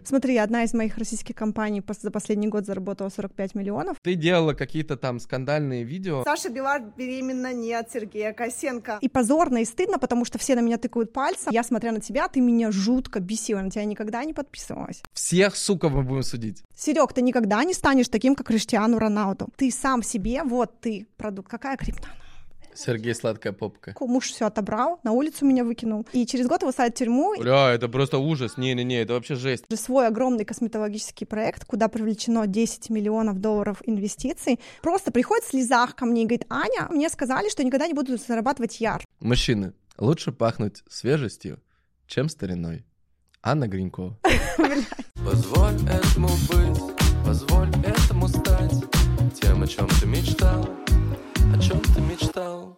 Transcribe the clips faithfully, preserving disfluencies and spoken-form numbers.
Смотри, одна из моих российских компаний за последний год заработала сорок пять миллионов. Ты делала какие-то там скандальные видео. Саша Белар беременна не от Сергея Косенко. И позорно, и стыдно, потому что все на меня тыкают пальцем. Я, смотря на тебя, ты меня жутко бесила, на тебя никогда не подписывалась. Всех, сука, мы будем судить. Серег, ты никогда не станешь таким, как Криштиану Роналду. Ты сам себе, вот ты, продукт. Какая криптона? Сергей сладкая попка. Муж все отобрал, на улицу меня выкинул. И через год его садят в тюрьму. Бля, это просто ужас. Не-не-не, это вообще жесть. Свой огромный косметологический проект, куда привлечено десять миллионов долларов инвестиций. Просто приходит в слезах ко мне и говорит: Аня, мне сказали, что никогда не буду зарабатывать яр. Мужчины, лучше пахнуть свежестью, чем стариной. Анна Гринькова. Позволь этому быть, позволь этому стать тем, о чем ты мечтал. О чем ты мечтал?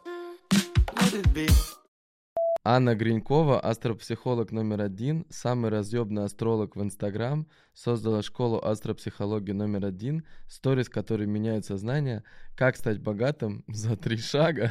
Анна Гринькова, астропсихолог номер один, самый разъебный астролог в Инстаграм, создала школу астропсихологии номер один, сторис, которые меняют сознание, как стать богатым за три шага.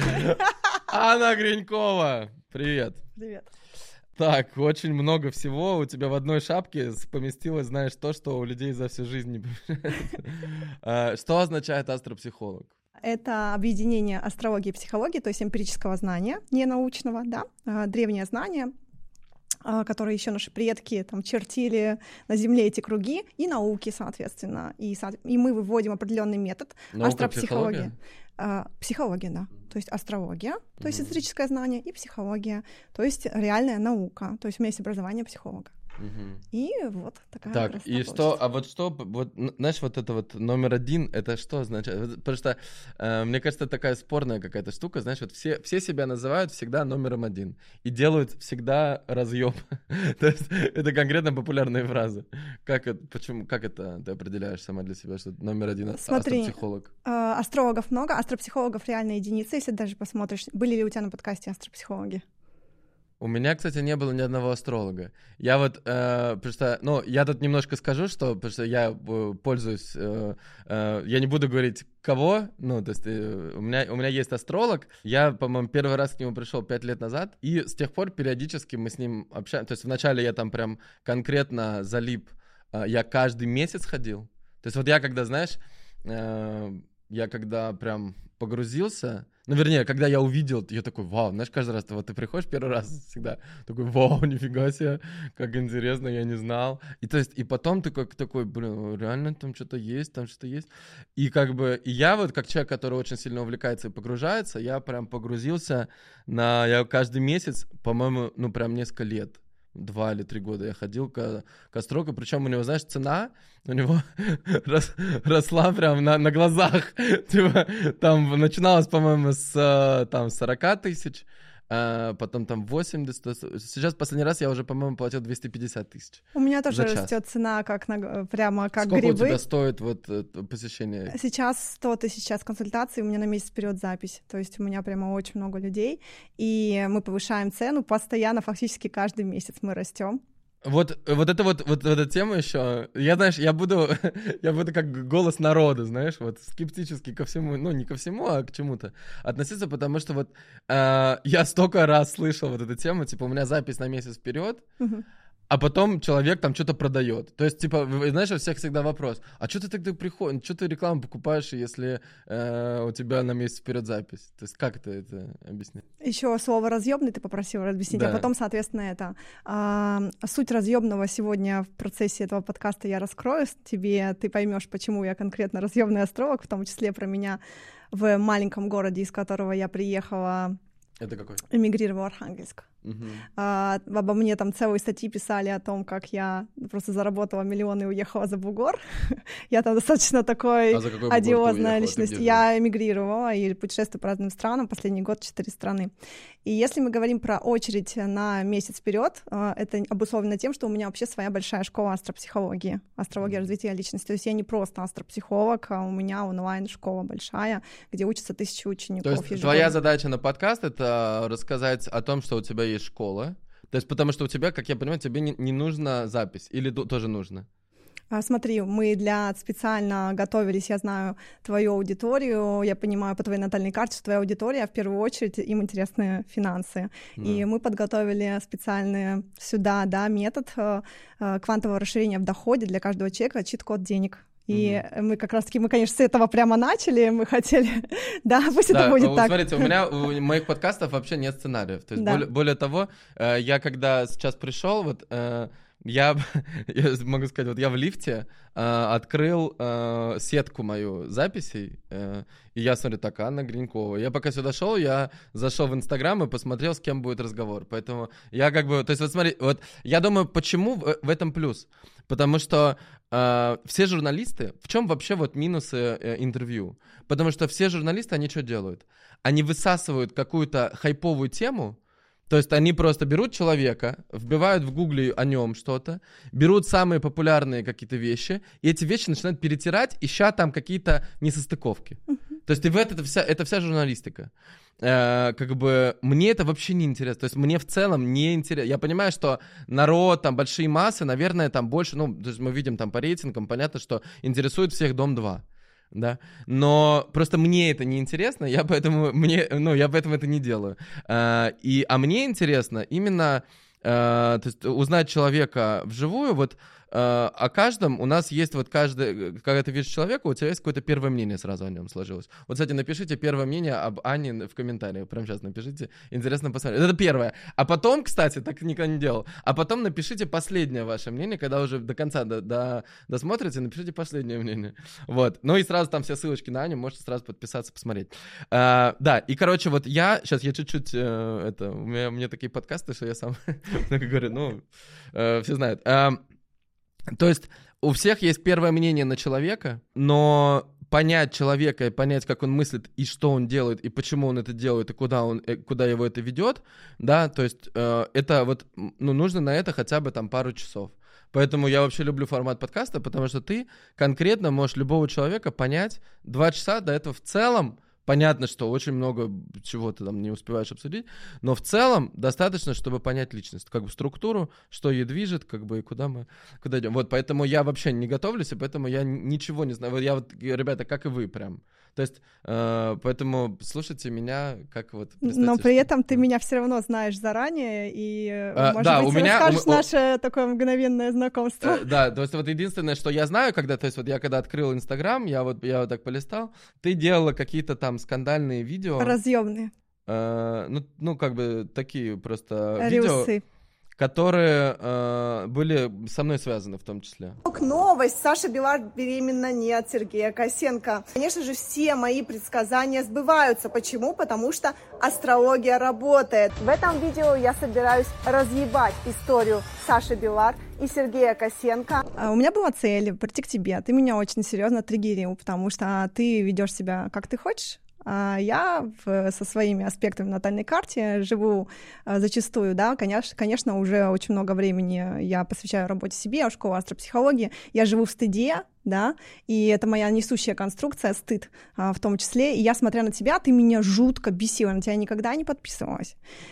Анна Гринькова, привет. Привет. Так, очень много всего. У тебя в одной шапке поместилось, знаешь, то, что у людей за всю жизнь не помещается. Что означает астропсихолог? Это объединение астрологии и психологии, то есть эмпирического знания, не научного, да, древнее знание, которые еще наши предки там чертили на Земле эти круги, и науки, соответственно. И, и мы выводим определенный метод. Наука, астропсихология. Психология? Психология, да. То есть астрология, то есть эзотерическое знание, и психология, то есть реальная наука. То есть у меня есть образование психолога. Угу. И вот такая Так, и получится. что, а вот что, вот, знаешь, вот это вот номер один, это что означает? Потому что, э, мне кажется, это такая спорная какая-то штука, знаешь, вот все, все себя называют всегда номером один и делают всегда разъем. То есть это конкретно популярные фразы. Как это, почему, как это ты определяешь сама для себя, что номер один астропсихолог? Э, астрологов много, астропсихологов реально единицы, если даже посмотришь. Были ли у тебя на подкасте астропсихологи? У меня, кстати, не было ни одного астролога. Я вот, э, просто, ну, я тут немножко скажу, что, потому что я э, пользуюсь, э, э, я не буду говорить кого, ну, то есть э, у меня, у меня есть астролог, я, по-моему, первый раз к нему пришел пять лет назад, и с тех пор периодически мы с ним общаемся, то есть вначале я там прям конкретно залип, э, я каждый месяц ходил, то есть вот я когда, знаешь, э, я когда прям погрузился, ну, вернее, когда я увидел, я такой: вау, знаешь, каждый раз, ты, вот ты приходишь первый раз всегда, такой: вау, нифига себе, как интересно, я не знал. И то есть, и потом ты как такой: блин, реально там что-то есть, там что-то есть. И как бы, и я вот, как человек, который очень сильно увлекается и погружается, я прям погрузился на, я каждый месяц, по-моему, ну, прям несколько лет, два или три года я ходил к, к астрологу, причем у него, знаешь, цена у него рос, росла прям на, на глазах, типа, там начиналось, по-моему, с там сорок тысяч, а потом там восемьдесят, сейчас последний раз я уже, по-моему, платил двести пятьдесят тысяч. У меня тоже растет цена как на, прямо как Сколько грибы. Сколько у тебя стоит вот посещение? Сейчас сто тысяч сейчас консультаций, у меня на месяц вперед запись, то есть у меня прямо очень много людей, и мы повышаем цену постоянно, фактически каждый месяц мы растем. Вот, вот это вот, вот, вот эта тема еще, я, знаешь, я буду, я буду как голос народа, знаешь, вот скептически ко всему, ну не ко всему, а к чему-то относиться, потому что вот э, я столько раз слышал вот эту тему, типа у меня запись на месяц вперед, uh-huh. а потом человек там что-то продает. То есть, типа, знаешь, у всех всегда вопрос: а что ты тогда приходишь, что ты рекламу покупаешь, если э, у тебя на месяц вперед запись? То есть, как ты это объяснишь? Еще слово разъемный ты попросил объяснить, да. А потом, соответственно, это а, суть разъемного сегодня в процессе этого подкаста я раскрою тебе, ты поймешь, почему я конкретно разъемный астролог, в том числе про меня в маленьком городе, из которого я приехала. Это какой? Эмигрировала в Архангельск. Uh-huh. А, обо мне там целые статьи писали о том, как я просто заработала миллионы и уехала за бугор. Я там достаточно такой а одиозная личность. Я эмигрировала и путешествую по разным странам. Последний год четыре страны. И если мы говорим про очередь на месяц вперед, это обусловлено тем, что у меня вообще своя большая школа астропсихологии, астрология развития личности. То есть я не просто астропсихолог, а у меня онлайн-школа большая, где учатся тысячи учеников. То есть ежегодно. Твоя задача на подкаст — это рассказать о том, что у тебя есть школа. То есть потому что у тебя, как я понимаю, тебе не, не нужна запись или тоже нужно? Смотри, мы для специально готовились, я знаю твою аудиторию, я понимаю по твоей натальной карте, что твоя аудитория, в первую очередь, им интересны финансы. Да. И мы подготовили специальный сюда, да, метод квантового расширения в доходе для каждого человека, чит-код денег. И mm-hmm. мы как раз-таки, мы, конечно, с этого прямо начали, мы хотели, да, пусть да, это будет так. Смотрите, у меня, у моих подкастов вообще нет сценариев, то есть да. более, более того, я когда сейчас пришел, вот, я, я могу сказать, вот я в лифте открыл сетку мою записей, и я смотрю, так, Анна Гринькова. Я пока сюда шел, я зашел в Инстаграм и посмотрел, с кем будет разговор, поэтому я как бы, то есть вот смотри, вот я думаю, почему в, в этом плюс, потому что Uh, все журналисты, в чем вообще вот минусы uh, интервью? Потому что все журналисты, они что делают? Они высасывают какую-то хайповую тему, то есть они просто берут человека, вбивают в гугле о нем что-то, берут самые популярные какие-то вещи, и эти вещи начинают перетирать, ища там какие-то несостыковки. Uh-huh. То есть и в это, это, вся, это вся журналистика. Uh, как бы мне это вообще не интересно, то есть мне в целом не интересно. Я понимаю, что народ, там большие массы, наверное, там больше, ну, то есть мы видим там по рейтингам, понятно, что интересует всех Дом два, да, но просто мне это не интересно, я поэтому мне, ну, я поэтому это не делаю. Uh, и, а мне интересно именно uh, то есть узнать человека вживую, вот Uh, о каждом у нас есть вот каждый, когда ты видишь человека, у тебя есть какое-то первое мнение сразу о нем сложилось. Вот, кстати, напишите первое мнение об Ане в комментариях, прямо сейчас напишите, интересно посмотреть. Это первое. А потом, кстати, так никогда не делал, а потом напишите последнее ваше мнение, когда уже до конца до, до, досмотрите, напишите последнее мнение. Вот. Ну и сразу там все ссылочки на Аню, можете сразу подписаться, посмотреть. Uh, да, и, короче, вот я, сейчас я чуть-чуть, uh, это, у меня, у меня такие подкасты, что я сам много говорю, ну, uh, все знают. Uh, То есть у всех есть первое мнение на человека, но понять человека и понять, как он мыслит, и что он делает, и почему он это делает, и куда, он, куда его это ведет, да, то есть э, это вот, ну, нужно на это хотя бы там пару часов. Поэтому я вообще люблю формат подкаста, потому что ты конкретно можешь любого человека понять два часа, до этого в целом. Понятно, что очень много чего ты там не успеваешь обсудить, но в целом достаточно, чтобы понять личность, как бы структуру, что ей движет, как бы и куда мы куда идем. Вот, поэтому я вообще не готовлюсь, и поэтому я ничего не знаю. Вот я вот, ребята, как и вы прям. То есть, э, поэтому слушайте меня, как вот... Но при этом что... ты меня все равно знаешь заранее, и, а, может да, быть, у меня, расскажешь у... наше такое мгновенное знакомство. Э, да, то есть вот единственное, что я знаю, когда, то есть вот я когда открыл Инстаграм, я вот, я вот так полистал, ты делала какие-то там скандальные видео. Разъемные. Э, ну, ну, как бы такие просто Рилсы. Видео, которые э, были со мной связаны в том числе. Новость. Саша Белар беременна не от Сергея Косенко. Конечно же, все мои предсказания сбываются. Почему? Потому что астрология работает. В этом видео я собираюсь разъебать историю Саши Белар и Сергея Косенко. У меня была цель прийти к тебе. Ты меня очень серьезно триггерил, потому что ты ведешь себя как ты хочешь. Я в, со своими аспектами натальной карты живу зачастую, да, конечно, конечно, уже очень много времени я посвящаю работе себе, я в школе астропсихологии, я живу в стыде, да, и это моя несущая конструкция, стыд в том числе, и я, смотря на тебя, ты меня жутко бесила, на тебя никогда не подписывалась,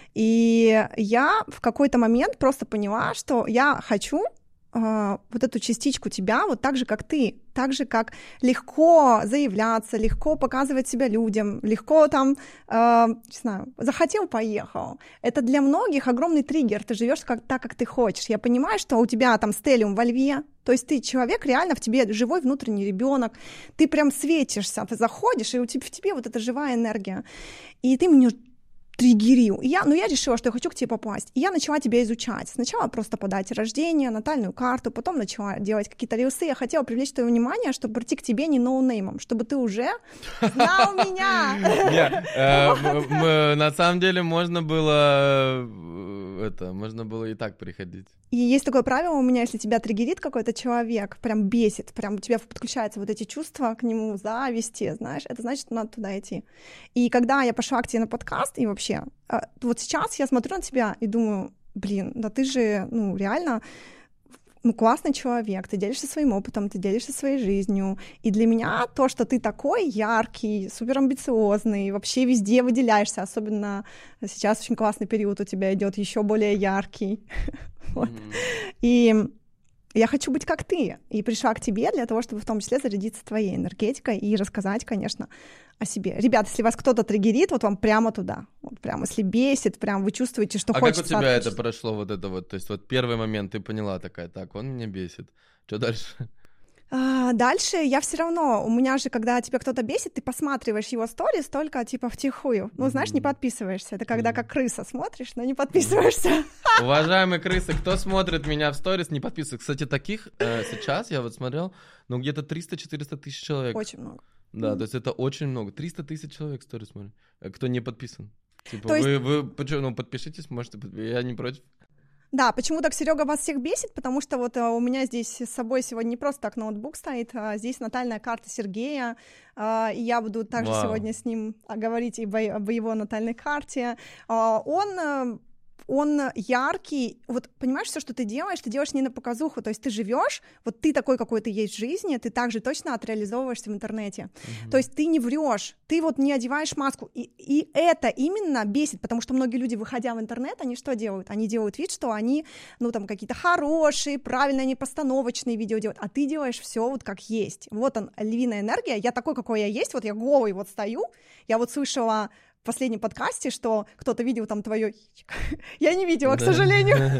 и я в какой-то момент просто поняла, что я хочу вот эту частичку тебя, вот так же, как ты, так же, как легко заявляться, легко показывать себя людям, легко там, э, не знаю, захотел, поехал. Это для многих огромный триггер, ты живешь как, так, как ты хочешь. Я понимаю, что у тебя там стеллиум во льве, то есть ты человек, реально в тебе живой внутренний ребенок, ты прям светишься, ты заходишь, и у тебя, в тебе вот эта живая энергия. И ты мне триггерил. И я, ну, я решила, что я хочу к тебе попасть. И я начала тебя изучать. Сначала просто по дате рождения, натальную карту, потом начала делать какие-то рилсы. Я хотела привлечь твое внимание, чтобы прийти к тебе не ноунеймом, чтобы ты уже знал меня. На самом деле можно было это, можно было и так приходить. И есть такое правило у меня, если тебя триггерит какой-то человек, прям бесит, прям у тебя подключаются вот эти чувства к нему, зависти, знаешь, это значит, надо туда идти. И когда я пошла к тебе на подкаст, и вообще, вот сейчас я смотрю на тебя и думаю, блин, да ты же, ну, реально, ну, классный человек, ты делишься своим опытом, ты делишься своей жизнью, и для меня то, что ты такой яркий, суперамбициозный, вообще везде выделяешься, особенно сейчас очень классный период у тебя идет, еще более яркий, вот. И Я хочу быть как ты, и пришла к тебе для того, чтобы в том числе зарядиться твоей энергетикой и рассказать, конечно, о себе. Ребят, если вас кто-то триггерит, вот вам прямо туда, вот прямо, если бесит, прям вы чувствуете, что а хочется... А как у тебя отключить. это прошло, вот это вот, то есть вот первый момент ты поняла такая, так, он меня бесит, что дальше? А, дальше я все равно, у меня же, когда тебя кто-то бесит, ты посматриваешь его сторис только типа втихую. Ну, знаешь, не подписываешься. Это когда как крыса смотришь, но не подписываешься. Уважаемые крысы, кто смотрит меня в сторис, не подписывается. Кстати, таких э, сейчас, я вот смотрел, ну, где-то триста-четыреста тысяч человек. Очень много. Да, mm. то есть это очень много. триста тысяч человек в сторис смотрят, кто не подписан. Типа, то вы, есть... вы, вы ну, подпишитесь, можете, я не против. Да, почему так Серега вас всех бесит? Потому что вот а, у меня здесь с собой сегодня не просто так ноутбук стоит, а здесь натальная карта Сергея, а, и я буду также Вау. сегодня с ним говорить и об его натальной карте. А, он... он яркий, вот понимаешь, все, что ты делаешь, ты делаешь не на показуху, то есть ты живешь, вот ты такой, какой ты есть в жизни, ты также точно отреализовываешься в интернете, mm-hmm. то есть ты не врешь, ты вот не одеваешь маску, и, и это именно бесит, потому что многие люди, выходя в интернет, они что делают? Они делают вид, что они, ну, там, какие-то хорошие, правильные, непостановочные видео делают, а ты делаешь все вот как есть, вот он, львиная энергия, я такой, какой я есть, вот я голый вот стою, я вот слышала в последнем подкасте, что кто-то видел там твое яичко. Я не видела, к сожалению.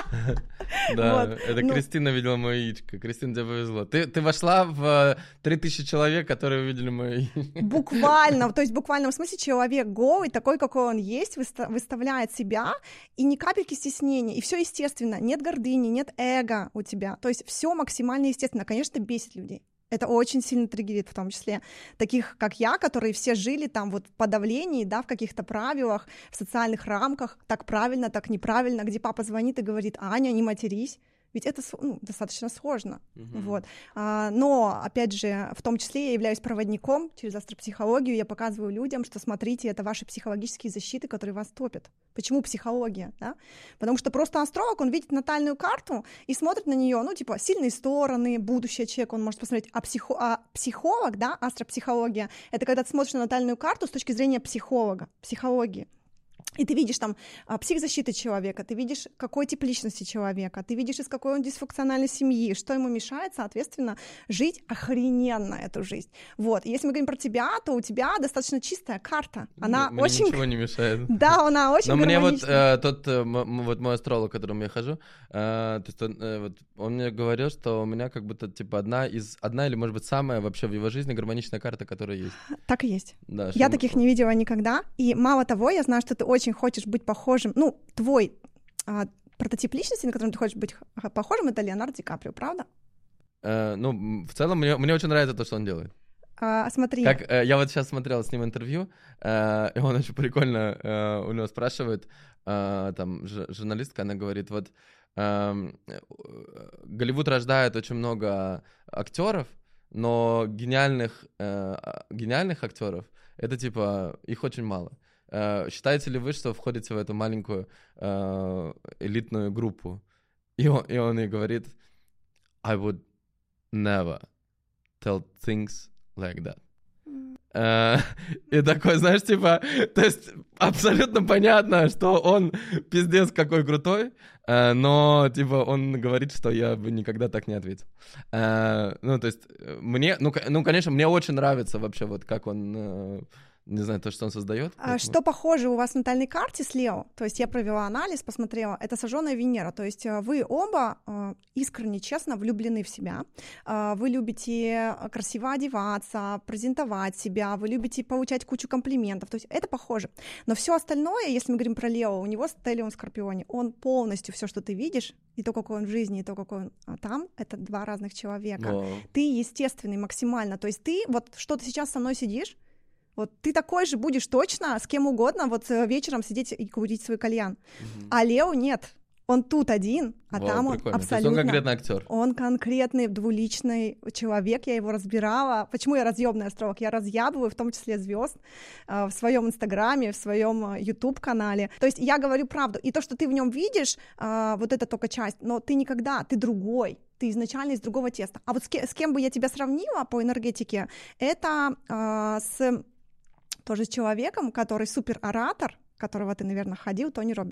Да, это Кристина видела мое яичко. Кристина, тебе повезло. Ты вошла в три тысячи человек, которые увидели мое яичко. Буквально, то есть в буквальном смысле человек голый, такой, какой он есть, выставляет себя, и ни капельки стеснения, и все естественно, нет гордыни, нет эго у тебя, то есть все максимально естественно. Конечно, бесит людей. Это очень сильно триггерит, в том числе таких, как я, которые все жили там вот в подавлении, да, в каких-то правилах, в социальных рамках, так правильно, так неправильно, где папа звонит и говорит: Аня, не матерись. Ведь это ну, достаточно сложно. Uh-huh. Вот. А, но, опять же, в том числе я являюсь проводником через астропсихологию, я показываю людям, что, смотрите, это ваши психологические защиты, которые вас топят. Почему психология? Да? Потому что просто астролог, он видит натальную карту и смотрит на нее, ну, типа, сильные стороны, будущее человека, он может посмотреть, а, психо... а психолог, да, астропсихология, это когда ты смотришь на натальную карту с точки зрения психолога, психологии. И ты видишь там а, психзащиты человека, ты видишь, какой тип личности человека, ты видишь, из какой он дисфункциональной семьи, что ему мешает, соответственно, жить охрененно эту жизнь. Вот, и если мы говорим про тебя, то у тебя достаточно чистая карта, она мне очень... ничего не мешает. Да, она очень Но гармоничная. мне вот э, тот, э, вот мой астролог, к которому я хожу, э, то есть он, э, вот, он мне говорил, что у меня как будто, типа, одна из, одна или, может быть, самая вообще в его жизни гармоничная карта, которая есть. Так и есть. Да, я что... таких не видела никогда, и мало того, я знаю, что ты очень хочешь быть похожим, ну, твой а, прототип личности, на котором ты хочешь быть похожим, это Леонардо Ди Каприо, правда? Э, ну, в целом, мне, мне очень нравится то, что он делает. А, смотри. Как, э, я вот сейчас смотрел с ним интервью, э, и он очень прикольно, э, у него спрашивает, э, там, ж, журналистка, она говорит, вот, э, Голливуд рождает очень много актеров, но гениальных, э, гениальных актеров, это, типа, их очень мало. Uh, считаете ли вы, что входите в эту маленькую uh, элитную группу? И он, и он ей говорит: I would never tell things like that. Uh, и такой, знаешь, типа, то есть абсолютно понятно, что он пиздец какой крутой, uh, но, типа, он говорит, что я бы никогда так не ответил. Uh, ну, то есть мне, ну, ну, конечно, мне очень нравится вообще вот как он... Uh, не знаю, то, что он создает. А что похоже у вас в натальной карте слева, то есть я провела анализ, посмотрела, это сожженная Венера, то есть вы оба э, искренне, честно влюблены в себя, э, вы любите красиво одеваться, презентовать себя, вы любите получать кучу комплиментов, то есть это похоже. Но все остальное, если мы говорим про Лео, у него стеллиум в Скорпионе, он полностью все, что ты видишь, и то, какой он в жизни, и то, какой он а там, это два разных человека. Wow. Ты естественный максимально, то есть ты, вот что ты сейчас со мной сидишь, вот ты такой же будешь точно с кем угодно вот вечером сидеть и курить свой кальян. Mm-hmm. А Лео нет. Он тут один, а Вау, там он прикольно. Абсолютно... То есть он конкретный актер. Он конкретный двуличный человек, я его разбирала. Почему я разъёбный астролог? Я разъябываю, в том числе звезд, в своем инстаграме, в своем ютуб-канале. То есть я говорю правду. И то, что ты в нем видишь, вот это только часть, но ты никогда, ты другой. Ты изначально из другого теста. А вот с кем, с кем бы я тебя сравнила по энергетике, это с... тоже с человеком, который супер-оратор, которого ты, наверное, ходил, Тони Роббинс.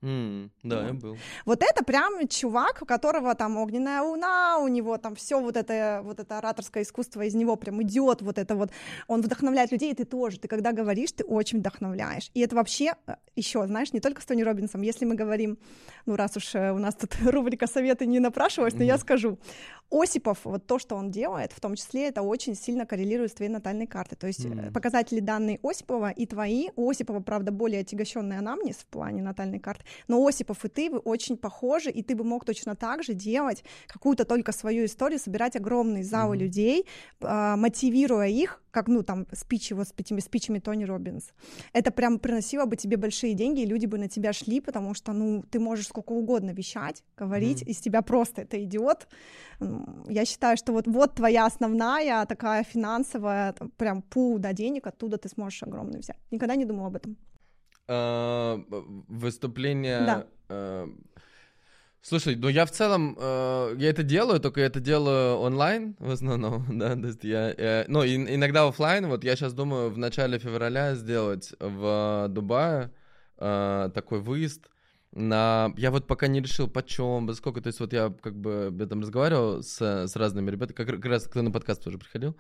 Mm, да, вот. Я был. Вот это прям чувак, у которого там огненная луна, у него там все вот это, вот это ораторское искусство из него прям идет, вот это вот, он вдохновляет людей, и ты тоже, ты когда говоришь, ты очень вдохновляешь. И это вообще еще, знаешь, не только с Тони Роббинсом, если мы говорим, ну раз уж у нас тут рубрика «Советы» не напрашивалась, но mm-hmm. я скажу, Осипов, вот то, что он делает, в том числе это очень сильно коррелирует с твоей натальной картой, то есть mm-hmm. показатели данные Осипова и твои, у Осипова, правда, более отягощенный анамнез в плане натальной карты, но Осипов и ты, вы очень похожи, и ты бы мог точно так же делать какую-то только свою историю, собирать огромные залы mm-hmm. людей, э, мотивируя их, как, ну, там, спичи вот с этими спичами Тони Роббинс. Это прям приносило бы тебе большие деньги, и люди бы на тебя шли, потому что, ну, ты можешь сколько угодно вещать, говорить, mm-hmm. из тебя просто это идет. Я считаю, что вот, вот твоя основная такая финансовая, там, прям пул, да, денег, оттуда ты сможешь огромный взять. Никогда не думала об этом. Uh, выступление. Да. Uh, слушай, ну я в целом, uh, я это делаю, только я это делаю онлайн в основном, да, то есть я, я ну и, иногда офлайн. Вот я сейчас думаю в начале февраля сделать в Дубае uh, такой выезд. На... Я вот пока не решил, почем, сколько, то есть вот я как бы об этом разговаривал с, с разными ребятами, как, как раз кто на подкаст тоже приходил,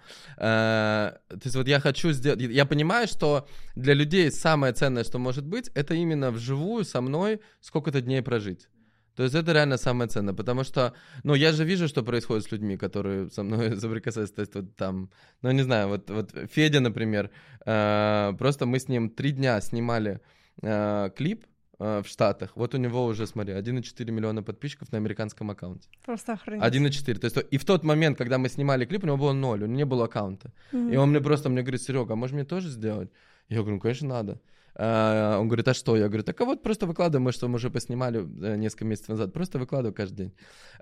а, то есть вот я хочу сделать, я понимаю, что для людей самое ценное, что может быть, это именно вживую со мной сколько-то дней прожить. То есть это реально самое ценное, потому что, ну, я же вижу, что происходит с людьми, которые со мной соприкасаются, то есть вот там, ну, не знаю, вот, вот Федя, например, а, просто мы с ним три дня снимали а, клип, в Штатах. Вот у него уже, смотри, один и четыре миллиона подписчиков на американском аккаунте. Просто охренеть. один и четыре. То есть и в тот момент, когда мы снимали клип, у него было ноль, у него не было аккаунта. Mm-hmm. И он мне просто мне говорит: Серега, а может мне тоже сделать? Я говорю: ну, конечно, надо. А, он говорит: а что? Я говорю: так а вот просто выкладываем, мы что мы уже поснимали несколько месяцев назад, просто выкладываю каждый день.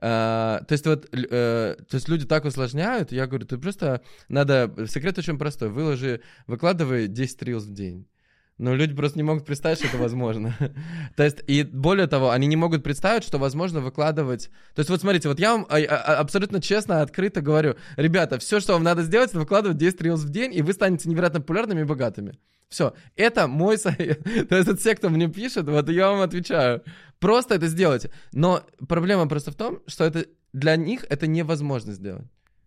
А, то есть вот, а, то есть люди так усложняют, я говорю: ты просто надо, секрет очень простой, выложи, выкладывай десять рилс в день. Но люди просто не могут представить, что это возможно. То есть, и более того, они не могут представить, что возможно выкладывать... То есть, вот смотрите, вот я вам абсолютно честно, открыто говорю: ребята, все, что вам надо сделать, это выкладывать десять рилс в день, и вы станете невероятно популярными и богатыми. Все, это мой совет. То есть, это все, кто мне пишет, вот я вам отвечаю. Просто это сделайте. Но проблема просто в том, что это для них это невозможно сделать.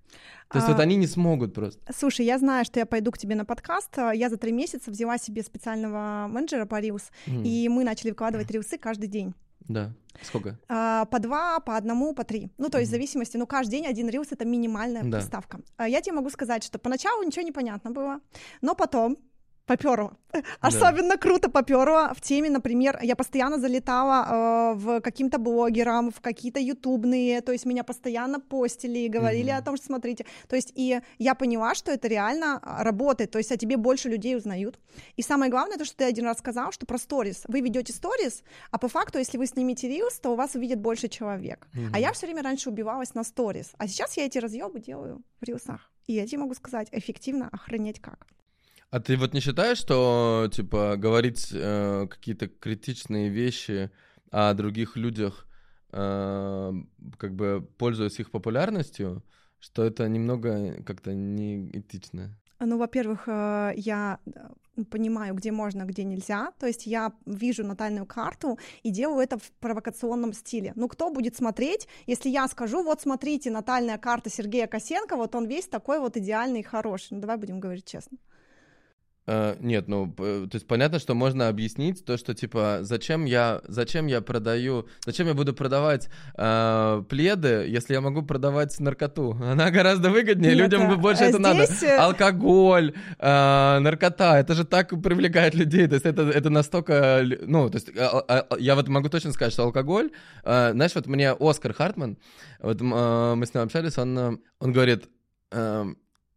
То есть а, вот они не смогут просто. Слушай, я знаю, что я пойду к тебе на подкаст. Я за три месяца взяла себе специального менеджера по Reels, mm. и мы начали выкладывать рилсы каждый день. Да. Сколько? А, по два, по одному, по три. Ну, то есть mm. в зависимости, ну, каждый день один рилс — это минимальная да. приставка. А я тебе могу сказать, что поначалу ничего не понятно было, но потом попёрло. Особенно да. круто попёрло в теме, например, я постоянно залетала э, в каким-то блогерам, в какие-то ютубные, то есть меня постоянно постили и говорили mm-hmm. о том, что смотрите. То есть и я поняла, что это реально работает, то есть о тебе больше людей узнают. И самое главное, то, что ты один раз сказал, что про сторис. Вы ведете сторис, а по факту, если вы снимете рилс, то у вас увидит больше человек. Mm-hmm. А я все время раньше убивалась на сторис, а сейчас я эти разъёбы делаю в рилсах. И я тебе могу сказать, эффективно, охренеть как. А ты вот не считаешь, что, типа, говорить э, какие-то критичные вещи о других людях, э, как бы пользуясь их популярностью, что это немного как-то неэтично? Ну, во-первых, я понимаю, где можно, где нельзя. То есть я вижу натальную карту и делаю это в провокационном стиле. Ну, кто будет смотреть, если я скажу: вот смотрите, натальная карта Сергея Косенко, вот он весь такой вот идеальный и хороший. Ну, давай будем говорить честно. Uh, нет, ну, то есть понятно, что можно объяснить то, что, типа, зачем я, зачем я продаю, зачем я буду продавать uh, пледы, если я могу продавать наркоту? Она гораздо выгоднее, нет, людям а, больше а это здесь... надо. Алкоголь, uh, наркота, это же так привлекает людей, то есть это, это настолько, ну, то есть а, а, я вот могу точно сказать, что алкоголь, uh, знаешь, вот мне Оскар Хартман, вот uh, мы с ним общались, он, он говорит... Uh,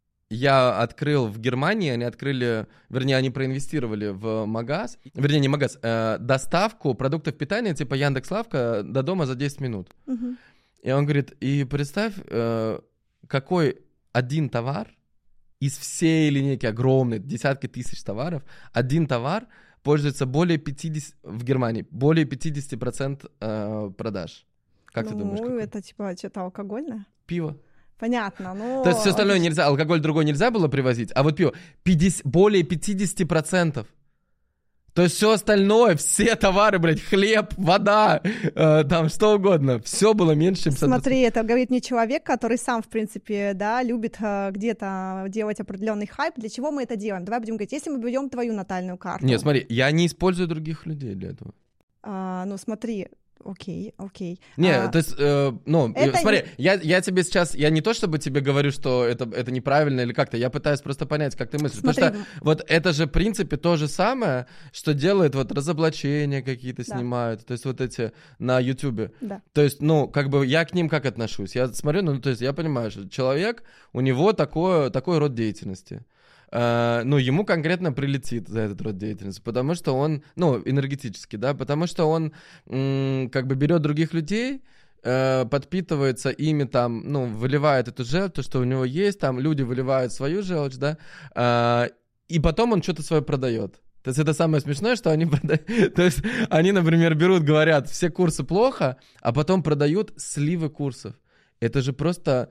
Я открыл в Германии, они открыли, вернее, они проинвестировали в магаз, вернее, не магаз, э, доставку продуктов питания типа Яндекс.Лавка до дома за десять минут. Uh-huh. И он говорит: и представь, э, какой один товар из всей линейки, огромной, десятки тысяч товаров, один товар пользуется более пятьдесят, в Германии, более пятьдесят процентов э, продаж. Как ну, ты думаешь? Ну, это типа что-то алкогольное? Пиво. Понятно, но... То есть все остальное нельзя, алкоголь другой нельзя было привозить, а вот пиво, пятьдесят, более пятьдесят процентов. То есть все остальное, все товары, блядь, хлеб, вода, э, там что угодно, все было меньше, чем пятьдесят процентов. Смотри, это говорит не человек, который сам, в принципе, да, любит э, где-то делать определенный хайп. Для чего мы это делаем? Давай будем говорить, если мы берем твою натальную карту. Нет, смотри, я не использую других людей для этого. А, ну смотри, окей, окей. Не, а, то есть, э, ну, это смотри, не... я, я тебе сейчас, я не то чтобы тебе говорю, что это, это неправильно или как-то, я пытаюсь просто понять, как ты мыслишь. Смотри. Потому что вот это же, в принципе, то же самое, что делает вот разоблачения какие-то да. снимают, то есть вот эти на Ютубе. Да. То есть, ну, как бы я к ним как отношусь? Я смотрю, ну, то есть я понимаю, что человек, у него такое, такой род деятельности. Uh, ну, ему конкретно прилетит за этот род деятельности, потому что он, ну, энергетически, да, потому что он м- как бы берет других людей, э, подпитывается ими там, ну, выливает эту желчь, то, что у него есть, там люди выливают свою желчь, да, э, и потом он что-то свое продает. То есть это самое смешное, что они продают. То есть они, например, берут, говорят, все курсы плохо, а потом продают сливы курсов. Это же просто...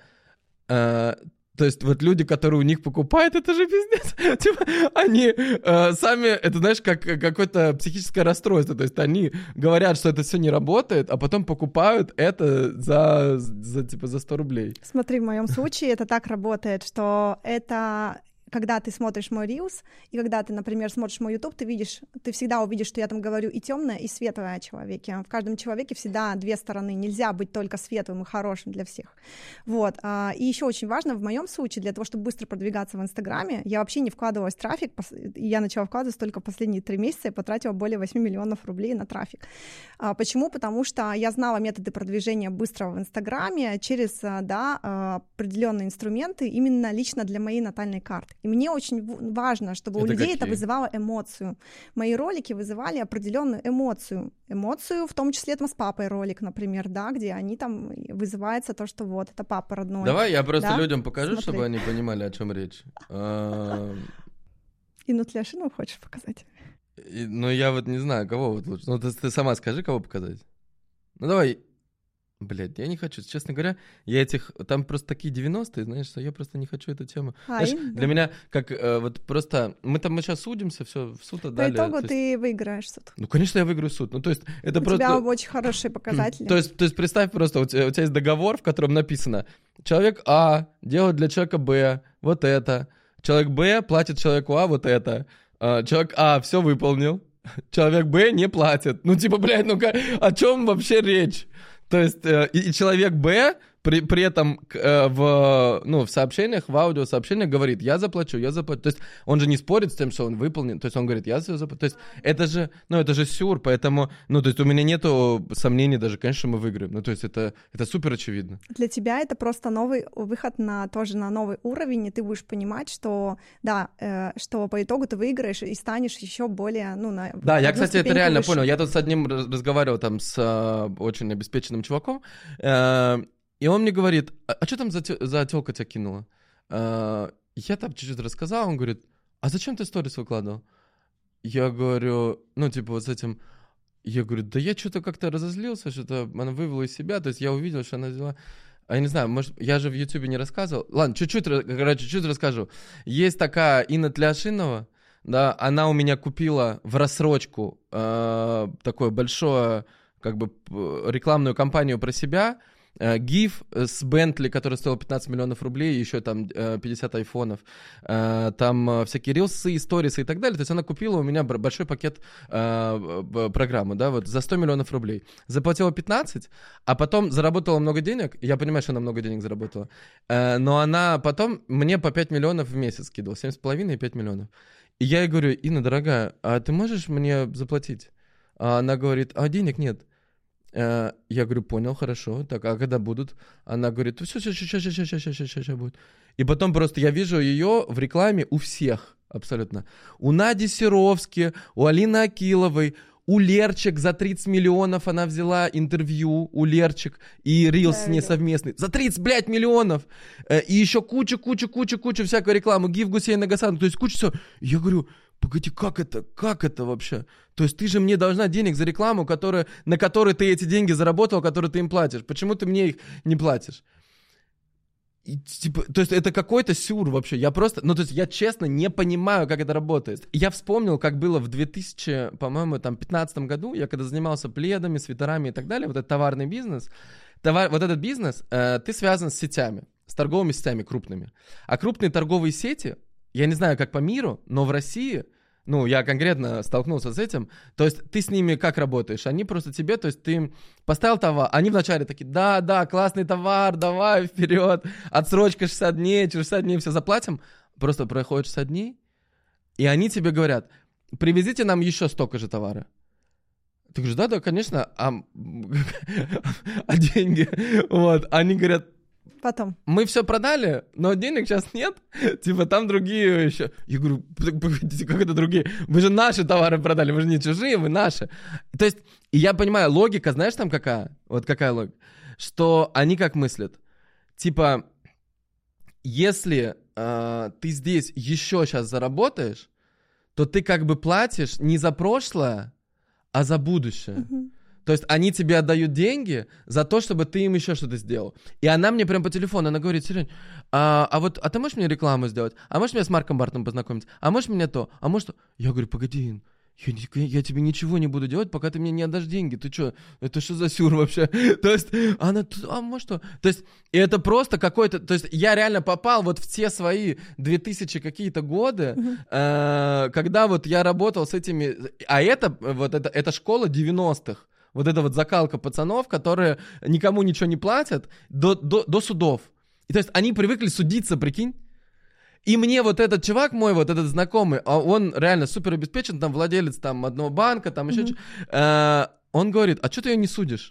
Э, То есть вот люди, которые у них покупают, это же пиздец. Типа они э, сами, это знаешь, как какое-то психическое расстройство. То есть они говорят, что это все не работает, а потом покупают это за, за, типа, за сто рублей. Смотри, в моем случае это так работает, что это... Когда ты смотришь мой Reels, и когда ты, например, смотришь мой YouTube, ты видишь, ты всегда увидишь, что я там говорю и темное, и светлое о человеке. В каждом человеке всегда две стороны. Нельзя быть только светлым и хорошим для всех. Вот. И еще очень важно, в моем случае, для того, чтобы быстро продвигаться в Инстаграме, я вообще не вкладывалась в трафик. Я начала вкладываться только последние три месяца и потратила более восемь миллионов рублей на трафик. Почему? Потому что я знала методы продвижения быстрого в Инстаграме через, да, определенные инструменты именно лично для моей натальной карты. И мне очень важно, чтобы это у людей какие? Это вызывало эмоцию. Мои ролики вызывали определенную эмоцию. Эмоцию, в том числе там с папой ролик, например, да, где они там вызывается то, что вот, это папа родной. Давай я просто да? людям покажу, Смотри. Чтобы они понимали, о чем речь. Инну Тляшину хочешь показать? Ну, я вот не знаю, кого вот лучше. Ну, ты сама скажи, кого показать. Ну, давай... Блядь, я не хочу, честно говоря, я этих, там просто такие девяностые, знаешь, что я просто не хочу эту тему. А, знаешь, и, для да. меня, как э, вот просто, мы там мы сейчас судимся, все в суд отдали. По итогу есть, ты выиграешь суд. Ну, конечно, я выиграю суд, ну, то есть, это у просто... У тебя очень хорошие показатели. То есть, то есть, представь просто, у тебя, у тебя есть договор, в котором написано, человек А делает для человека Б вот это, человек Б платит человеку А вот это, человек А все выполнил, человек Б не платит. Ну, типа, блядь, ну-ка, о чем вообще речь? То есть э, и, и человек Б при, при этом э, в, ну, в сообщениях, в аудиосообщениях говорит, я заплачу, я заплачу. То есть он же не спорит с тем, что он выполнит. То есть он говорит, я все заплачу. То есть это же, ну, это же сюр, поэтому, ну, то есть у меня нету сомнений даже, конечно, мы выиграем. Ну, то есть это, это супер очевидно. Для тебя это просто новый выход на тоже на новый уровень, и ты будешь понимать, что, да, э, что по итогу ты выиграешь и станешь еще более, ну, на... Да, я, кстати, это реально выше. Понял. Я тут с одним разговаривал там с э, очень обеспеченным чуваком, э, и он мне говорит, а, а что там за, тё- за тёлка тебя кинула? А, я там чуть-чуть рассказал, он говорит, а зачем ты сторис выкладывал? Я говорю, ну, типа, вот с этим... Я говорю, да я что-то как-то разозлился, что-то она вывела из себя, то есть я увидел, что она взяла... А я не знаю, может, я же в Ютубе не рассказывал. Ладно, чуть-чуть, короче, чуть-чуть расскажу. Есть такая Инна Тляшинова, да, она у меня купила в рассрочку э, такое большое, как бы, рекламную кампанию про себя, гиф с Бентли, который стоил пятнадцать миллионов рублей, еще там пятьдесят айфонов, там всякие рилсы, сторисы и так далее. То есть она купила у меня большой пакет программы, да, вот за сто миллионов рублей. Заплатила пятнадцать, а потом заработала много денег. Я понимаю, что она много денег заработала. Но она потом мне по пять миллионов в месяц скидывала, семь с половиной и пять миллионов. И я ей говорю, Инна, дорогая, а ты можешь мне заплатить? А она говорит, а денег нет. Я говорю, понял, хорошо. Так, а когда будут? Она говорит, все, сейчас, сейчас, сейчас, сейчас, сейчас, сейчас будет. И потом просто я вижу ее в рекламе у всех абсолютно. У Нади Серовски, у Алины Акиловой, у Лерчик за тридцать миллионов она взяла интервью, у Лерчик, и рилс с ней совместный. За тридцать, блядь, миллионов! И еще куча, куча, куча, куча всякой рекламы. Гиф Гусейна Гасан, то есть куча всего. Я говорю, погоди, как это, как это вообще? То есть ты же мне должна денег за рекламу, которая, на которой ты эти деньги заработал, которые ты им платишь. Почему ты мне их не платишь? И, типа, то есть это какой-то сюр вообще. Я просто, ну то есть я честно не понимаю, как это работает. Я вспомнил, как было в две тысячи, по-моему, там пятнадцатом году, я когда занимался пледами, свитерами и так далее, вот этот товарный бизнес, товар, вот этот бизнес, э, ты связан с сетями, с торговыми сетями крупными. А крупные торговые сети, я не знаю, как по миру, но в России, ну, я конкретно столкнулся с этим, то есть ты с ними как работаешь? Они просто тебе, то есть ты поставил товар, они вначале такие, да, да, классный товар, давай, вперед, отсрочка шестьдесят дней, через шестьдесят дней все заплатим, просто проходит шестьдесят дней, и они тебе говорят, привезите нам еще столько же товара. Ты говоришь, да, да, конечно, а, а деньги, вот, они говорят, потом. Мы все продали, но денег сейчас нет. Типа там другие еще. Я говорю, погодите, как это другие? Вы же наши товары продали, вы же не чужие, вы наши. То есть, и я понимаю, логика, знаешь там какая? Вот какая логика? Что они как мыслят? Типа, если э, ты здесь еще сейчас заработаешь, то ты как бы платишь не за прошлое, а за будущее. Mm-hmm. То есть они тебе отдают деньги за то, чтобы ты им еще что-то сделал. И она мне прям по телефону, она говорит, Серень, а, а вот, а ты можешь мне рекламу сделать? А можешь меня с Марком Бартоном познакомить? А можешь мне то? А может... Я говорю, погоди, я, я тебе ничего не буду делать, пока ты мне не отдашь деньги. Ты что? Это что за сюр вообще? То есть она, а может что? То есть и это просто какой-то... То есть я реально попал вот в те свои две тысячи какие-то годы, mm-hmm. э, когда вот я работал с этими... А это, вот это, это школа девяностых. Вот эта вот закалка пацанов, которые никому ничего не платят, до, до, до судов. И то есть они привыкли судиться, прикинь. И мне вот этот чувак мой, вот этот знакомый, он реально супер обеспечен, там владелец там одного банка, там еще mm-hmm. э, он говорит, а что ты ее не судишь?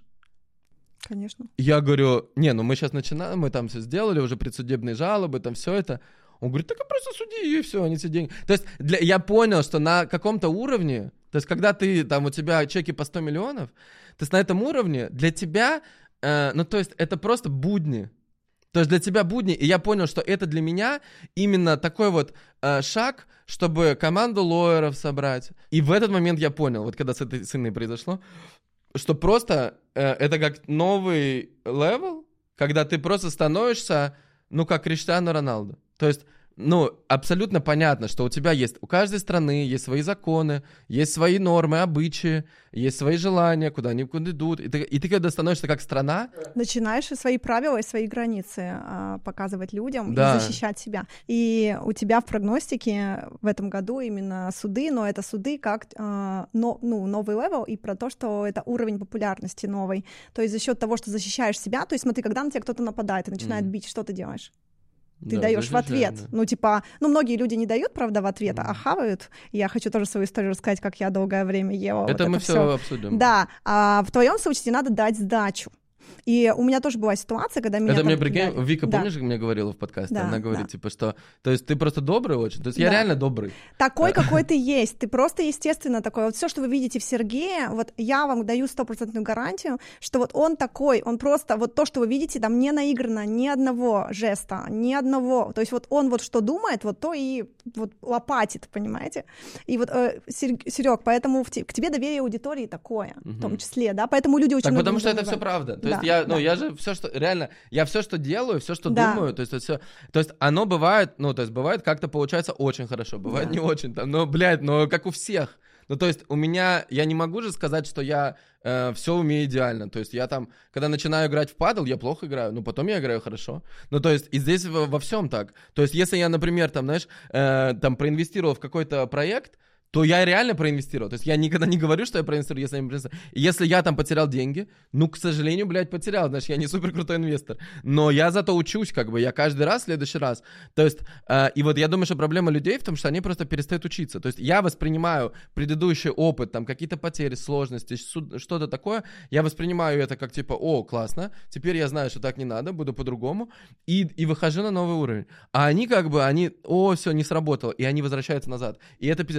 Конечно. Я говорю, не, ну мы сейчас начинаем, мы там все сделали, уже предсудебные жалобы, там все это. Он говорит, так просто суди ее, и все, они все деньги. То есть для, я понял, что на каком-то уровне, то есть когда ты, там у тебя чеки по сто миллионов, то есть на этом уровне для тебя, э, ну то есть это просто будни. То есть для тебя будни, и я понял, что это для меня именно такой вот э, шаг, чтобы команду лоеров собрать. И в этот момент я понял, вот когда с этой сыной произошло, что просто э, это как новый левел, когда ты просто становишься, ну, как Криштиану Роналду. То есть, ну, абсолютно понятно, что у тебя есть, у каждой страны есть свои законы, есть свои нормы, обычаи, есть свои желания, куда они куда идут. И ты, и ты когда становишься как страна... Начинаешь свои правила и свои границы а, показывать людям, да. и защищать себя. И у тебя в прогностике в этом году именно суды, но это суды как а, но, ну, новый левел, и про то, что это уровень популярности новый. То есть за счет того, что защищаешь себя, то есть смотри, когда на тебя кто-то нападает и начинает mm. бить, что ты делаешь? Ты да, даешь в ответ. Да. Ну, типа, ну, многие люди не дают, правда, в ответ, mm. а хавают. Я хочу тоже свою историю рассказать, как я долгое время ела. Это вот мы это все всё. обсудим. Да, а в твоем случае надо дать сдачу. И у меня тоже была ситуация, когда меня... Это там... мне, прикинь, да. Вика, да. помнишь, как мне говорила в подкасте? Да, Она говорит, да. типа, что... То есть ты просто добрый очень? То есть я да. реально добрый? Такой, какой ты есть. Ты просто, естественно, такой. Вот все, что вы видите в Сергее, вот я вам даю стопроцентную гарантию, что вот он такой, он просто... Вот то, что вы видите, там не наиграно ни одного жеста, ни одного. То есть вот он вот что думает, вот то и вот лопатит, понимаете? И вот, э, Серег, поэтому в те... к тебе доверие аудитории такое, угу. в том числе, да? Поэтому люди очень... Так потому что это все правда. То да, есть я, ну, да. я же все, что... Реально, я все, что делаю, все, что да. думаю, то есть все... То есть оно бывает, ну, то есть бывает как-то получается очень хорошо, бывает да. не очень, там, но, блядь, но как у всех. Ну, то есть у меня... Я не могу же сказать, что я э, все умею идеально. То есть я там, когда начинаю играть в падл, я плохо играю, но потом я играю хорошо. Ну, то есть и здесь во, во всем так. То есть если я, например, там, знаешь, э, там проинвестировал в какой-то проект, то я реально проинвестировал. То есть я никогда не говорю, что я проинвестирую, если я не проинвестирую. Если я там потерял деньги, ну, к сожалению, блядь, потерял. Значит, я не супер крутой инвестор. Но я зато учусь, как бы, я каждый раз, в следующий раз. То есть, э, и вот я думаю, что проблема людей в том, что они просто перестают учиться. То есть я воспринимаю предыдущий опыт, там, какие-то потери, сложности, что-то такое, я воспринимаю это как, типа, о, классно, теперь я знаю, что так не надо, буду по-другому, и, и выхожу на новый уровень. А они, как бы, они, о, все, не сработало, и они возвращаются назад. И это пиздец, это становится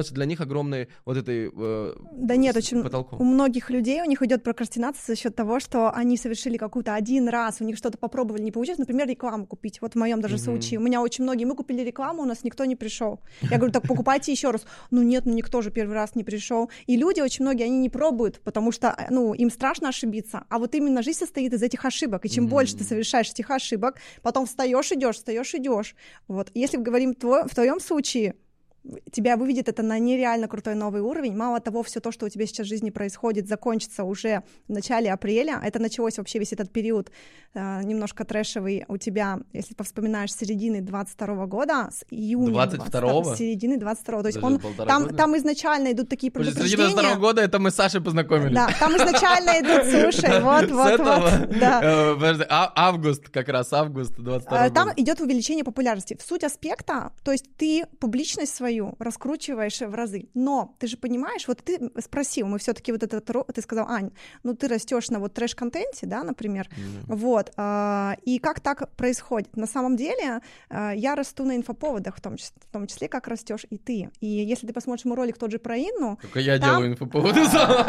становится для них огромной вот этой э, да нет, очень потолком. У многих людей у них идет прокрастинация за счет того, что они совершили какую-то один раз, у них что-то попробовали, не получилось, например, рекламу купить. Вот в моем даже mm-hmm. случае. У меня очень многие, мы купили рекламу, у нас никто не пришел. Я говорю, так покупайте еще раз. Ну нет, ну никто же первый раз не пришел. И люди очень многие, они не пробуют, потому что, ну, им страшно ошибиться. А вот именно жизнь состоит из этих ошибок. И чем mm-hmm. больше ты совершаешь этих ошибок, потом встаешь, идешь, встаешь, идешь. Вот. Если мы говорим твой, в твоем случае, тебя выведет это на нереально крутой новый уровень. Мало того, все то, что у тебя сейчас в жизни происходит, закончится уже в начале апреля. Это началось вообще весь этот период э, немножко трэшевый у тебя, если повспоминаешь, с середины двадцать второго года, с июня двадцать второго? С середины двадцать второго. То есть он, там, там изначально идут такие предупреждения. С середины двадцать второго года это мы с Сашей познакомились. Да, там изначально идут, слушай, вот, вот, вот. Да. Подожди, август, как раз август двадцать второго года. Там идет увеличение популярности. Суть аспекта, то есть ты публичность свою раскручиваешь в разы. Но ты же понимаешь, вот ты спросил, мы все-таки вот это, ты сказал, Ань, ну ты растешь на вот трэш-контенте, да, например, mm-hmm. вот, а, и как так происходит? На самом деле а, я расту на инфоповодах, в том числе, в том числе как растешь и ты. И если ты посмотришь мой ролик тот же про Инну... Только я делаю инфоповоды сама.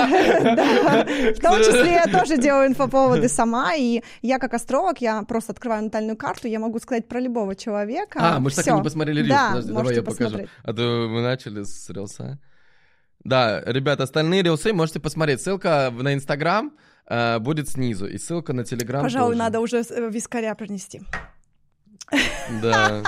В том числе я тоже делаю инфоповоды сама, и я как астролог, я просто открываю натальную карту, я могу сказать про любого человека. А, мы же так и не посмотрели рилс, подожди, давай я покажу. А то мы начали с рилса. Да, ребят, остальные рилсы можете посмотреть. Ссылка на Инстаграм э, будет снизу, и ссылка на Телеграм. Пожалуй, тоже. Надо уже вискаря принести. Да.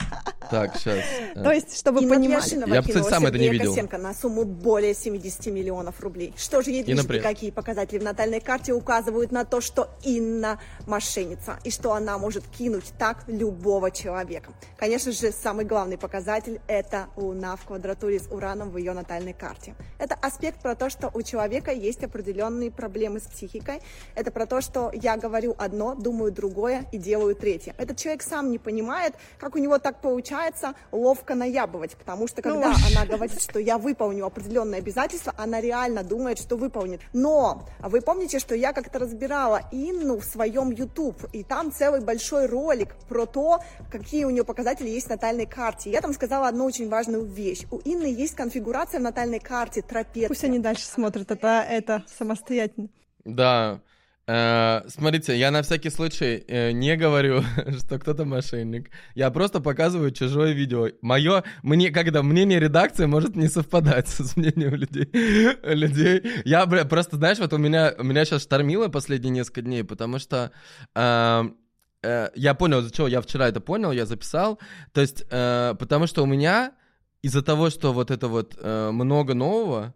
Так, сейчас. То есть, чтобы Инна понимать... Пляшинова Я, кстати, сам это не видел. Косенко на сумму более семьдесят миллионов рублей. Что же ей движет и какие показатели в натальной карте указывают на то, что Инна мошенница, и что она может кинуть так любого человека? Конечно же, самый главный показатель – это Луна в квадратуре с Ураном в ее натальной карте. Это аспект про то, что у человека есть определенные проблемы с психикой. Это про то, что я говорю одно, думаю другое и делаю третье. Этот человек сам не понимает, как у него так получается ловко наябывать, потому что когда ну, она говорит, что я выполню определенные обязательства, она реально думает, что выполнит. Но вы помните, что я как-то разбирала Инну в своем YouTube, и там целый большой ролик про то, какие у нее показатели есть в натальной карте. Я там сказала одну очень важную вещь. У Инны есть конфигурация в натальной карте трапеция. Пусть они дальше смотрят это, это самостоятельно. Да. Uh, смотрите, я на всякий случай uh, не говорю, что кто-то мошенник. Я просто показываю чужое видео. Мое, мне, когда мнение редакции может не совпадать с мнением людей. людей. Я просто, знаешь, вот у меня, у меня сейчас штормило последние несколько дней, потому что uh, uh, я понял, из-за чего я вчера это понял, я записал. То есть, uh, потому что у меня из-за того, что вот это вот uh, много нового,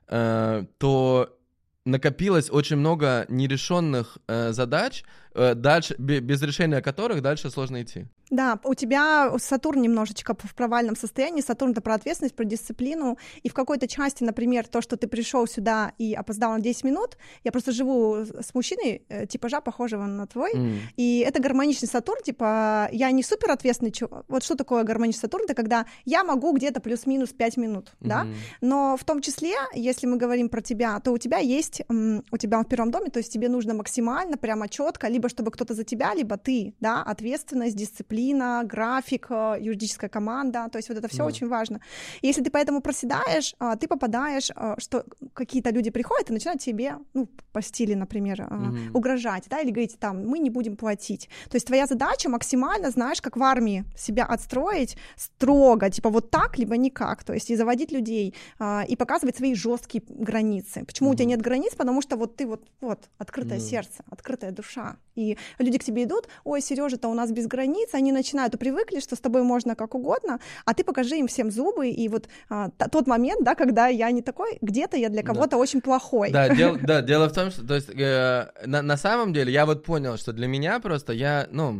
uh, то накопилось очень много нерешенных э, задач, э, дальше, без решения которых дальше сложно идти. Да, у тебя Сатурн немножечко в провальном состоянии. Сатурн — это про ответственность, про дисциплину. И в какой-то части, например, то, что ты пришел сюда и опоздал на десять минут, я просто живу с мужчиной типажа, похожего на твой, mm. и это гармоничный Сатурн, типа, я не супер ответственный чувак. Вот что такое гармоничный Сатурн? Это когда я могу где-то плюс-минус пять минут, mm. да? Но в том числе, если мы говорим про тебя, то у тебя есть, у тебя в первом доме, то есть тебе нужно максимально, прямо четко, либо чтобы кто-то за тебя, либо ты, да, ответственность, дисциплина, график, юридическая команда, то есть вот это все да. очень важно. И если ты поэтому проседаешь, ты попадаешь, что какие-то люди приходят и начинают тебе, ну, по стиле, например, mm-hmm. угрожать, да, или говорить, там, мы не будем платить. То есть твоя задача максимально, знаешь, как в армии, себя отстроить строго, типа вот так, либо никак, то есть и заводить людей, и показывать свои жесткие границы. Почему mm-hmm. у тебя нет границ? Потому что вот ты вот, вот, открытое mm-hmm. сердце, открытая душа. И люди к тебе идут, ой, Сережа-то у нас без границ, они начинают, привыкли, что с тобой можно как угодно, а ты покажи им всем зубы, и вот а, т- тот момент, да, когда я не такой, где-то я для кого-то да. очень плохой. Да, дел, да, дело в том, что, то есть, э, на, на самом деле, я вот понял, что для меня просто, я, ну,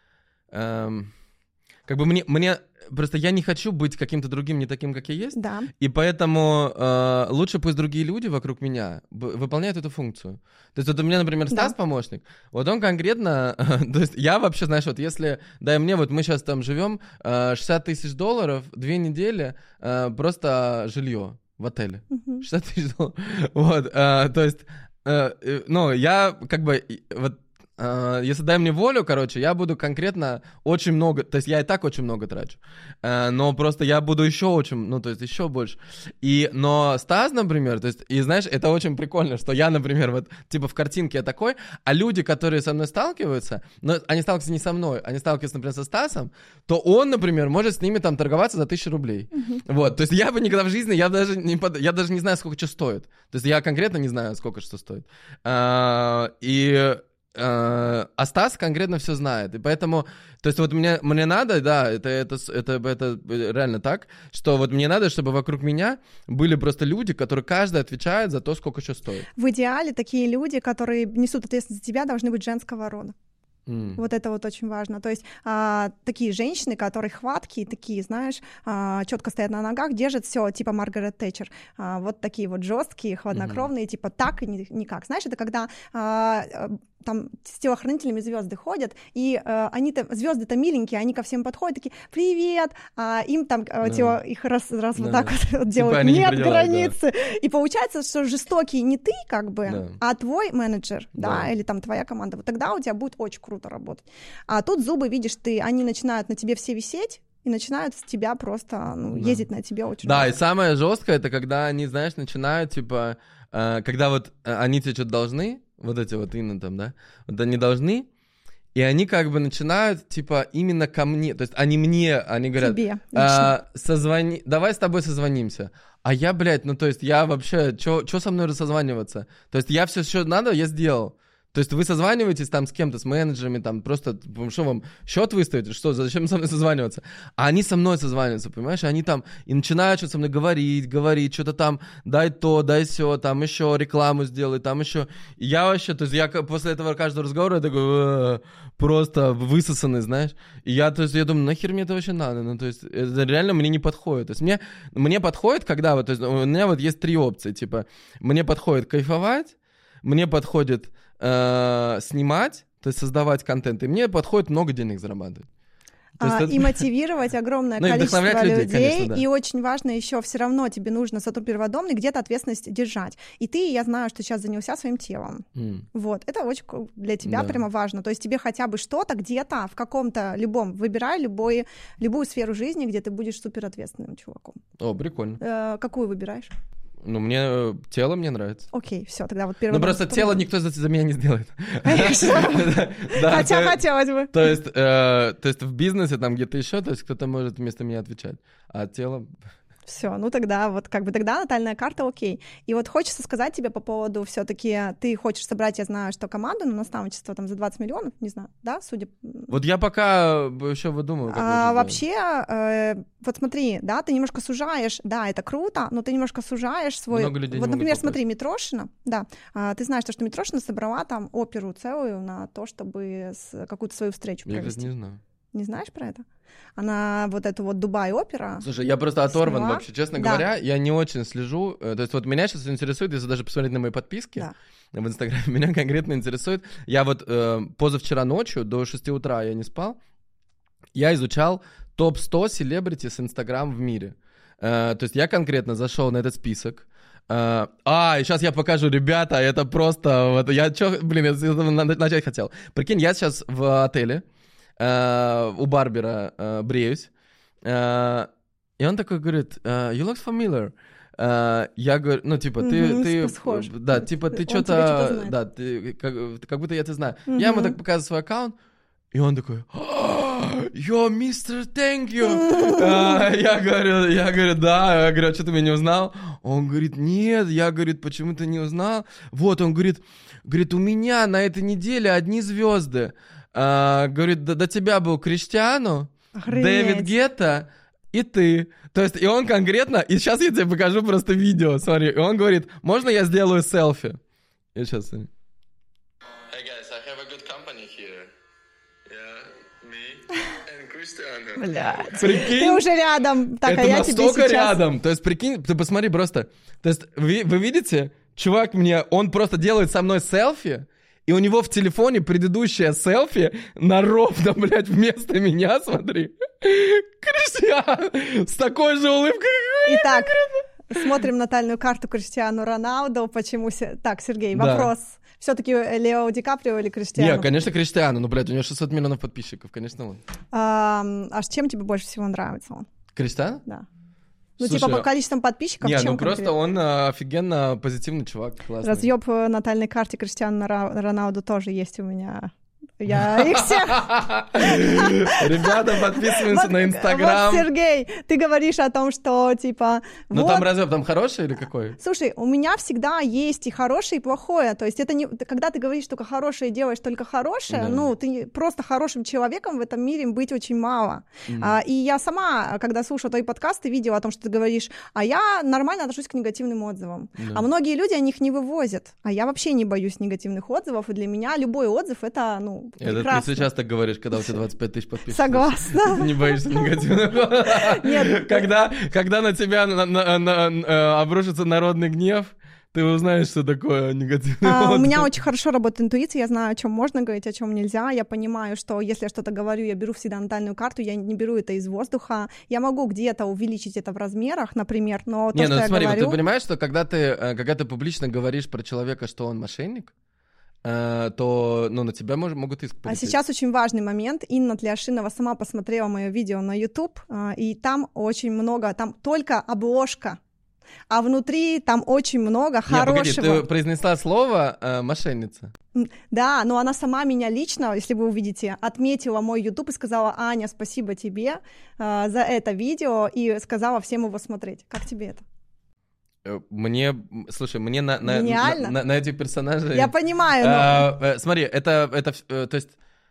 эм, как бы мне, мне просто я не хочу быть каким-то другим, не таким, как я есть, да. и поэтому э, лучше пусть другие люди вокруг меня б- выполняют эту функцию. То есть вот у меня, например, Стас, да. помощник, вот он конкретно, то есть я вообще, знаешь, вот если, дай мне, вот мы сейчас там живем, э, шестьдесят тысяч долларов, две недели, э, просто жилье в отеле, uh-huh. шестьдесят тысяч долларов, вот, э, то есть, э, э, ну, я как бы, вот, если дай мне волю, короче, я буду конкретно очень много, то есть я и так очень много трачу, но просто я буду еще очень, ну, то есть еще больше. И, но Стас, например, то есть, и знаешь, это очень прикольно, что я, например, вот, типа в картинке я такой, а люди, которые со мной сталкиваются, но они сталкиваются не со мной, они сталкиваются, например, со Стасом, то он, например, может с ними там торговаться за тысячу рублей. Mm-hmm. Вот, то есть я бы никогда в жизни, я даже не, под... я даже не знаю, сколько что стоит. То есть я конкретно не знаю, сколько что стоит. А, и... А Стас конкретно все знает, и поэтому, то есть вот мне, мне надо, да, это, это, это, это реально так, что вот мне надо, чтобы вокруг меня были просто люди, которые каждый отвечает за то, сколько что стоит. В идеале такие люди, которые несут ответственность за тебя, должны быть женского рода. Mm. Вот это вот очень важно. То есть а, такие женщины, которые хваткие, такие, знаешь, а, четко стоят на ногах, держат все, типа Маргарет Тэтчер. А, вот такие вот жесткие, хладнокровные, mm-hmm. типа так и никак. Знаешь, это когда а, там с телохранителями звезды ходят, и а, они-то, звезды-то миленькие, они ко всем подходят, такие, привет, а им там yeah. тело, их раз, раз yeah. вот так вот делают, типа нет границы. Да. И получается, что жестокий не ты, как бы, yeah. а твой менеджер, да, yeah. или там твоя команда. Вот тогда у тебя будет очень круто работать. А тут зубы, видишь, ты, они начинают на тебе все висеть и начинают с тебя просто ну, да. ездить на тебе очень Да, много. И самое жесткое, это когда они, знаешь, начинают, типа, э, когда вот они тебе что-то должны, вот эти вот Инна там, да, вот они должны, и они как бы начинают, типа, именно ко мне, то есть они мне, они говорят, тебе, э, созвони, давай с тобой созвонимся. А я, блядь, ну то есть я вообще, что со мной созваниваться? То есть я все, что надо, я сделал. То есть вы созваниваетесь там с кем-то, с менеджерами, там просто, что вам, счет выставить, что, зачем со мной созваниваться? А они со мной созваниваются, понимаешь? Они там и начинают что-то со мной говорить, говорить, что-то там, дай то, дай сё, там еще рекламу сделай, там еще. И я вообще, то есть я после этого каждого разговора я такой, просто высосанный, знаешь? И я, то есть я думаю, нахер мне это вообще надо? Ну, то есть это реально мне не подходит. То есть мне, мне подходит, когда вот, то есть у меня вот есть три опции, типа, мне подходит кайфовать, мне подходит э, снимать, то есть создавать контент, и мне подходит много денег зарабатывать. А, это... И мотивировать огромное ну, количество людей, людей конечно, да. И очень важно еще все равно тебе нужно перводомный где-то ответственность держать. И ты, я знаю, что сейчас занялся своим телом. Mm. Вот, это очень для тебя да. прямо важно. То есть тебе хотя бы что-то где-то в каком-то любом, выбирай любой, любую сферу жизни, где ты будешь суперответственным чуваком. О, прикольно. Э, какую выбираешь? Ну, мне тело мне нравится. Окей, все, тогда вот первый. Ну, просто тело никто за, за меня не сделает. Хотя хотелось бы. То есть, то есть в бизнесе, там где-то еще, то есть кто-то может вместо меня отвечать. А тело... Все, ну тогда вот как бы тогда натальная карта окей. И вот хочется сказать тебе по поводу все-таки ты хочешь собрать, я знаю, что команду на наставничество там за двадцать миллионов, не знаю, да, судя. Вот я пока еще выдумываю. Как а, вообще, э, вот смотри, да, ты немножко сужаешь, да, это круто, но ты немножко сужаешь свой. Много людей вот, не например, смотри, Митрошина, да, а, ты знаешь, что Митрошина собрала там оперу целую на то, чтобы с, какую-то свою встречу я, провести. Я не знаю. Не знаешь про это? Она вот эту вот Дубай-опера. Слушай, я просто оторван сняла. вообще, честно да. говоря, я не очень слежу. То есть вот меня сейчас интересует, если даже посмотреть на мои подписки да. в Инстаграме, меня конкретно интересует. Я вот э, позавчера ночью до шести утра я не спал, я изучал топ сто селебрити с Инстаграм в мире. Э, то есть я конкретно зашел на этот список. Uh, а, и сейчас я покажу, ребята, это просто... Вот, я чё, блин, я начать хотел. Прикинь, я сейчас в отеле, uh, у барбера uh, бреюсь, uh, и он такой говорит, uh, you look familiar. Uh, я говорю, ну, типа, mm-hmm, ты... Схож. Да, типа, ты что-то... Да, ты, как, как будто я тебя знаю. Mm-hmm. Я ему так показываю свой аккаунт, и он такой... Yo, мистер, thank you. uh, я говорю, я говорю, да. Я говорю, а что ты меня не узнал? Он говорит, нет. Я, говорит, почему ты не узнал? Вот, он говорит, говорит, у меня на этой неделе одни звезды. Uh, говорит, до, до тебя был Криштиану, Дэвид Гетта и ты. То есть, и он конкретно, и сейчас я тебе покажу просто видео, смотри. И он говорит, можно я сделаю селфи? И сейчас, смотри. Блядь. Прикинь, ты уже рядом. Так, это а я настолько тебе сейчас... рядом. То есть, прикинь, ты посмотри просто. То есть, вы, вы видите, чувак мне, он просто делает со мной селфи, и у него в телефоне предыдущее селфи на ровно, блядь, вместо меня, смотри. Криштиану с такой же улыбкой. Итак, смотрим натальную карту Криштиану Роналду. Почему... Так, Сергей, вопрос. Да. Все-таки Лео Ди Каприо или Криштиану? Нет, конечно, Криштиану. Ну, блядь, у него шестьсот миллионов подписчиков, конечно, он. А, а с чем тебе больше всего нравится он? Криштиану? Да. Ну, слушай, типа по количеству подписчиков? Нет, чем ну просто он а, офигенно позитивный чувак, классный. Разъеб в натальной карте Криштиану Роналду тоже есть у меня. Я их всех... Ребята, подписываемся на Инстаграм. Вот, Сергей, ты говоришь о том, что, типа... Ну, там разве там хороший или какой? Слушай, у меня всегда есть и хорошее, и плохое. То есть это не... Когда ты говоришь только хорошее, делаешь только хорошее, ну, ты просто хорошим человеком в этом мире быть очень мало. И я сама, когда слушала твои подкасты, видела о том, что ты говоришь, а я нормально отношусь к негативным отзывам. А многие люди, они их не вывозят. А я вообще не боюсь негативных отзывов, и для меня любой отзыв — это, ну, это прекрасно. Ты сейчас так говоришь, когда у тебя двадцать пять тысяч подписчиков. Согласна. Ты не боишься негативного? Нет. Когда, когда на тебя на, на, на, на, обрушится народный гнев, ты узнаешь, что такое негативный а, отзыв. У меня очень хорошо работает интуиция, я знаю, о чем можно говорить, о чем нельзя. Я понимаю, что если я что-то говорю, я беру всегда натальную карту, я не беру это из воздуха. Я могу где-то увеличить это в размерах, например, но то, не, что ну, я смотри, говорю... вот ты понимаешь, что когда ты, когда ты публично говоришь про человека, что он мошенник, то, ну, на тебя мож, могут иск полететь. А сейчас очень важный момент. Инна Тляшинова сама посмотрела мое видео на YouTube, и там очень много, там только обложка, а внутри там очень много хорошего. Нет, погоди, ты произнесла слово э, «мошенница». Да, но она сама меня лично, если вы увидите, отметила мой YouTube и сказала: Аня, спасибо тебе э, за это видео, и сказала всем его смотреть. Как тебе это? Мне, слушай, мне на, на, на, на, на этих персонажей... Я понимаю, но... э, э, смотри, это, это, э, то есть,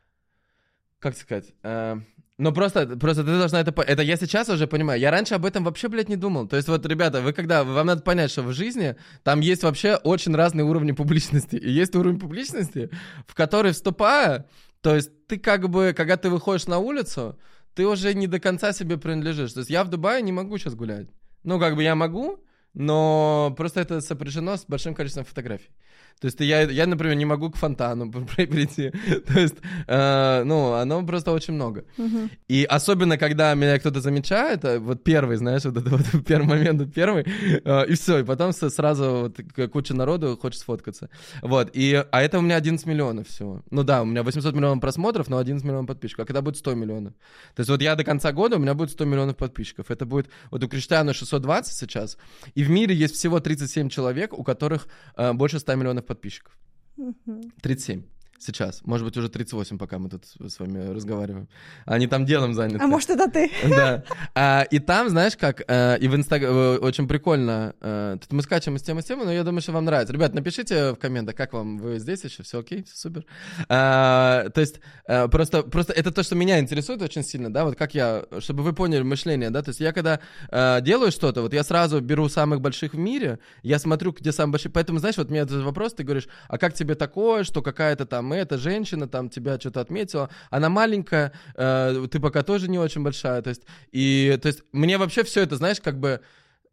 как сказать, э, ну просто, просто ты должна это... Это я сейчас уже понимаю, я раньше об этом вообще, блядь, не думал. То есть вот, ребята, вы когда, вам надо понять, что в жизни там есть вообще очень разные уровни публичности. И есть уровень публичности, в который, вступая, то есть ты как бы, когда ты выходишь на улицу, ты уже не до конца себе принадлежишь. То есть я в Дубае не могу сейчас гулять. Ну, как бы я могу, но просто это сопряжено с большим количеством фотографий. То есть я, я например, не могу к фонтану прийти. То есть, э, ну, оно просто очень много. Uh-huh. И особенно, когда меня кто-то замечает, вот первый, знаешь, вот это вот первый момент, вот первый, э, и все, и потом сразу вот куча народу хочет сфоткаться. Вот, и, а это у меня одиннадцать миллионов всего. Ну да, у меня восемьсот миллионов просмотров, но одиннадцать миллионов подписчиков. А когда будет сто миллионов? То есть вот я до конца года, у меня будет сто миллионов подписчиков. Это будет, вот у Криштиану шестьсот двадцать сейчас, и в мире есть всего тридцать семь человек, у которых э, больше ста миллионов подписчиков. тридцать семь сейчас. Может быть, уже тридцать восемь, пока мы тут с вами разговариваем. Они там делом заняты. А может, это ты? Да. А, и там, знаешь, как, а, и в Инстаграме очень прикольно. А, тут мы скачем из темы с темы, но я думаю, что вам нравится. Ребят, напишите в комментах, как вам, вы здесь еще, все окей, все супер. А, то есть а, просто, просто это то, что меня интересует очень сильно, да, вот как я, чтобы вы поняли мышление, да, то есть я когда а, делаю что-то, вот я сразу беру самых больших в мире, я смотрю, где самые большие, поэтому, знаешь, вот мне этот вопрос, ты говоришь, а как тебе такое, что какая-то там эта женщина там тебя что-то отметила, она маленькая, э, ты пока тоже не очень большая, то есть, и, то есть, мне вообще все это, знаешь, как бы...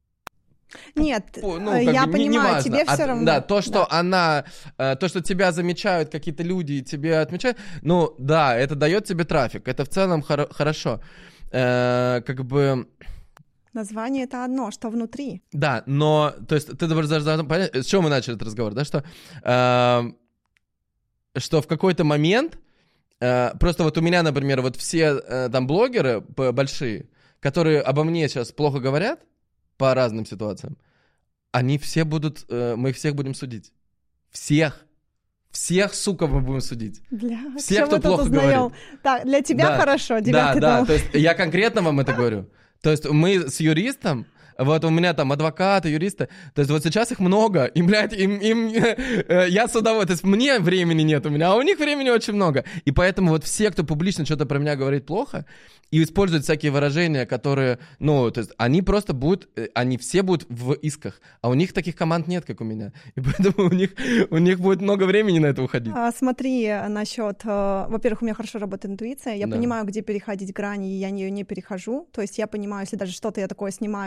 Нет, ну, я бы, понимаю, не, не тебе а, все равно. Да, то, что да. она, э, то, что тебя замечают какие-то люди и тебя отмечают, ну, да, это дает тебе трафик, это в целом хор- хорошо. Э, как бы... Название — это одно, что внутри. Да, но, то есть, ты должен понять, с чего мы начали этот разговор, да, что... Э, что в какой-то момент, э, просто вот у меня, например, вот все э, там блогеры большие, которые обо мне сейчас плохо говорят по разным ситуациям, они все будут, э, мы их всех будем судить. Всех. Всех, сука, мы будем судить. Бля, всех, кто плохо говорит. Так, для тебя да, хорошо, девятый Да, дом. да, то есть я конкретно вам это говорю. То есть мы с юристом, вот у меня там адвокаты, юристы, то есть вот сейчас их много, и, блядь, им, им э, я с удовольствием, то есть мне времени нет у меня, а у них времени очень много, и поэтому вот все, кто публично что-то про меня говорит плохо, и используют всякие выражения, которые, ну, то есть они просто будут, они все будут в исках, а у них таких команд нет, как у меня, и поэтому у них, у них будет много времени на это уходить. А, смотри, насчет, во-первых, у меня хорошо работает интуиция, я да. понимаю, где переходить грани, и я ее не перехожу, то есть я понимаю, если даже что-то я такое снимаю, я могу даже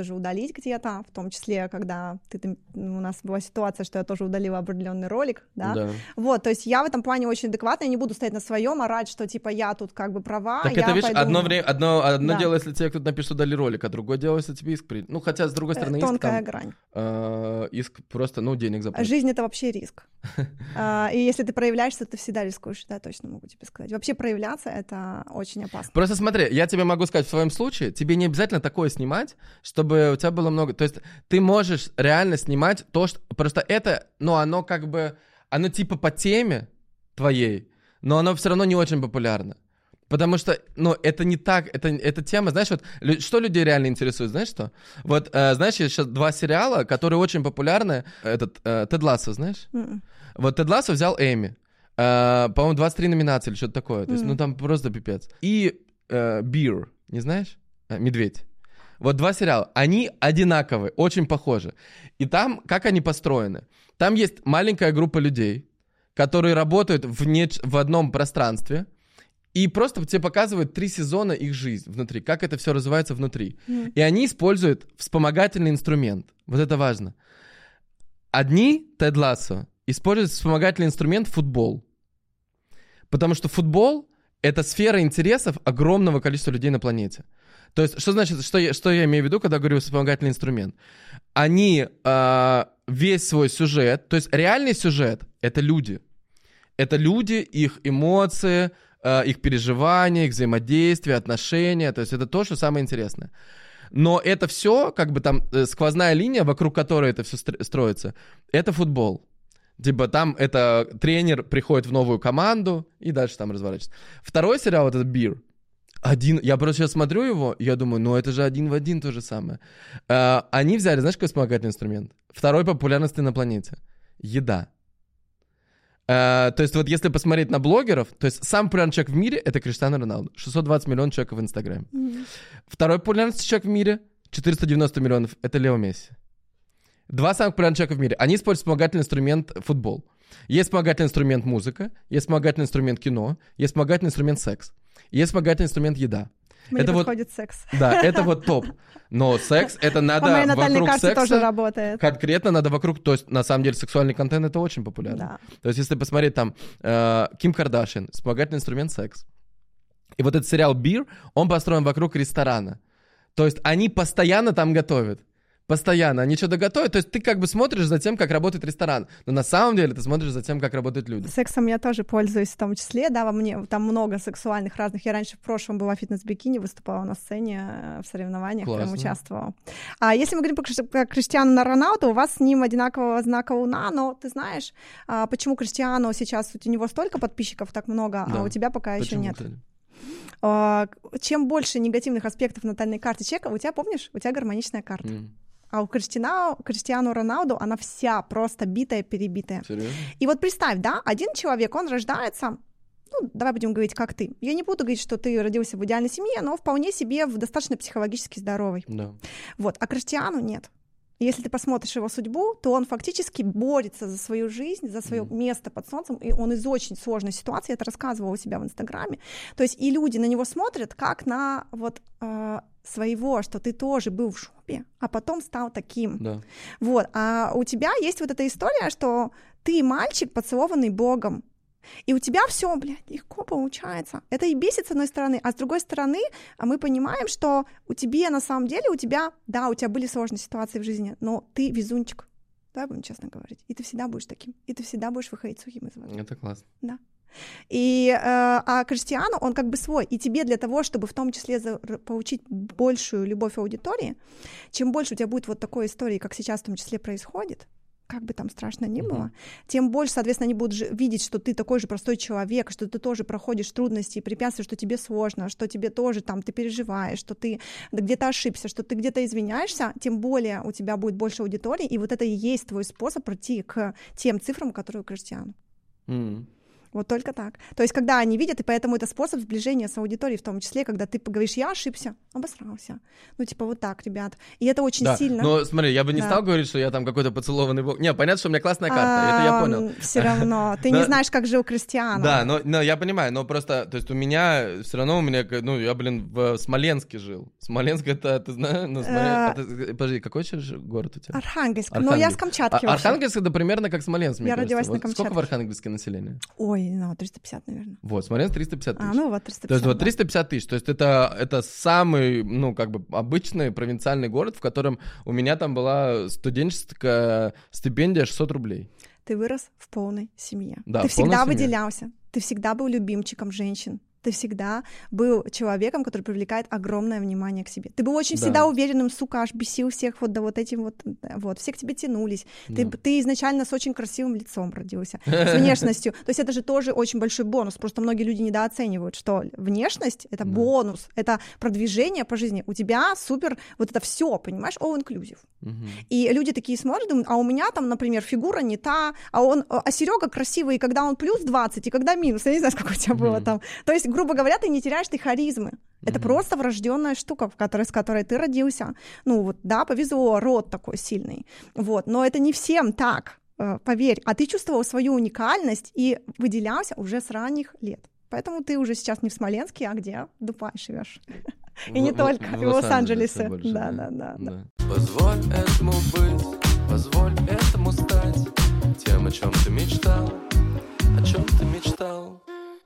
же удалить где-то, в том числе, когда ты, ты, у нас была ситуация, что я тоже удалила определенный ролик, да? Да. Вот, то есть я в этом плане очень адекватная, не буду стоять на своем, орать, что типа я тут как бы права, так я это, видишь, пойду... одно, время, одно, одно да. дело, если тебе кто-то напишет, удали ролик, а другое дело, если тебе иск принят. Ну, хотя, с другой стороны, иск Тонкая там, грань. Э, иск просто, ну, денег заплатить. Жизнь — это вообще риск. И если ты проявляешься, ты всегда рискуешь, да, точно могу тебе сказать. Вообще проявляться — это очень опасно. Просто смотри, я тебе могу сказать, в своем случае, тебе не обязательно такое снимать, чтобы у тебя было много... То есть ты можешь реально снимать то, что... Просто это, ну, оно как бы... Оно типа по теме твоей, но оно все равно не очень популярно. Потому что, ну, это не так, это, это тема, знаешь, вот, лю, что людей реально интересует, знаешь что? Вот, э, знаешь, есть сейчас два сериала, которые очень популярны, этот, э, Тед Лассо, знаешь? Mm-mm. Вот Тед Лассо взял Эмми, э, по-моему, двадцать три номинации или что-то такое, то есть, mm-hmm. ну, там просто пипец. И э, Bear, не знаешь? Э, Медведь. Вот два сериала, они одинаковые, очень похожи. И там, как они построены? Там есть маленькая группа людей, которые работают в, не, в одном пространстве, и просто тебе показывают три сезона их жизнь внутри, как это все развивается внутри. Mm. И они используют вспомогательный инструмент. Вот это важно. Одни, Тед Лассо, используют вспомогательный инструмент футбол. Потому что футбол — это сфера интересов огромного количества людей на планете. То есть, что значит, что я, что я имею в виду, когда говорю вспомогательный инструмент? Они э, весь свой сюжет, то есть реальный сюжет — это люди. Это люди, их эмоции, их переживания, их взаимодействия, отношения, то есть это то, что самое интересное. Но это все, как бы там сквозная линия, вокруг которой это все строится, это футбол. Типа там это тренер приходит в новую команду и дальше там разворачивается. Второй сериал, вот этот Bear, один, я просто сейчас смотрю его, и я думаю, ну это же один в один то же самое. Uh, они взяли, знаешь, какой вспомогательный инструмент? Второй популярности на планете. Еда. Uh, то есть вот если посмотреть на блогеров, то есть самый популярный человек в мире — это Криштиану Роналду. шестьсот двадцать миллионов человек в Инстаграме. Mm-hmm. Второй популярный человек в мире — четыреста девяносто миллионов — это Лео Месси. Два самых популярных человека в мире. Они используют вспомогательный инструмент футбол. Есть вспомогательный инструмент музыка, есть вспомогательный инструмент кино, есть вспомогательный инструмент секс, есть вспомогательный инструмент еда. Мне это подходит вот, секс. Да, это вот топ. Но секс, это надо по моей натальной вокруг карте секса. Тоже работает. Конкретно надо вокруг, то есть на самом деле сексуальный контент — это очень популярно. Да. То есть если посмотреть там э, Ким Кардашьян, вспомогательный инструмент секс. И вот этот сериал Bear, он построен вокруг ресторана. То есть они постоянно там готовят. Постоянно. Они что-то готовят. То есть ты как бы смотришь за тем, как работает ресторан. Но на самом деле ты смотришь за тем, как работают люди. Сексом я тоже пользуюсь в том числе. Да, во мне там много сексуальных разных. Я раньше в прошлом была в фитнес-бикини, выступала на сцене в соревнованиях, Классно. Прям участвовала. А если мы говорим про Криштиану Роналду, у вас с ним одинакового знака Луна, но ты знаешь, почему Криштиану сейчас, у него столько подписчиков, так много, да. А у тебя пока почему еще нет? Ты? Чем больше негативных аспектов натальной карты человека, у тебя, помнишь, у тебя гармоничная карта. Mm. А у Криштиану, Криштиану Роналду она вся просто битая, перебитая. Серьезно? И вот представь, да, один человек, он рождается, ну, давай будем говорить, как ты. Я не буду говорить, что ты родился в идеальной семье, но вполне себе в достаточно психологически здоровой. Да. Вот, а Криштиану нет. Если ты посмотришь его судьбу, то он фактически борется за свою жизнь, за свое mm. место под солнцем, и он из очень сложной ситуации, я это рассказывала у себя в Инстаграме. То есть и люди на него смотрят как на вот э, своего, что ты тоже был в шубе, а потом стал таким. Да. Вот. А у тебя есть вот эта история, что ты мальчик, поцелованный Богом, и у тебя все, блядь, легко получается. Это и бесит с одной стороны, а с другой стороны мы понимаем, что у тебя на самом деле, у тебя, да, у тебя были сложные ситуации в жизни, но ты везунчик, давай будем честно говорить, и ты всегда будешь таким, и ты всегда будешь выходить сухим из воды. Это классно. Да. И, э, а Криштиану, он как бы свой, и тебе для того, чтобы в том числе за, получить большую любовь аудитории, чем больше у тебя будет вот такой истории, как сейчас в том числе происходит, как бы там страшно ни было, uh-huh. тем больше, соответственно, они будут ж- видеть, что ты такой же простой человек, что ты тоже проходишь трудности и препятствия, что тебе сложно, что тебе тоже там, ты переживаешь, что ты где-то ошибся, что ты где-то извиняешься, тем более у тебя будет больше аудитории, и вот это и есть твой способ прийти к тем цифрам, которые у Криштиану. Mm. Вот только так. То есть, когда они видят, и поэтому это способ сближения с аудиторией, в том числе, когда ты говоришь, я ошибся, обосрался. Ну, типа, вот так, ребят. И это очень да. сильно. Но смотри, я бы не да. стал говорить, что я там какой-то поцелованный бог. Не, понятно, что у меня классная карта, а, это я понял. Все равно. Ты не знаешь, как жил Криштиану. Да, но, но я понимаю, но просто, то есть у меня, все равно у меня, ну, я, блин, в Смоленске жил. Смоленск это, ты знаешь, ну, Смоленск, подожди, какой еще город у тебя? Архангельск. Но я с Камчатки вообще. Архангельск это примерно как Смоленск, мне Я кажется. родилась на Камчатке. Сколько в Архангельске населения? Ой, ну, триста пятьдесят, наверное. Вот, Смоленск триста пятьдесят тысяч. А, ну вот триста пятьдесят. То есть вот да. триста пятьдесят тысяч, то есть это, это самый, ну, как бы обычный провинциальный город, в котором у меня там была студенческая стипендия шестьсот рублей. Ты вырос в полной семье. Да, ты в полной всегда семье. выделялся, ты всегда был любимчиком женщин. Ты всегда был человеком, который привлекает огромное внимание к себе. Ты был очень да. всегда уверенным, сука, аж бесил всех вот до вот этим вот, вот, все к тебе тянулись. Да. Ты, ты изначально с очень красивым лицом родился, с внешностью. То есть это же тоже очень большой бонус. Просто многие люди недооценивают, что внешность — это да. бонус, это продвижение по жизни. У тебя супер вот это все, понимаешь, all inclusive. Угу. И люди такие смотрят, думают, а у меня там, например, фигура не та, а он, а Серега красивый, и когда он плюс двадцать, и когда минус. Я не знаю, сколько у тебя угу. было там. То есть, грубо говоря, ты не теряешь ты харизмы. Это mm-hmm. просто врожденная штука, в которой, с которой ты родился. Ну вот, да, повезло, род такой сильный. Вот, но это не всем так, э, поверь. А ты чувствовал свою уникальность и выделялся уже с ранних лет. Поэтому ты уже сейчас не в Смоленске, а где? В Дубае живешь. И не только, в Лос-Анджелесе. Да, да, да. Позволь этому быть, позволь этому стать тем, о чем ты мечтал, о чем ты мечтал.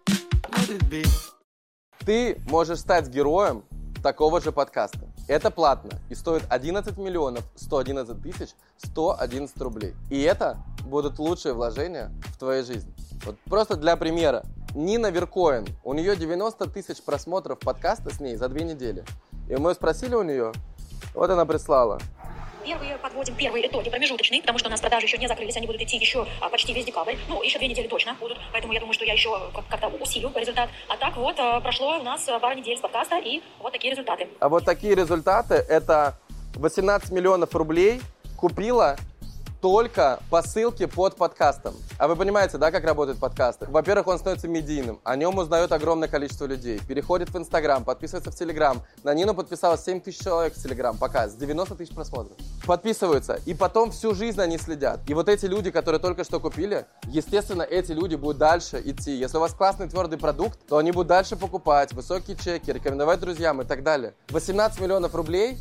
Ты можешь стать героем такого же подкаста. Это платно и стоит одиннадцать миллионов сто одиннадцать тысяч сто одиннадцать рублей. И это будут лучшие вложения в твоей жизни. Вот просто для примера. Нина Веркоин, у нее девяносто тысяч просмотров подкаста с ней за две недели. И мы спросили у нее, вот она прислала. Первые подводим первые итоги промежуточные, потому что у нас продажи еще не закрылись, они будут идти еще а, почти весь декабрь. Ну, еще две недели точно будут, поэтому я думаю, что я еще как-то усилю результат. А так вот, прошло у нас пара недель с подкаста, и вот такие результаты. А вот такие результаты, это восемнадцать миллионов рублей купила только по ссылке под подкастом. А вы понимаете, да, как работают подкасты? Во-первых, он становится медийным, о нем узнает огромное количество людей, переходит в Инстаграм, подписывается в Телеграм. На Нину подписалось семь тысяч человек в Телеграм, пока, с девяносто тысяч просмотров. Подписываются, и потом всю жизнь они следят. И вот эти люди, которые только что купили, естественно, эти люди будут дальше идти. Если у вас классный твердый продукт, то они будут дальше покупать, высокие чеки, рекомендовать друзьям и так далее. восемнадцать миллионов рублей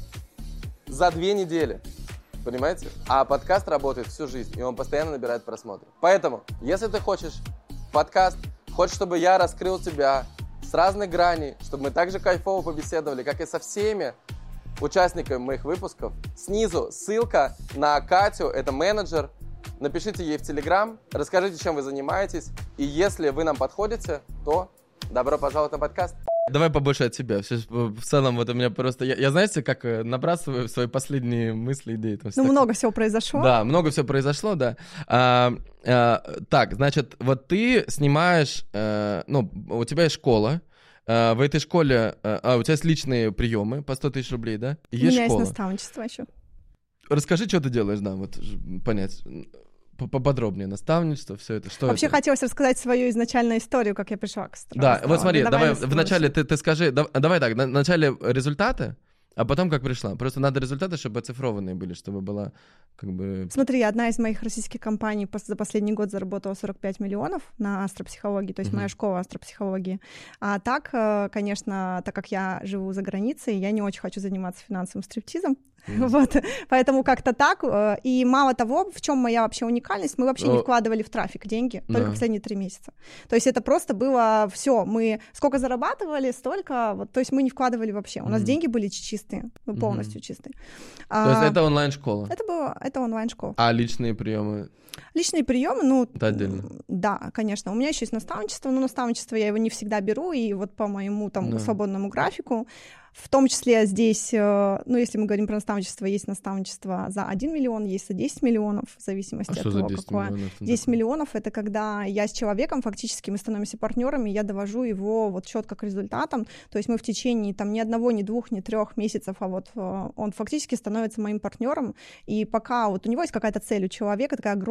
за две недели. Понимаете? А подкаст работает всю жизнь, и он постоянно набирает просмотры. Поэтому, если ты хочешь подкаст, хочешь, чтобы я раскрыл тебя с разных граней, чтобы мы так же кайфово побеседовали, как и со всеми участниками моих выпусков, снизу ссылка на Катю, это менеджер. Напишите ей в Телеграм, расскажите, чем вы занимаетесь, и если вы нам подходите, то добро пожаловать на подкаст. Давай побольше от себя. В целом, вот у меня просто... Я, я знаете, как набрасываю свои последние мысли, идеи. Ну, так... много всего произошло. Да, много всего произошло, да. А, а, так, значит, вот ты снимаешь... А, ну, у тебя есть школа. А, в этой школе... А, у тебя есть личные приемы по сто тысяч рублей, да? И есть у меня школа. Есть наставничество еще. Расскажи, что ты делаешь, да, вот понять... Поподробнее наставничество, все это. Что Вообще это? Хотелось рассказать свою изначальную историю, как я пришла к Астру. Да, вот смотри, ну, давай, давай вначале ты, ты скажи, да, давай так, на, вначале результаты, а потом как пришла. Просто надо результаты, чтобы оцифрованные были, чтобы была как бы... Смотри, одна из моих российских компаний за последний год заработала сорок пять миллионов на астропсихологии, то есть uh-huh. моя школа астропсихологии. А так, конечно, так как я живу за границей, я не очень хочу заниматься финансовым стриптизом. Mm. Вот, поэтому как-то так. И мало того, в чем моя вообще уникальность, мы вообще oh. не вкладывали в трафик деньги, только no. последние три месяца. То есть это просто было все. Мы сколько зарабатывали, столько. Вот, то есть мы не вкладывали вообще. У нас mm. деньги были чистые, ну, полностью mm-hmm. чистые. То а, есть это онлайн-школа? Это было, это онлайн-школа. А личные приемы? Личные приемы, ну, это отдельно. Да, конечно. У меня еще есть наставничество, но наставничество я его не всегда беру, и вот по моему там no. свободному графику. В том числе здесь, ну, если мы говорим про наставничество, есть наставничество за один миллион, есть за десять миллионов, в зависимости а от того, какое. десять миллионов — это когда я с человеком, фактически мы становимся партнерами, я довожу его вот четко к результатам, то есть мы в течение там ни одного, ни двух, ни трех месяцев, а вот он фактически становится моим партнером, и пока вот у него есть какая-то цель у человека, такая огромная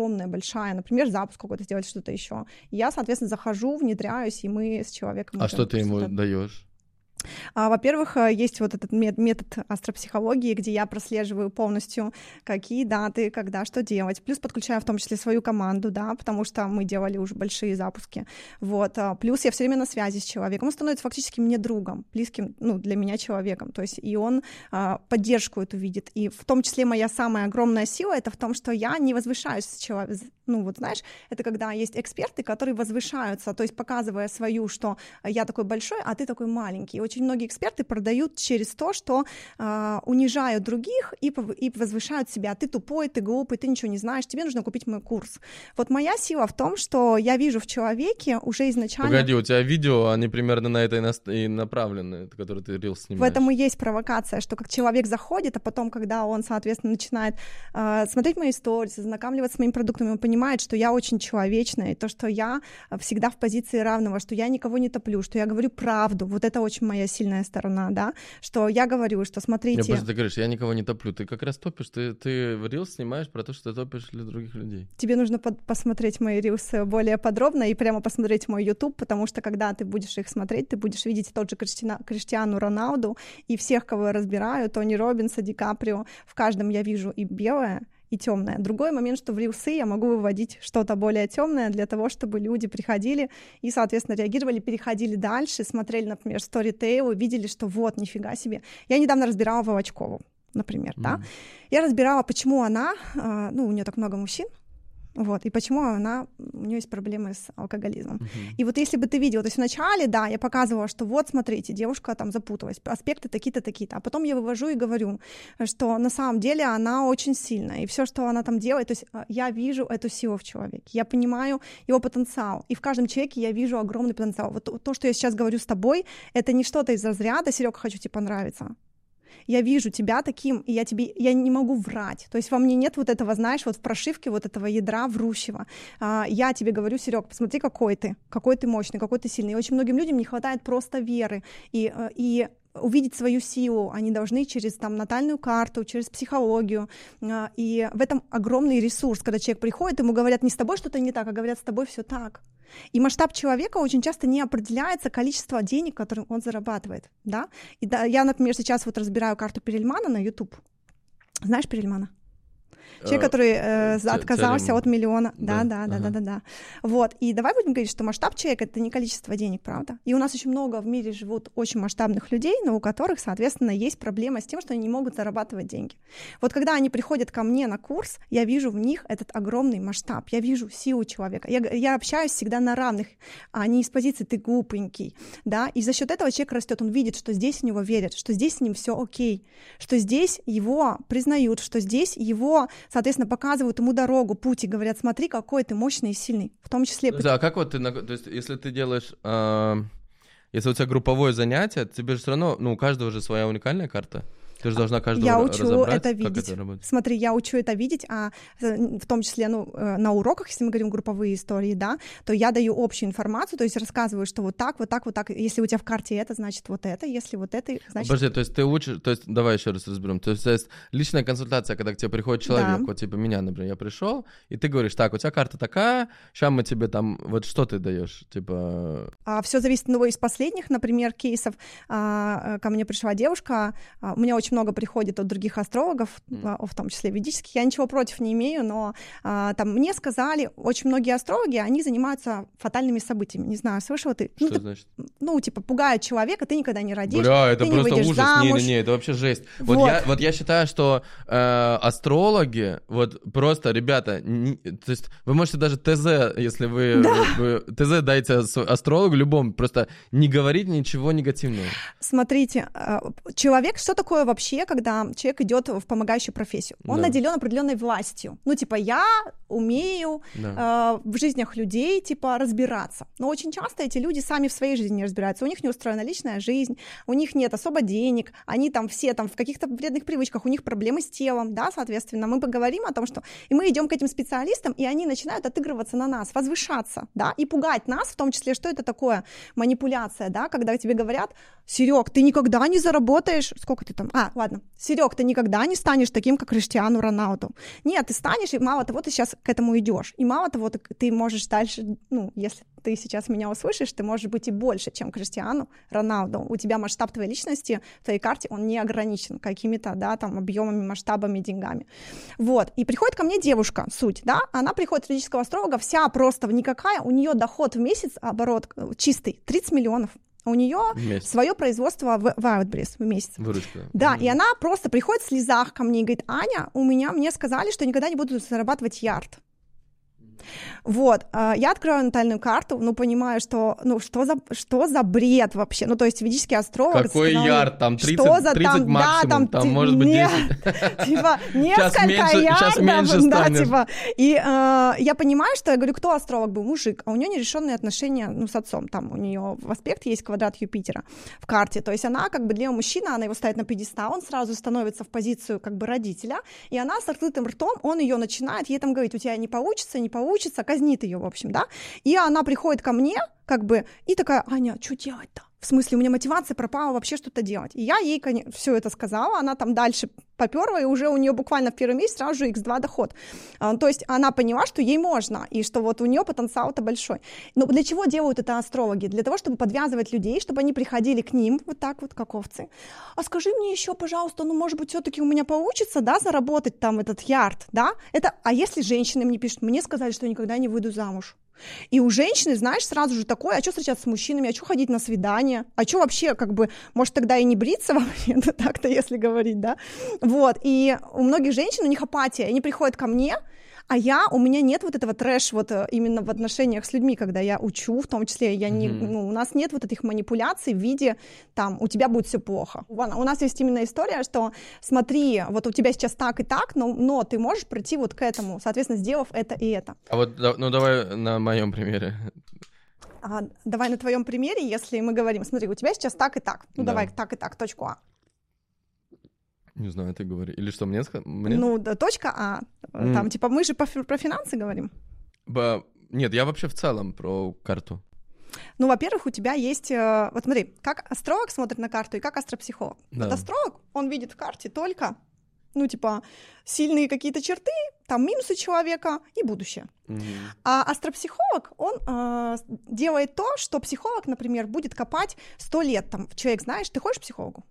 огромная, большая, например, запуск какой-то сделать, что-то еще. Я, соответственно, захожу, внедряюсь, и мы с человеком... А что ты ему даешь? Во-первых, есть вот этот метод астропсихологии, где я прослеживаю полностью, какие даты, когда, что делать. Плюс подключаю в том числе свою команду, да, потому что мы делали уже большие запуски. Вот. Плюс я все время на связи с человеком. Он становится фактически мне другом, близким, ну, для меня человеком. То есть и он а, поддержку эту видит. И в том числе моя самая огромная сила — это в том, что я не возвышаюсь с человеком. Ну, вот знаешь, это когда есть эксперты, которые возвышаются, то есть показывая свою, что я такой большой, а ты такой маленький. И очень многие эксперты продают через то, что э, унижают других и, и возвышают себя. Ты тупой, ты глупый, ты ничего не знаешь, тебе нужно купить мой курс. Вот моя сила в том, что я вижу в человеке уже изначально... Погоди, у тебя видео, они примерно на это и направлены, которые ты рилс снимаешь. В этом и есть провокация, что как человек заходит, а потом, когда он, соответственно, начинает э, смотреть мои истории, ознакомливаться с моими продуктами, он понимает, что я очень человечная, и то, что я всегда в позиции равного, что я никого не топлю, что я говорю правду. Вот это очень моя сильная сторона, да, что я говорю, что смотрите... Я просто ты говоришь, я никого не топлю, ты как раз топишь, ты, ты в рилс снимаешь про то, что ты топишь для других людей. Тебе нужно под- посмотреть мои рилсы более подробно и прямо посмотреть мой YouTube, потому что когда ты будешь их смотреть, ты будешь видеть тот же Криштина, Криштиану Роналду и всех, кого я разбираю, Тони Роббинса, Ди Каприо, в каждом я вижу и белое, и темное. Другой момент, что в рилсы я могу выводить что-то более темное для того, чтобы люди приходили и, соответственно, реагировали, переходили дальше, смотрели, например, сторитейл, видели, что вот, нифига себе. Я недавно разбирала Волочкову, например, mm. да. Я разбирала, почему она, ну, у нее так много мужчин, вот, и почему она, у нее есть проблемы с алкоголизмом. Uh-huh. И вот если бы ты видел, то есть вначале, да, я показывала, что вот, смотрите, девушка там запуталась, аспекты такие-то, такие-то, а потом я вывожу и говорю, что на самом деле она очень сильная, и все, что она там делает, то есть я вижу эту силу в человеке, я понимаю его потенциал, и в каждом человеке я вижу огромный потенциал. Вот то, что я сейчас говорю с тобой, это не что-то из разряда «Серёга, хочу тебе понравиться». Я вижу тебя таким, и я тебе, я не могу врать. То есть во мне нет вот этого, знаешь, вот в прошивке вот этого ядра врущего. А, я тебе говорю, Серёг, посмотри, какой ты, какой ты мощный, какой ты сильный. И очень многим людям не хватает просто веры. И, и увидеть свою силу они должны через там натальную карту, через психологию. И в этом огромный ресурс, когда человек приходит, ему говорят, не с тобой что-то не так, а говорят, с тобой все так. И масштаб человека очень часто не определяется количество денег, которые он зарабатывает, да. И да, я, например, сейчас вот разбираю карту Перельмана на YouTube. Знаешь Перельмана? Человек, который э, отказался от миллиона. Да, да, да, да, да, да. Вот. И давай будем говорить, что масштаб человека — это не количество денег, правда? И у нас очень много в мире живут очень масштабных людей, но у которых, соответственно, есть проблема с тем, что они не могут зарабатывать деньги. Вот когда они приходят ко мне на курс, я вижу в них этот огромный масштаб, я вижу силу человека. Я, я общаюсь всегда на равных, а не из позиции «ты глупенький», да, и за счет этого человек растет, он видит, что здесь в него верят, что здесь с ним все окей, что здесь его признают, что здесь его, соответственно, показывают ему дорогу, путь и говорят, смотри, какой ты мощный и сильный, в том числе... Да, а как вот ты, то есть если ты делаешь, э, если у тебя групповое занятие, тебе же все равно, ну, у каждого же своя уникальная карта. Ты же должна каждого я учу разобрать, это видеть. Как это работает. Смотри, я учу это видеть, а в том числе, ну, на уроках, если мы говорим групповые истории, да, то я даю общую информацию, то есть рассказываю, что вот так, вот так, вот так. Если у тебя в карте это, значит вот это, если вот это, значит... Подожди, то есть ты учишь, то есть давай еще раз разберем. То есть, то есть личная консультация, когда к тебе приходит человек, да. Вот типа меня, например, я пришел, и ты говоришь, так, у тебя карта такая, сейчас мы тебе там, вот что ты даешь, типа... А, все зависит, ну, из последних, например, кейсов. А, ко мне пришла девушка, а, у меня очень много приходит от других астрологов, mm. в том числе ведических. Я ничего против не имею, но а, там мне сказали, очень многие астрологи, они занимаются фатальными событиями. Не знаю, слышала ты? Что ну, ты, значит? Ну, типа, пугают человека, ты никогда не родишь, Бля, это ты просто не выйдешь ужас. замуж. Не-не-не, это вообще жесть. Вот, вот, я, вот я считаю, что э, астрологи, вот просто, ребята, не, то есть вы можете даже ТЗ, если вы, да. вы, вы ТЗ дайте астрологу любому, просто не говорить ничего негативного. Смотрите, человек, что такое вообще, когда человек идет в помогающую профессию? Он да. наделен определенной властью. Ну, типа, я умею да. э, в жизнях людей, типа, разбираться. Но очень часто эти люди сами в своей жизни не разбираются. У них не устроена личная жизнь, у них нет особо денег, они там все там в каких-то вредных привычках, у них проблемы с телом, да, соответственно. Мы поговорим о том, что... И мы идем к этим специалистам, и они начинают отыгрываться на нас, возвышаться, да, и пугать нас, в том числе, что это такое манипуляция, да, когда тебе говорят, Серег, ты никогда не заработаешь... Сколько ты там? А, ладно. Серег, ты никогда не станешь таким, как Криштиану Роналду. Нет, ты станешь, и мало того, ты сейчас к этому идешь. И мало того, ты, ты можешь дальше, ну, если ты сейчас меня услышишь, ты можешь быть и больше, чем Криштиану Роналду. У тебя масштаб твоей личности, в твоей карте, он не ограничен какими-то, да, там, объемами, масштабами, деньгами. Вот. И приходит ко мне девушка, суть, да, она приходит с юридического астролога, вся просто никакая, у нее доход в месяц, оборот чистый, тридцать миллионов. У нее свое производство в Wildberries в месяц. Выручка. Да, mm-hmm. и она просто приходит в слезах ко мне и говорит: Аня, у меня, мне сказали, что я никогда не буду зарабатывать ярд. Вот, я открываю натальную карту, ну, понимаю, что, ну, что за, что за бред вообще, ну, то есть ведический астролог... Какой сказал, ярд, там тридцать, что за, тридцать там, максимум, да, там, там ты, может быть не, десять. Типа, несколько ярдов, да, типа, и э, я понимаю, что, я говорю, кто астролог был? Мужик, а у нее нерешенные отношения, ну, с отцом, там у нее в аспекте есть квадрат Юпитера в карте, то есть она, как бы, для мужчины, она его ставит на пьедестал, он сразу становится в позицию, как бы, родителя, и она с открытым ртом, он ее начинает, ей там говорит: у тебя не получится, не получится, казнит ее, в общем, да, и она приходит ко мне, как бы, и такая: Аня, что делать-то? В смысле, у меня мотивация пропала вообще что-то делать. И я ей, конечно, все это сказала, она там дальше поперла, и уже у нее буквально в первый месяц сразу же икс два доход. А, то есть она поняла, что ей можно, и что вот у нее потенциал-то большой. Но для чего делают это астрологи? Для того, чтобы подвязывать людей, чтобы они приходили к ним, вот так вот, как овцы. А скажи мне еще, пожалуйста, ну, может быть, все-таки у меня получится, да, заработать там этот ярд, да? Это, а если женщины мне пишут: мне сказали, что я никогда не выйду замуж. И у женщины, знаешь, сразу же такое: а что встречаться с мужчинами, а что ходить на свидание, а что вообще, как бы, может, тогда и не бриться вообще, ну, так-то, если говорить, да, вот, и у многих женщин, у них апатия, они приходят ко мне, а я, у меня нет вот этого трэш вот именно в отношениях с людьми, когда я учу, в том числе, я не, mm-hmm. ну, у нас нет вот этих манипуляций в виде, там, у тебя будет все плохо. У нас есть именно история, что смотри, вот у тебя сейчас так и так, но, но ты можешь прийти вот к этому, соответственно, сделав это и это. А вот, ну, давай на моем примере. А, давай на твоем примере, если мы говорим: смотри, у тебя сейчас так и так, ну, да. Давай так и так, точку А. Не знаю, ты говори. Или что, мне сказать? Мне? Ну, да, точка А. Mm. Там, типа, мы же по, про финансы говорим. Ба... Нет, я вообще в целом про карту. Ну, во-первых, у тебя есть... Вот смотри, как астролог смотрит на карту и как астропсихолог. Да. Вот астролог, он видит в карте только, ну, типа, сильные какие-то черты, там, минусы человека и будущее. Mm-hmm. А астропсихолог, он э, делает то, что психолог, например, будет копать сто лет. Там, человек, знаешь, ты ходишь к психологу?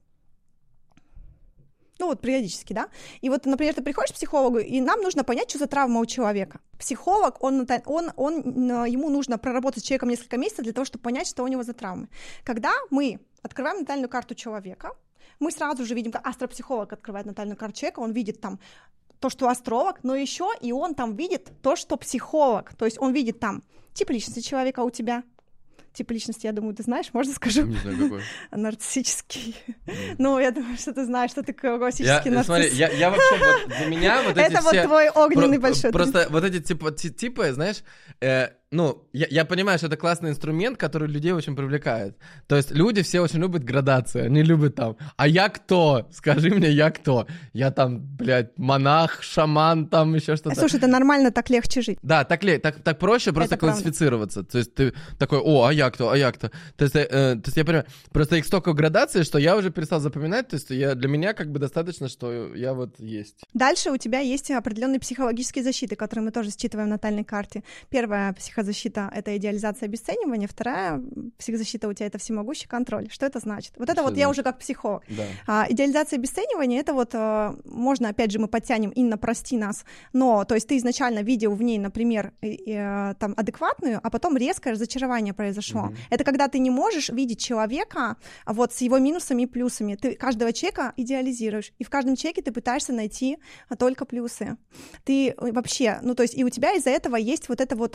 Ну вот периодически, да. И вот, например, ты приходишь к психологу, и нам нужно понять, что за травма у человека. Психолог, он, он, он, ему нужно проработать с человеком несколько месяцев для того, чтобы понять, что у него за травмы. Когда мы открываем натальную карту человека, мы сразу же видим, как астропсихолог открывает натальную карту человека, он видит там то, что астролог, но еще и он там видит то, что психолог. То есть он видит там тип личности человека у тебя. Тип личности, я думаю, ты знаешь, можно скажу? Не знаю, какой. Нарциссический. Mm. Ну, я думаю, что ты знаешь, что ты классический нарцисс. Смотри, я, я вообще, вот для меня вот эти Это все... вот твой огненный про, большой... Просто вот эти типы, типы знаешь, э, ну, я, я понимаю, что это классный инструмент, который людей очень привлекает. То есть люди все очень любят градации, они любят там: а я кто? Скажи мне, я кто? Я там, блядь, монах, шаман, там еще что-то. Слушай, это нормально, так легче жить. Да, так, так, так проще просто это классифицироваться. Правда. То есть ты такой: о, а я кто, а я кто? То есть, э, то есть я понимаю, просто их столько градаций, что я уже перестал запоминать, то есть я, для меня как бы достаточно, что я вот есть. Дальше у тебя есть определенные психологические защиты, которые мы тоже считываем в натальной карте. Первая психозащита — это идеализация обесценивания, вторая психозащита у тебя — это всемогущий контроль. Что это значит? Вот это что вот значит? Я уже как психолог. Да. А, идеализация обесценивания — это вот, а, можно, опять же, мы подтянем Инна, прости нас, но, то есть ты изначально видел в ней, например, и, и, там, адекватную, а потом резкое разочарование произошло. Mm-hmm. Это когда ты не можешь видеть человека вот с его минусами и плюсами. Ты каждого человека идеализируешь, и в каждом человеке ты пытаешься найти только плюсы. Ты вообще, ну, то есть и у тебя из-за этого есть вот это вот...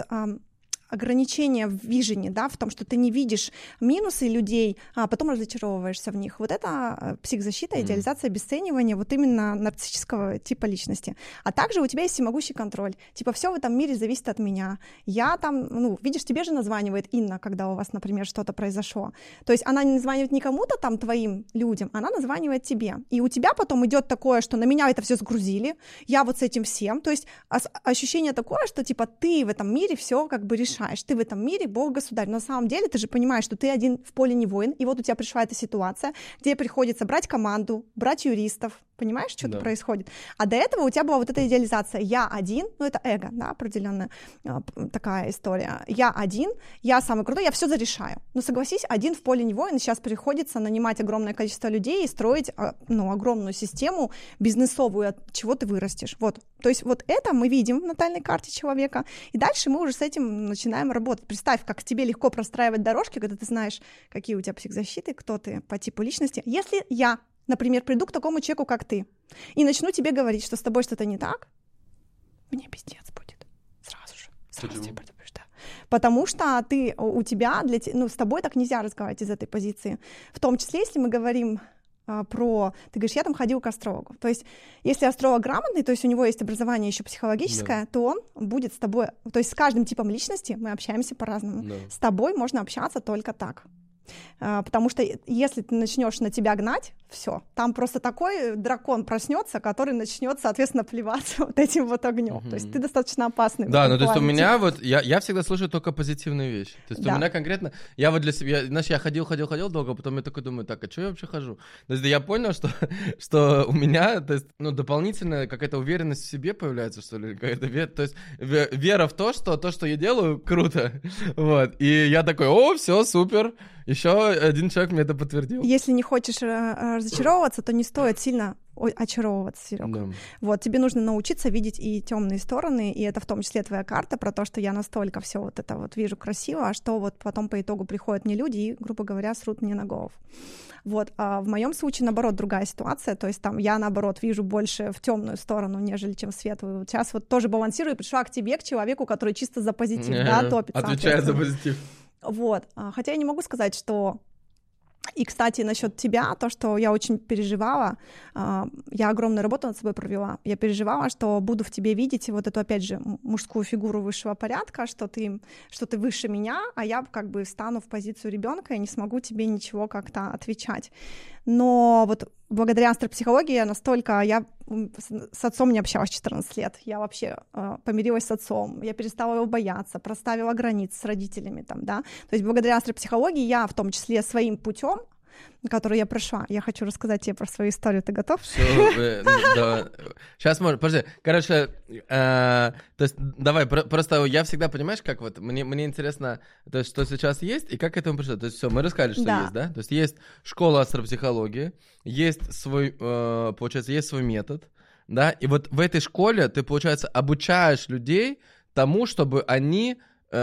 ограничение в вижении, да, в том, что ты не видишь минусы людей, а потом разочаровываешься в них. Вот это психозащита, идеализация, обесценивание вот именно нарциссического типа личности. А также у тебя есть всемогущий контроль. Типа все в этом мире зависит от меня. Я там, ну, видишь, тебе же названивает Инна, когда у вас, например, что-то произошло. То есть она не названивает не кому-то там твоим людям, она названивает тебе. И у тебя потом идет такое, что на меня это все сгрузили, я вот с этим всем. То есть ощущение такое, что типа ты в этом мире все как бы решаешь. решаешь. Ты в этом мире бог-государь. Но на самом деле ты же понимаешь, что ты один в поле не воин, и вот у тебя пришла эта ситуация, где приходится брать команду, брать юристов, понимаешь, что да. происходит? А до этого у тебя была вот эта идеализация. Я один, ну это эго, да, определенная такая история. Я один, я самый крутой, я все зарешаю. Но согласись, один в поле не воин, сейчас приходится нанимать огромное количество людей и строить, ну, огромную систему бизнесовую, от чего ты вырастешь. Вот. То есть вот это мы видим в натальной карте человека, и дальше мы уже с этим начинаем работать. Представь, как тебе легко простраивать дорожки, когда ты знаешь, какие у тебя психзащиты, кто ты по типу личности. Если я, например, приду к такому человеку, как ты, и начну тебе говорить, что с тобой что-то не так, мне пиздец будет. Сразу же. Сразу тебе предупреждаю. Потому что ты, у тебя, для, ну, с тобой так нельзя разговаривать из этой позиции. В том числе, если мы говорим а, про... Ты говоришь, я там ходил к астрологу. То есть, если астролог грамотный, то есть у него есть образование еще психологическое, да. то он будет с тобой... То есть с каждым типом личности мы общаемся по-разному. Да. С тобой можно общаться только так. Потому что если ты начнешь на тебя гнать, все, там просто такой дракон проснется, который начнет, соответственно, плеваться вот этим вот огнем. Mm-hmm. То есть ты достаточно опасный. Да, ну то есть у меня вот, я, я всегда слушаю только позитивные вещи. То есть да. у меня конкретно, я вот для себя, знаешь, я ходил, ходил, ходил долго, потом я такой думаю, так, а что я вообще хожу? То есть я понял, что, что у меня, то есть, ну, дополнительная какая-то уверенность в себе появляется, что ли, какая-то вера, то есть вера в то, что то, что я делаю, круто. Вот, и я такой, о, все, супер. Еще один человек мне это подтвердил. Если не хочешь разочаровываться, то не стоит сильно очаровываться, Серёга. Да. Вот, тебе нужно научиться видеть и темные стороны, и это в том числе твоя карта про то, что я настолько все вот это вот вижу красиво, а что вот потом по итогу приходят мне люди и, грубо говоря, срут мне на голову. Вот, а в моем случае, наоборот, другая ситуация, то есть там я, наоборот, вижу больше в темную сторону, нежели чем в светлую. Вот сейчас вот тоже балансирую, пришла к тебе, к человеку, который чисто за позитив, да, топит. Отвечает за позитив. Вот, хотя я не могу сказать, что... И, кстати, насчет тебя, то, что я очень переживала, я огромную работу над собой провела, я переживала, что буду в тебе видеть вот эту, опять же, мужскую фигуру высшего порядка, что ты, что ты выше меня, а я как бы встану в позицию ребенка и не смогу тебе ничего как-то отвечать. Но вот благодаря астропсихологии я настолько... Я с отцом не общалась четырнадцать лет, я вообще э, помирилась с отцом, я перестала его бояться, проставила границы с родителями, там, да. То есть благодаря астропсихологии я в том числе своим путем, который я прошла, я хочу рассказать тебе про свою историю, ты готов? Все, да. Сейчас можно, подожди, короче, то есть давай, просто я всегда, понимаешь, как вот, мне мне интересно, то есть что сейчас есть и как к этому пришло, то есть все, мы рассказали, что есть, да, то есть есть школа астропсихологии, есть свой, получается, есть свой метод, да, и вот в этой школе ты, получается, обучаешь людей тому, чтобы они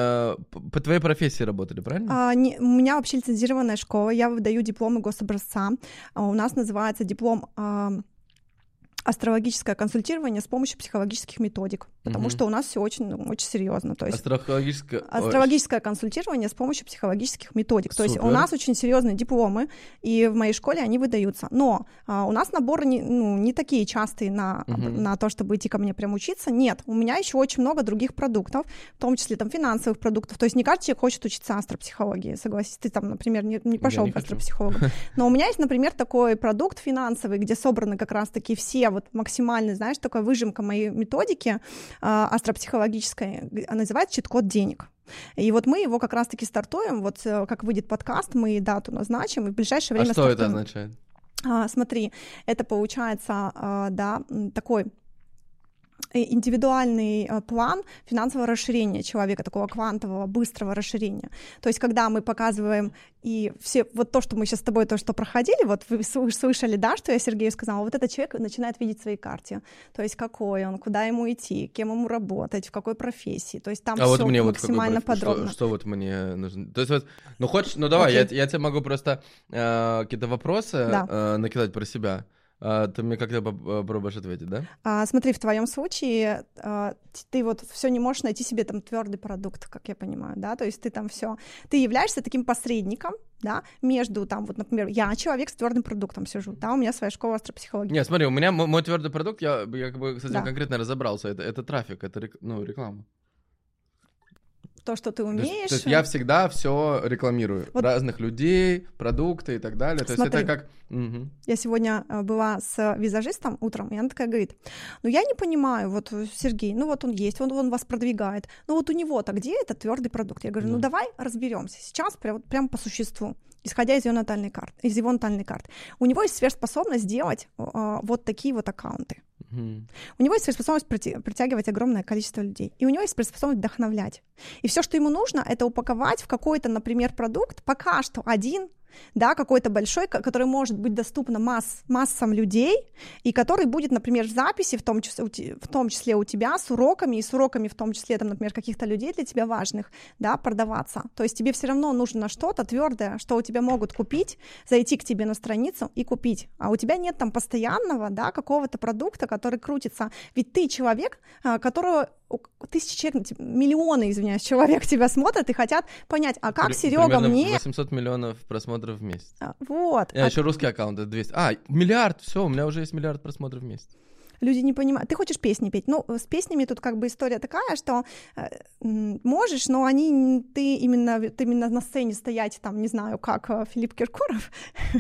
по твоей профессии работали, правильно? А, не, у меня вообще лицензированная школа, я выдаю дипломы гособразца. А у нас называется диплом а, астрологическое консультирование с помощью психологических методик, потому mm-hmm. что у нас все очень, ну, очень серьезно. То есть астрологическое... астрологическое консультирование с помощью психологических методик. Супер. То есть у нас очень серьезные дипломы, и в моей школе они выдаются. Но а, у нас наборы не, ну, не такие частые на, mm-hmm. на то, чтобы идти ко мне прям учиться. Нет, у меня еще очень много других продуктов, в том числе там финансовых продуктов. То есть не каждый человек хочет учиться астропсихологии, согласись. Ты там, например, не, не пошел к астропсихологу. Но у меня есть, например, такой продукт финансовый, где собраны как раз-таки все вот максимально, знаешь, такая выжимка моей методики э, астропсихологической, называется «Чит-код денег». И вот мы его как раз-таки стартуем, вот как выйдет подкаст, мы дату назначим, и в ближайшее время А что стартуем. это означает? А, смотри, это получается, а, да, такой индивидуальный план финансового расширения человека, такого квантового, быстрого расширения. То есть, когда мы показываем и все, вот то, что мы сейчас с тобой, то, что проходили, вот вы слышали, да, что я Сергею сказала, вот этот человек начинает видеть в своей карте, то есть, какой он, куда ему идти, кем ему работать, в какой профессии, то есть, там а все вот мне максимально вот подробно. Что, что вот мне нужно? То есть, вот, ну, хочешь, ну, давай, okay. я, я тебе могу просто э, какие-то вопросы да. э, накидать про себя. А, ты мне как-то попробуешь ответить, да? А, смотри, в твоем случае а, ты вот все не можешь найти себе там твердый продукт, как я понимаю, да, то есть ты там все, ты являешься таким посредником, да, между там вот, например, я человек с твердым продуктом сижу, да, у меня своя школа астропсихологии. Нет, смотри, у меня мой, мой твердый продукт, я, я как бы с этим да. конкретно разобрался, это, это трафик, это рек, ну, реклама. то, что ты умеешь. То есть, то есть я всегда все рекламирую. Вот. Разных людей, продукты и так далее. То Смотри, есть это как... Угу. Я сегодня была с визажистом утром, и она такая говорит, ну я не понимаю, вот Сергей, ну вот он есть, он, он вас продвигает, ну вот у него-то где это твердый продукт? Я говорю, да. ну давай разберемся сейчас прям, прям по существу, исходя из его натальной карты, из его натальной карты. У него есть сверхспособность делать э, вот такие вот аккаунты. Mm-hmm. У него есть сверхспособность притягивать огромное количество людей. И у него есть сверхспособность вдохновлять. И все, что ему нужно, это упаковать в какой-то, например, продукт, пока что один, да, какой-то большой, который может быть доступен масс, массам людей, и который будет, например, в записи, в том, числе, в том числе у тебя, с уроками, и с уроками в том числе, там, например, каких-то людей для тебя важных, да, продаваться. То есть тебе все равно нужно что-то твердое, что у тебя могут купить, зайти к тебе на страницу и купить. А у тебя нет там постоянного, да, какого-то продукта, который крутится. Ведь ты человек, которого тысячи человек, миллионы, извиняюсь, человек тебя смотрят и хотят понять, а как, Серега, мне... восемьсот миллионов просмотров в месяц. Вот. А, а еще русский аккаунт, это двести. А, миллиард, все, у меня уже есть миллиард просмотров в месяц. Люди не понимают. Ты хочешь песни петь? Ну, с песнями тут как бы история такая, что э, можешь, но они, ты именно, ты именно на сцене стоять, там, не знаю, как Филипп Киркоров,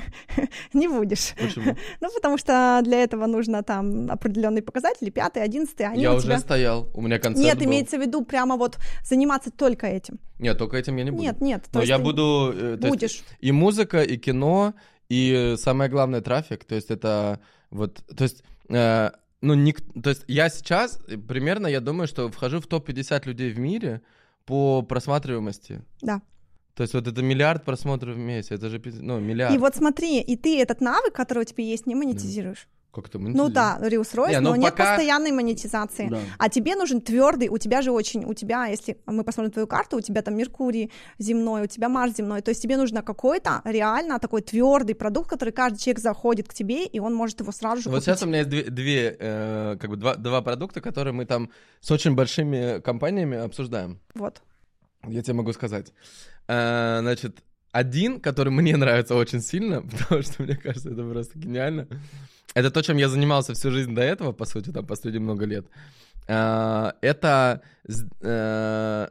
не будешь. Почему? Ну, потому что для этого нужно там определенные показатели, пятый, одиннадцатый. Они Я у уже тебя... стоял, у меня концерт Нет, был. имеется в виду прямо вот заниматься только этим. Нет, только этим я не буду. Нет, нет. Но я буду... Э, будешь. Есть, и музыка, и кино, и самое главное трафик. То есть это вот... То есть... Э, Ну, не, то есть я сейчас примерно, я думаю, что вхожу в топ пятьдесят людей в мире по просматриваемости. Да. То есть вот это миллиард просмотров в месяц, это же, ну, миллиард. И вот смотри, и ты этот навык, который у тебя есть, не монетизируешь. Да. Как это монетизируешь? Ну да, Reels-Royce, не, но пока... нет постоянной монетизации. Да. А тебе нужен твердый, у тебя же очень, у тебя, если мы посмотрим твою карту, у тебя там Меркурий земной, у тебя Марс земной, то есть тебе нужно какой-то реально такой твердый продукт, который каждый человек заходит к тебе, и он может его сразу же вот купить. Сейчас у меня есть две, две э, как бы два, два продукта, которые мы там с очень большими компаниями обсуждаем. Вот. Я тебе могу сказать. Э, значит, один, который мне нравится очень сильно, потому что мне кажется, это просто гениально. Это то, чем я занимался всю жизнь до этого, по сути, там, последние много лет. Uh, это... Uh,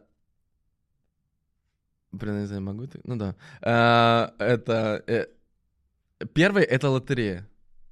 блин, не знаю, могу ты? Ну да. Uh, это... Uh, первый — это лотерея.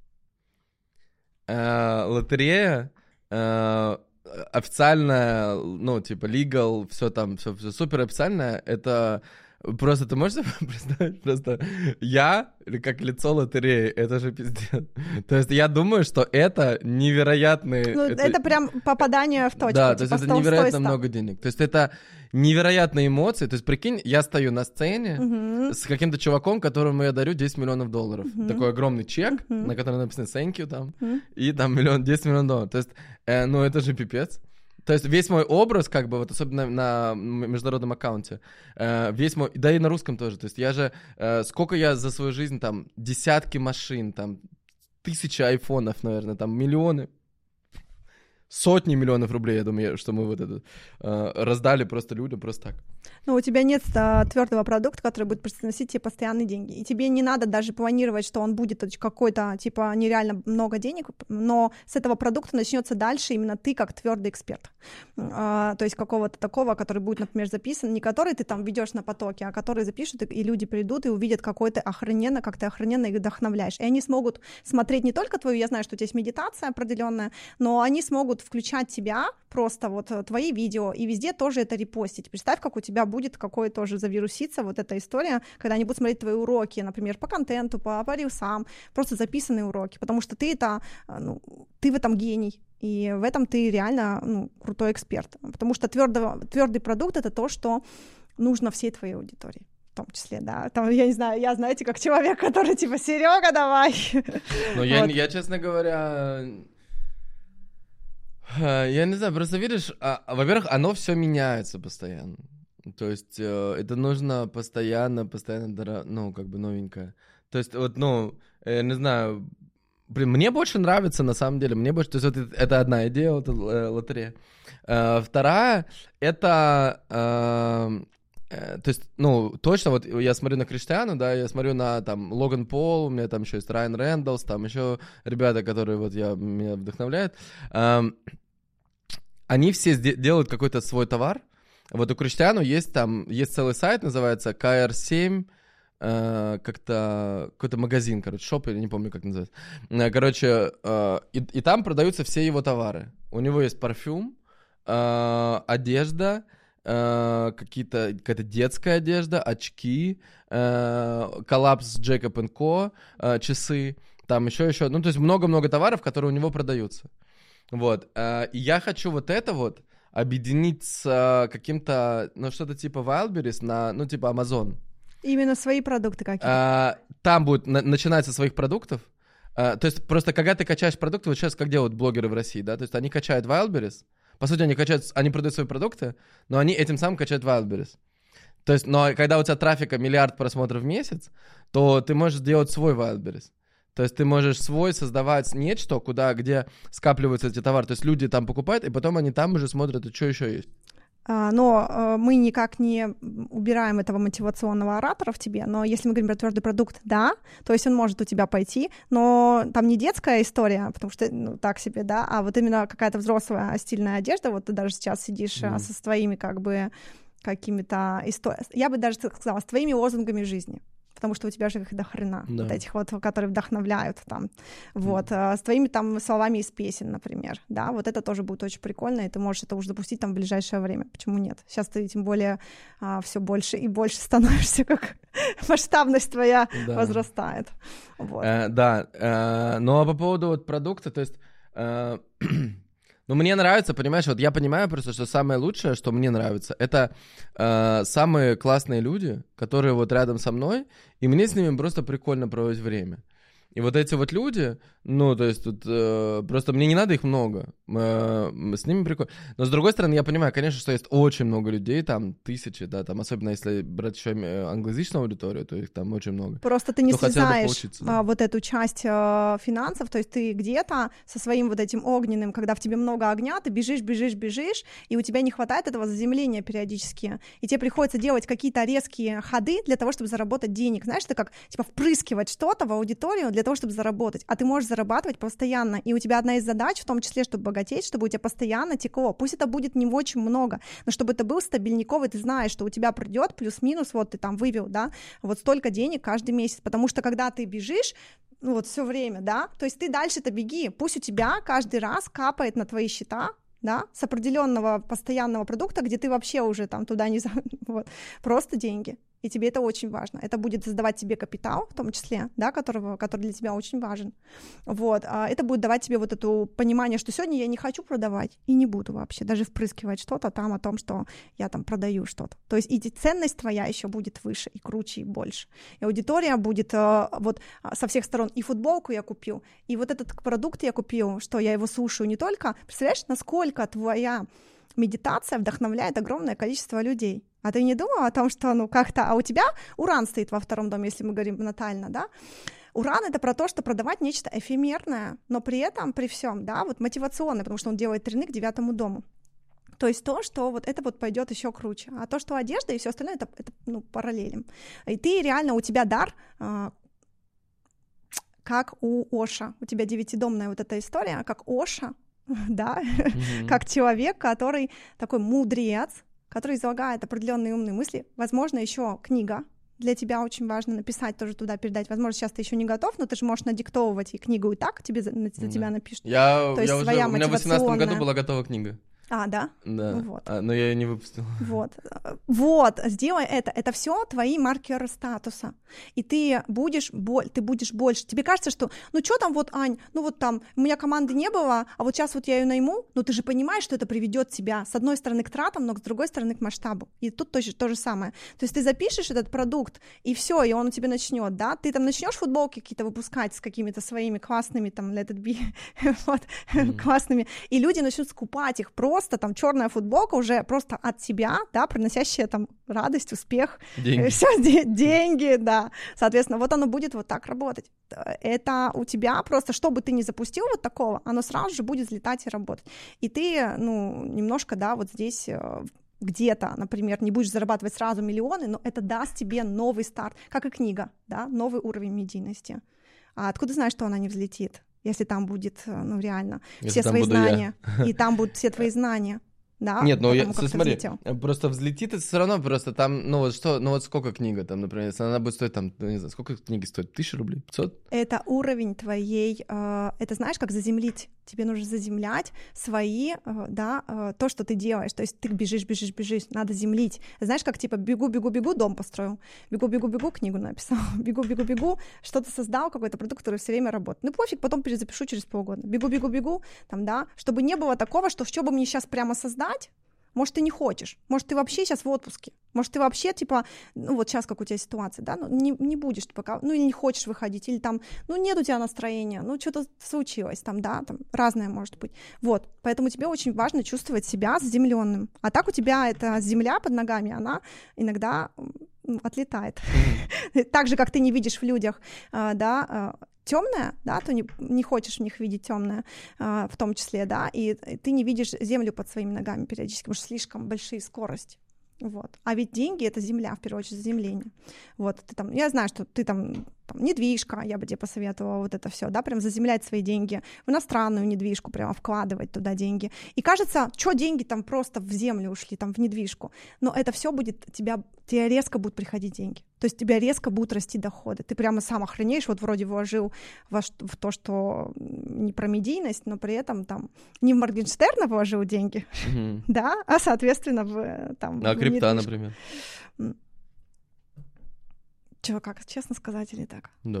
Uh, лотерея... Uh, официальная, ну, типа, legal, все там, все, все супер официальное. Это... Просто ты можешь себе представить, просто я, как лицо лотереи, это же пиздец. То есть я думаю, что это невероятные... Ну, это... это прям попадание в точку. Да, типа то есть это невероятно много денег. То есть это невероятные эмоции. То есть прикинь, я стою на сцене uh-huh. с каким-то чуваком, которому я дарю десять миллионов долларов. Uh-huh. Такой огромный чек, uh-huh. на котором написано thank you там, uh-huh. и там миллион, десять миллионов долларов. То есть, э, ну это же пипец. То есть весь мой образ, как бы, вот особенно на международном аккаунте, э, весь мой, да и на русском тоже, то есть я же, э, сколько я за свою жизнь, там, десятки машин, там, тысячи айфонов, наверное, там, миллионы, сотни миллионов рублей, я думаю, что мы вот это э, раздали просто людям, просто так. Ну, у тебя нет а, твердого продукта, который будет приносить тебе постоянные деньги. И тебе не надо даже планировать, что он будет какой-то, типа, нереально много денег, но с этого продукта начнется дальше именно ты как твердый эксперт. А, то есть какого-то такого, который будет, например, записан, не который ты там ведешь на потоке, а который запишут, и люди придут и увидят, какой ты охрененно, как ты охрененно их вдохновляешь. И они смогут смотреть не только твою, я знаю, что у тебя есть медитация определенная, но они смогут включать тебя, просто вот твои видео, и везде тоже это репостить. Представь, как у тебя будет какой тоже завируситься вот эта история, когда они будут смотреть твои уроки, например, по контенту, по, по рилсам, просто записанные уроки, потому что ты это, ну, ты в этом гений, и в этом ты реально, ну, крутой эксперт, потому что твёрдый, твёрдый продукт — это то, что нужно всей твоей аудитории. В том числе, да. Там, я не знаю, я, знаете, как человек, который типа, Серега, давай. Ну, я, вот. я, честно говоря... Я не знаю, просто видишь, а, во-первых, оно все меняется постоянно. То есть э, это нужно постоянно, постоянно, ну, как бы новенькое. То есть вот, ну, я не знаю, блин, мне больше нравится, на самом деле, мне больше, то есть вот это, это одна идея, вот, э, лотерея. Э, вторая, это... Э, То есть, ну, точно, вот я смотрю на Криштиану, да, я смотрю на, там, Логан Пол, у меня там еще есть Райан Рэндаллс, там еще ребята, которые вот я, меня вдохновляют. Эм, они все сде- делают какой-то свой товар, Вот у Криштиану есть там, есть целый сайт, называется ка эр семь, э, как-то, какой-то магазин, короче, шоп, я не помню, как называется. Короче, э, и, и там продаются все его товары. У него есть парфюм, э, одежда, э, какие-то, какая-то детская одежда, очки, э, коллапс с Джейкоб энд Ко, э, часы, там еще, еще, ну, то есть много-много товаров, которые у него продаются. Вот, э, и я хочу вот это вот объединить с э, каким-то, ну, что-то типа Wildberries на, ну, типа Amazon. Именно свои продукты какие-то. А, там будет на- начинать со своих продуктов. А, то есть просто когда ты качаешь продукты, вот сейчас как делают блогеры в России, да, то есть они качают Wildberries, по сути они качают, они продают свои продукты, но они этим самым качают Wildberries. То есть, но когда у тебя трафика миллиард просмотров в месяц, то ты можешь сделать свой Wildberries. То есть ты можешь свой создавать нечто, куда, где скапливаются эти товары. То есть люди там покупают, и потом они там уже смотрят, а что еще есть. Но мы никак не убираем этого мотивационного оратора в тебе, но если мы говорим про твердый продукт, да, то есть он может у тебя пойти, но там не детская история, потому что, ну, так себе, да, а вот именно какая-то взрослая стильная одежда, вот ты даже сейчас сидишь mm. со своими как бы какими-то историями, я бы даже сказала, с твоими лозунгами жизни. Потому что у тебя же их до хрена, да. Вот этих вот, которые вдохновляют там, вот, mm. с твоими там словами из песен, например, да, вот это тоже будет очень прикольно, и ты можешь это уже запустить там в ближайшее время, почему нет? Сейчас ты тем более а, все больше и больше становишься, как масштабность твоя да. возрастает. Вот. Э, да, э, ну а по поводу вот продукта, то есть... Э, Ну, мне нравится, понимаешь, вот я понимаю просто, что самое лучшее, что мне нравится, это э, самые классные люди, которые вот рядом со мной, и мне с ними просто прикольно проводить время. И вот эти вот люди, ну, то есть тут э, просто мне не надо их много, э, с ними прикольно. Но с другой стороны, я понимаю, конечно, что есть очень много людей, там тысячи, да, там, особенно если брать еще англоязычную аудиторию, то их там очень много. Просто ты не срезаешь да. вот эту часть э, финансов, то есть ты где-то со своим вот этим огненным, когда в тебе много огня, ты бежишь, бежишь, бежишь, и у тебя не хватает этого заземления периодически, и тебе приходится делать какие-то резкие ходы для того, чтобы заработать денег, знаешь, это как, типа, впрыскивать что-то в аудиторию для того, чтобы заработать, а ты можешь зарабатывать постоянно, и у тебя одна из задач, в том числе, чтобы богатеть, чтобы у тебя постоянно текло, пусть это будет не очень много, но чтобы это был стабильниковый, ты знаешь, что у тебя придет плюс-минус, вот ты там вывел, да, вот столько денег каждый месяц, потому что когда ты бежишь, ну вот все время, да, то есть ты дальше-то беги, пусть у тебя каждый раз капает на твои счета, да, с определенного постоянного продукта, где ты вообще уже там туда не... Вот, просто деньги. И тебе это очень важно. Это будет создавать тебе капитал, в том числе, да, которого, который для тебя очень важен. Вот. А это будет давать тебе вот это понимание, что сегодня я не хочу продавать и не буду вообще даже впрыскивать что-то там о том, что я там продаю что-то. То есть и ценность твоя еще будет выше и круче, и больше. И аудитория будет вот со всех сторон. И футболку я купил, и вот этот продукт я купил, что я его слушаю не только... Представляешь, насколько твоя медитация вдохновляет огромное количество людей. А ты не думала о том, что, ну, как-то... А у тебя Уран стоит во втором доме, если мы говорим натально, да? Уран — это про то, что продавать нечто эфемерное, но при этом, при всем, да, вот мотивационное, потому что он делает трины к девятому дому. То есть то, что вот это вот пойдет еще круче. А то, что одежда и все остальное, это, это ну, параллелем. И ты реально, у тебя дар... А, как у Оша. У тебя девятидомная вот эта история, как Оша, да, mm-hmm. как человек, который такой мудрец, который излагает определенные умные мысли. Возможно, еще книга. Для тебя очень важно написать, тоже туда передать. Возможно, сейчас ты еще не готов, но ты же можешь надиктовывать и книгу и так тебе за, за да. тебя напишут. Я, То есть я своя уже, у меня в восемнадцатом году была готова книга. А, да? Да, ну, вот. а, но я ее не выпустила. Вот, вот, сделай это, это все твои маркеры статуса, и ты будешь, ты будешь больше, тебе кажется, что, ну что там вот, Ань, ну вот там, у меня команды не было, а вот сейчас вот я ее найму, но ты же понимаешь, что это приведет тебя, с одной стороны, к тратам, но с другой стороны, к масштабу, и тут тоже то же самое, то есть ты запишешь этот продукт, и все, и он у тебя начнет, да, ты там начнешь футболки какие-то выпускать с какими-то своими классными, там, let it be, вот, mm-hmm. классными, и люди начнут скупать их, просто Просто там черная футболка уже просто от тебя, да, приносящая там радость, успех, деньги. Все, де- деньги, да. Соответственно, вот оно будет вот так работать. Это у тебя просто, что бы ты ни запустил вот такого, оно сразу же будет взлетать и работать. И ты, ну, немножко, да, вот здесь где-то, например, не будешь зарабатывать сразу миллионы, но это даст тебе новый старт, как и книга, да, новый уровень медийности. А откуда знаешь, что она не взлетит? Если там будет, ну, реально, Если все свои знания, я. И там будут все твои знания. Да, Нет, ну я, смотри, взлетел. Просто взлетит, это все равно просто там, ну вот что, ну вот сколько книга там, например, если она будет стоить там, ну, не знаю, сколько книги стоит, тысяча рублей, пятьсот? Это уровень твоей, э, это знаешь, как заземлить, тебе нужно заземлять свои, э, да, э, то, что ты делаешь, то есть ты бежишь, бежишь, бежишь, надо землить, знаешь, как типа бегу, бегу, бегу, дом построил, бегу, бегу, бегу, книгу написал, бегу, бегу, бегу, что-то создал, какой-то продукт, который все время работает, ну пофиг, потом перезапишу через полгода, бегу, бегу, бегу, там, да, чтобы не было такого, что что бы мне сейчас прямо создать. Может, ты не хочешь, может, ты вообще сейчас в отпуске, может, ты вообще, типа, ну, вот сейчас, как у тебя ситуация, да, ну, не, не будешь пока, ну, или не хочешь выходить, или там, ну, нет у тебя настроения, ну, что-то случилось, там, да, там, разное может быть, вот, поэтому тебе очень важно чувствовать себя заземлённым, а так у тебя эта земля под ногами, она иногда отлетает, mm-hmm. так же, как ты не видишь в людях, да, темное, да, то не, не хочешь в них видеть темное, э, в том числе, да, и, и ты не видишь землю под своими ногами периодически, потому что слишком большие скорости. Вот. А ведь деньги — это земля, в первую очередь, заземление. Вот, ты там, я знаю, что ты там, там недвижка, я бы тебе посоветовала вот это все, да, прям заземлять свои деньги в иностранную недвижку, прямо вкладывать туда деньги. И кажется, что деньги там просто в землю ушли, там в недвижку, но это все будет, тебя, тебе резко будут приходить деньги, то есть у тебя резко будут расти доходы, ты прямо сам охренеешь, вот вроде вложил в, в то, что не про медийность, но при этом там не в Моргенштерна вложил деньги, mm-hmm. да, а соответственно в там... А крипта, например. Чего, как, честно сказать или так? Да.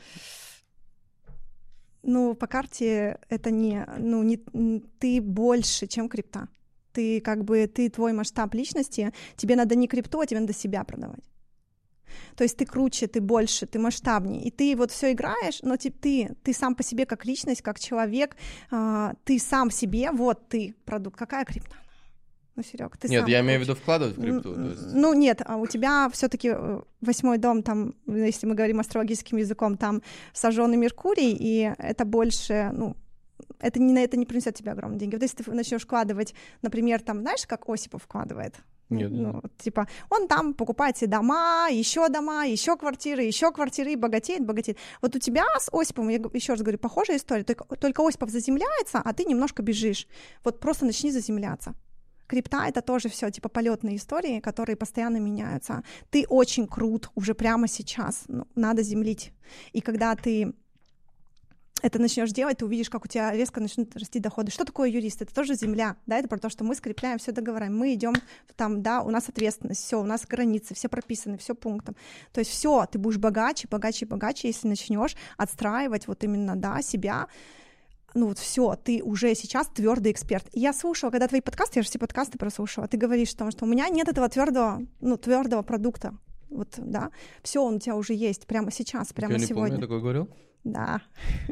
Ну, по карте это не, ну, не, ты больше, чем крипта. Ты как бы, ты твой масштаб личности, тебе надо не крипту, а тебе надо себя продавать. То есть ты круче, ты больше, ты масштабнее, и ты вот все играешь, но ты, ты, ты сам по себе как личность, как человек, ты сам себе, вот ты продукт. Какая крипта? Ну, Серёг, ты Нет, сам я круче. имею в виду вкладывать в крипту. Ну, есть... ну нет, а у тебя все-таки восьмой дом, там, если мы говорим астрологическим языком, там сожженный Меркурий, и это больше, ну, это не, это не принесет тебе огромные деньги. Вот если ты начнешь вкладывать, например, там, знаешь, как Осипов вкладывает? Нет. Ну, типа, он там покупает себе дома, еще дома, еще квартиры, еще квартиры, и богатеет, богатеет. Вот у тебя с Осиповым, я еще раз говорю, похожая история, только, только Осипов заземляется, а ты немножко бежишь. Вот просто начни заземляться. Крипта — это тоже все типа полетные истории, которые постоянно меняются. Ты очень крут уже прямо сейчас, ну, надо землить. И когда ты это начнешь делать, ты увидишь, как у тебя резко начнут расти доходы. Что такое юрист? Это тоже земля, да, это про то, что мы скрепляем все договора, мы идем там, да, у нас ответственность, все, у нас границы, все прописаны, все пунктом. То есть все, ты будешь богаче, богаче, богаче, если начнешь отстраивать вот именно, да, себя. Ну вот все, ты уже сейчас твердый эксперт. И я слушала, когда твои подкасты, я же все подкасты прослушала, ты говоришь о том, что у меня нет этого твердого, ну, твердого продукта. Вот, да, все, он у тебя уже есть прямо сейчас, прямо я не сегодня. Помню, я такое говорил? Да.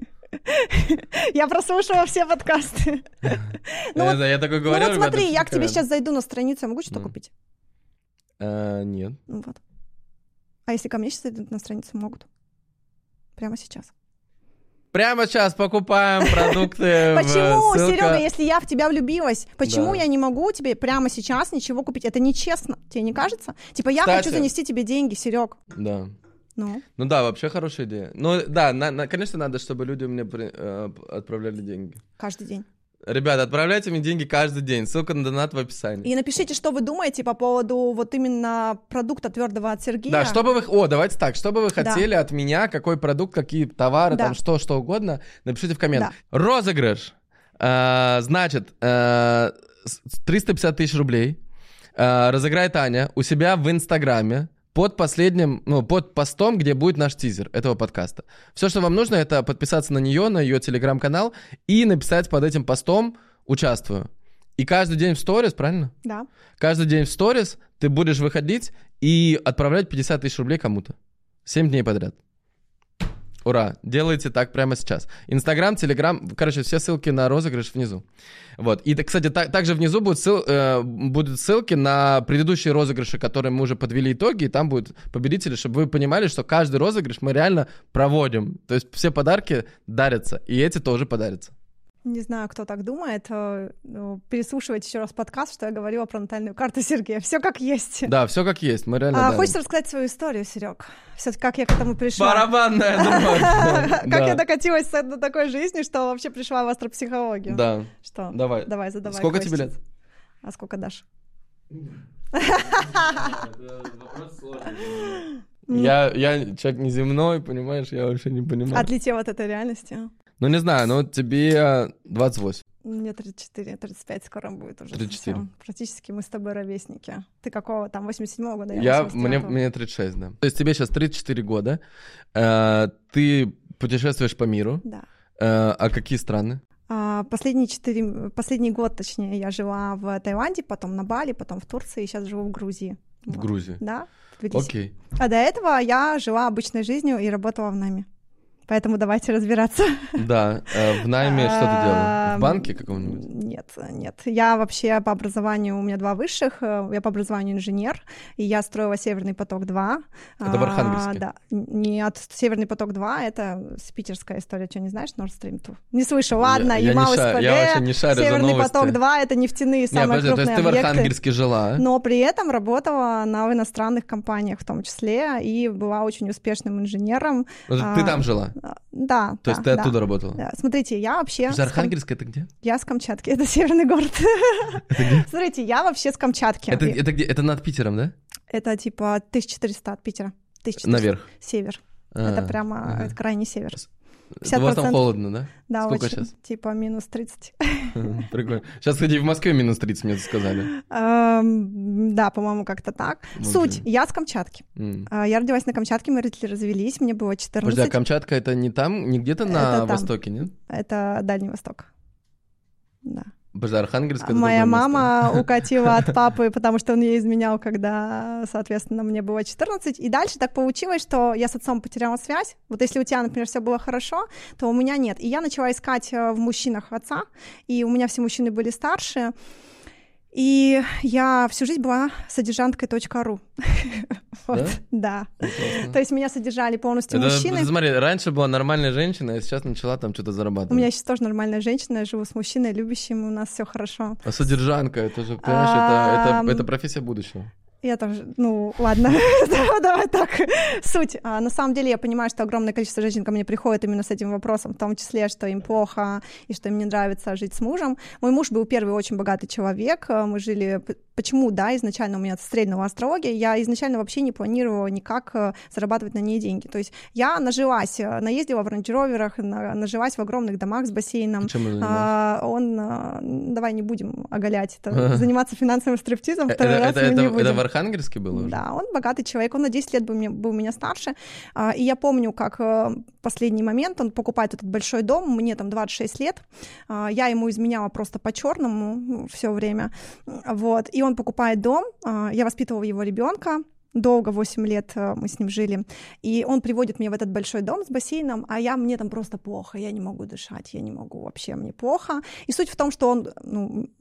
Я прослушала все подкасты. Ну вот, я такой говорю. Ну вот смотри, я к тебе сейчас зайду на страницу, я могу что-то купить? Нет. Ну вот. А если ко мне сейчас зайдут на страницу, могут? Прямо сейчас. Прямо сейчас покупаем продукты. Почему, Серега, если я в тебя влюбилась, почему я не могу тебе прямо сейчас ничего купить? Это нечестно, тебе не кажется? Типа я хочу занести тебе деньги, Серег. Да. Ну. ну да, вообще хорошая идея. Ну да, на, на, конечно, надо, чтобы люди мне при, э, отправляли деньги. Каждый день. Ребята, отправляйте мне деньги каждый день. Ссылка на донат в описании. И напишите, что вы думаете по поводу вот именно продукта твердого от Сергея. Да, что бы вы... О, давайте так. Что бы вы хотели да. от меня, какой продукт, какие товары, да. там что, что угодно, напишите в комментах. Да. Розыгрыш. Э, значит, э, триста пятьдесят тысяч рублей э, разыграет Аня у себя в Инстаграме. Под последним, ну, под постом, где будет наш тизер этого подкаста. Все, что вам нужно, это подписаться на нее, на ее телеграм-канал и написать под этим постом «Участвую». И каждый день в сторис, правильно? Да. Каждый день в сторис ты будешь выходить и отправлять пятьдесят тысяч рублей кому-то. семь дней подряд. Ура! Делайте так прямо сейчас. Инстаграм, Телеграм, короче, все ссылки на розыгрыш внизу. Вот. И, кстати, так, также внизу будут, ссыл, э, будут ссылки на предыдущие розыгрыши, которые мы уже подвели итоги, и там будут победители, чтобы вы понимали, что каждый розыгрыш мы реально проводим. То есть все подарки дарятся, и эти тоже подарятся. Не знаю, кто так думает. Переслушивайте еще раз подкаст, что я говорила про натальную карту Сергея. Все как есть. Да, все как есть. Мы реально. А, хочешь рассказать свою историю, Серег? Все-таки как я к этому пришла? Барабанная дробь. Как я докатилась до такой жизни, что вообще пришла в астропсихологию. Да. Что? Давай. Давай, задавай. Сколько тебе лет? А сколько дашь? Вопрос сложный. Я, я человек неземной, понимаешь, я вообще не понимаю. Отлетел от этой реальности. Ну, не знаю, ну тебе двадцать восемь. Мне тридцать четыре, тридцать пять скоро будет уже. тридцать четыре. Совсем. Практически мы с тобой ровесники. Ты какого там, восемьдесят седьмого года? Я, я мне, мне тридцать шесть, да. То есть тебе сейчас тридцать четыре года, э, ты путешествуешь по миру. Да. Э, а какие страны? А, последние четыре, последний год, точнее, я жила в Таиланде, потом на Бали, потом в Турции, и сейчас живу в Грузии. В вот. Грузии? Да. Окей. А до этого я жила обычной жизнью и работала в найме. Поэтому давайте разбираться. Да, в найме что ты делала? В банке каком-нибудь? Нет, нет. Я вообще по образованию, у меня два высших, я по образованию инженер, и я строила Северный поток-два. Это в Архангельске? А, да. Нет, Северный поток-два — это питерская история, что, не знаешь, Nord Stream два? Не слышал, ладно, я, Ямал я, СПГ, я вообще не шарю Северный за новости. поток-два — это нефтяные самые не, подожди, крупные то есть ты объекты. в Архангельске жила? Но при этом работала на иностранных компаниях в том числе, и была очень успешным инженером. Ну, ты а, там жила? Да. То есть да, ты да, оттуда работала? Да. Смотрите, я вообще... С Архангельска это где? Я с Камчатки, это северный город. Это где? Смотрите, я вообще с Камчатки. Это, это где? Это над Питером, да? Это типа тысяча четыреста от Питера. тысяча четыреста. Наверх? Север. А, это прямо ага. это крайний север. У вас там холодно, да? Да, сколько очень. Сейчас? Типа минус тридцать. Прикольно. Сейчас, кстати, в Москве минус тридцать, мне сказали. Да, по-моему, как-то так. Суть, я с Камчатки. Я родилась на Камчатке, мои родители развелись, мне было четырнадцать. Подожди, а Камчатка это не там, не где-то на востоке, нет? Это Дальний Восток. Да. Подожди, Архангельск это Моя мама укатила от папы, потому что он ей изменял, когда, соответственно, мне было четырнадцать. И дальше так получилось, что я с отцом потеряла связь. Вот если у тебя, например, все было хорошо, то у меня нет. И я начала искать в мужчинах отца, и у меня все мужчины были старше. И я всю жизнь была содержанткой .ру. Вот, да. да. То есть меня содержали полностью это, мужчины. Смотри, раньше была нормальная женщина, а сейчас начала там что-то зарабатывать. У меня сейчас тоже нормальная женщина, я живу с мужчиной, любящим, у нас все хорошо. А содержанка, это же, понимаешь, а, это, это, это профессия будущего. Я тоже, ну, ладно, давай так, суть. А, на самом деле я понимаю, что огромное количество женщин ко мне приходит именно с этим вопросом, в том числе, что им плохо и что им не нравится жить с мужем. Мой муж был первый очень богатый человек, мы жили... Почему, да, изначально у меня стрельнула астрология, я изначально вообще не планировала никак зарабатывать на ней деньги. То есть я нажилась, наездила в рейндж-роверах, нажилась в огромных домах с бассейном. Почему а, он, давай не будем оголять, это, заниматься финансовым стриптизом второй это, раз это, мы это, не будем. Это в Архангельске было уже? Да, он богатый человек, он на десять лет был, мне, был меня старше, а, и я помню, как а, последний момент, он покупает этот большой дом, мне там двадцать шесть лет, а, я ему изменяла просто по-черному все время, вот, и он покупает дом, а, я воспитывала его ребенка, долго, восемь лет мы с ним жили, и он приводит меня в этот большой дом с бассейном, а я, мне там просто плохо, я не могу дышать, я не могу, вообще мне плохо, и суть в том, что он, ну,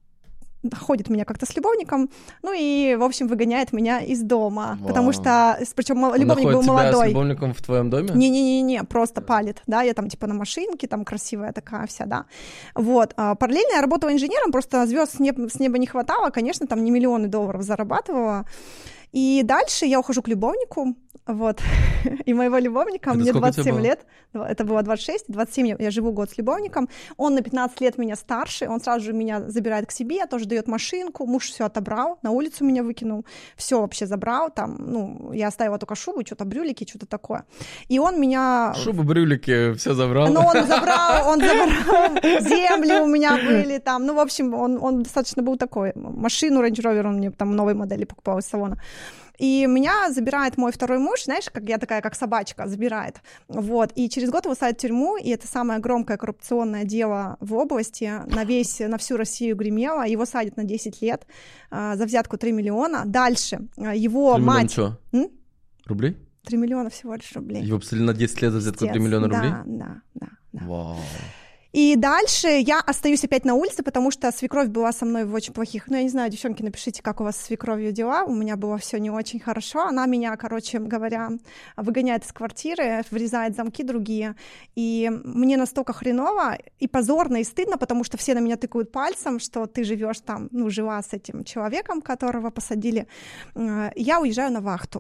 ходит меня как-то с любовником, ну и, в общем, выгоняет меня из дома, Вау. Потому что, причем любовник был тебя молодой. С любовником в твоем доме? Не-не-не, просто палит, да, я там типа на машинке, там красивая такая вся, да, вот. А параллельно я работала инженером, просто звезд с неба, с неба не хватало, конечно, там не миллионы долларов зарабатывала. И дальше я ухожу к любовнику, вот, и моего любовника, это мне двадцать семь лет, это было двадцать шесть, двадцать семь, я живу год с любовником, он на пятнадцать лет меня старше, он сразу же меня забирает к себе, тоже дает машинку, муж все отобрал, на улицу меня выкинул, все вообще забрал, там, ну, я оставила только шубу, что-то брюлики, что-то такое, и он меня... Шубу, брюлики, все забрал? Ну, он забрал, он забрал, земли у меня были там, ну, в общем, он, он достаточно был такой, машину Range Rover он мне там новой модели покупал из салона. И меня забирает мой второй муж, знаешь, как я такая, как собачка, забирает. Вот. И через год его садят в тюрьму, и это самое громкое коррупционное дело в области, на весь, на всю Россию гремело. Его садят на десять лет а, за взятку три миллиона. Дальше его три мать... Что? М? Рублей? три миллиона всего лишь рублей. Его посадили на десять лет за взятку три миллиона рублей? Да, да, да. да. Вау. И дальше я остаюсь опять на улице, потому что свекровь была со мной в очень плохих... Ну, я не знаю, девчонки, напишите, как у вас с свекровью дела. У меня было все не очень хорошо. Она меня, короче говоря, выгоняет из квартиры, врезает замки другие. И мне настолько хреново и позорно, и стыдно, потому что все на меня тыкают пальцем, что ты живешь там, ну, жила с этим человеком, которого посадили. Я уезжаю на вахту.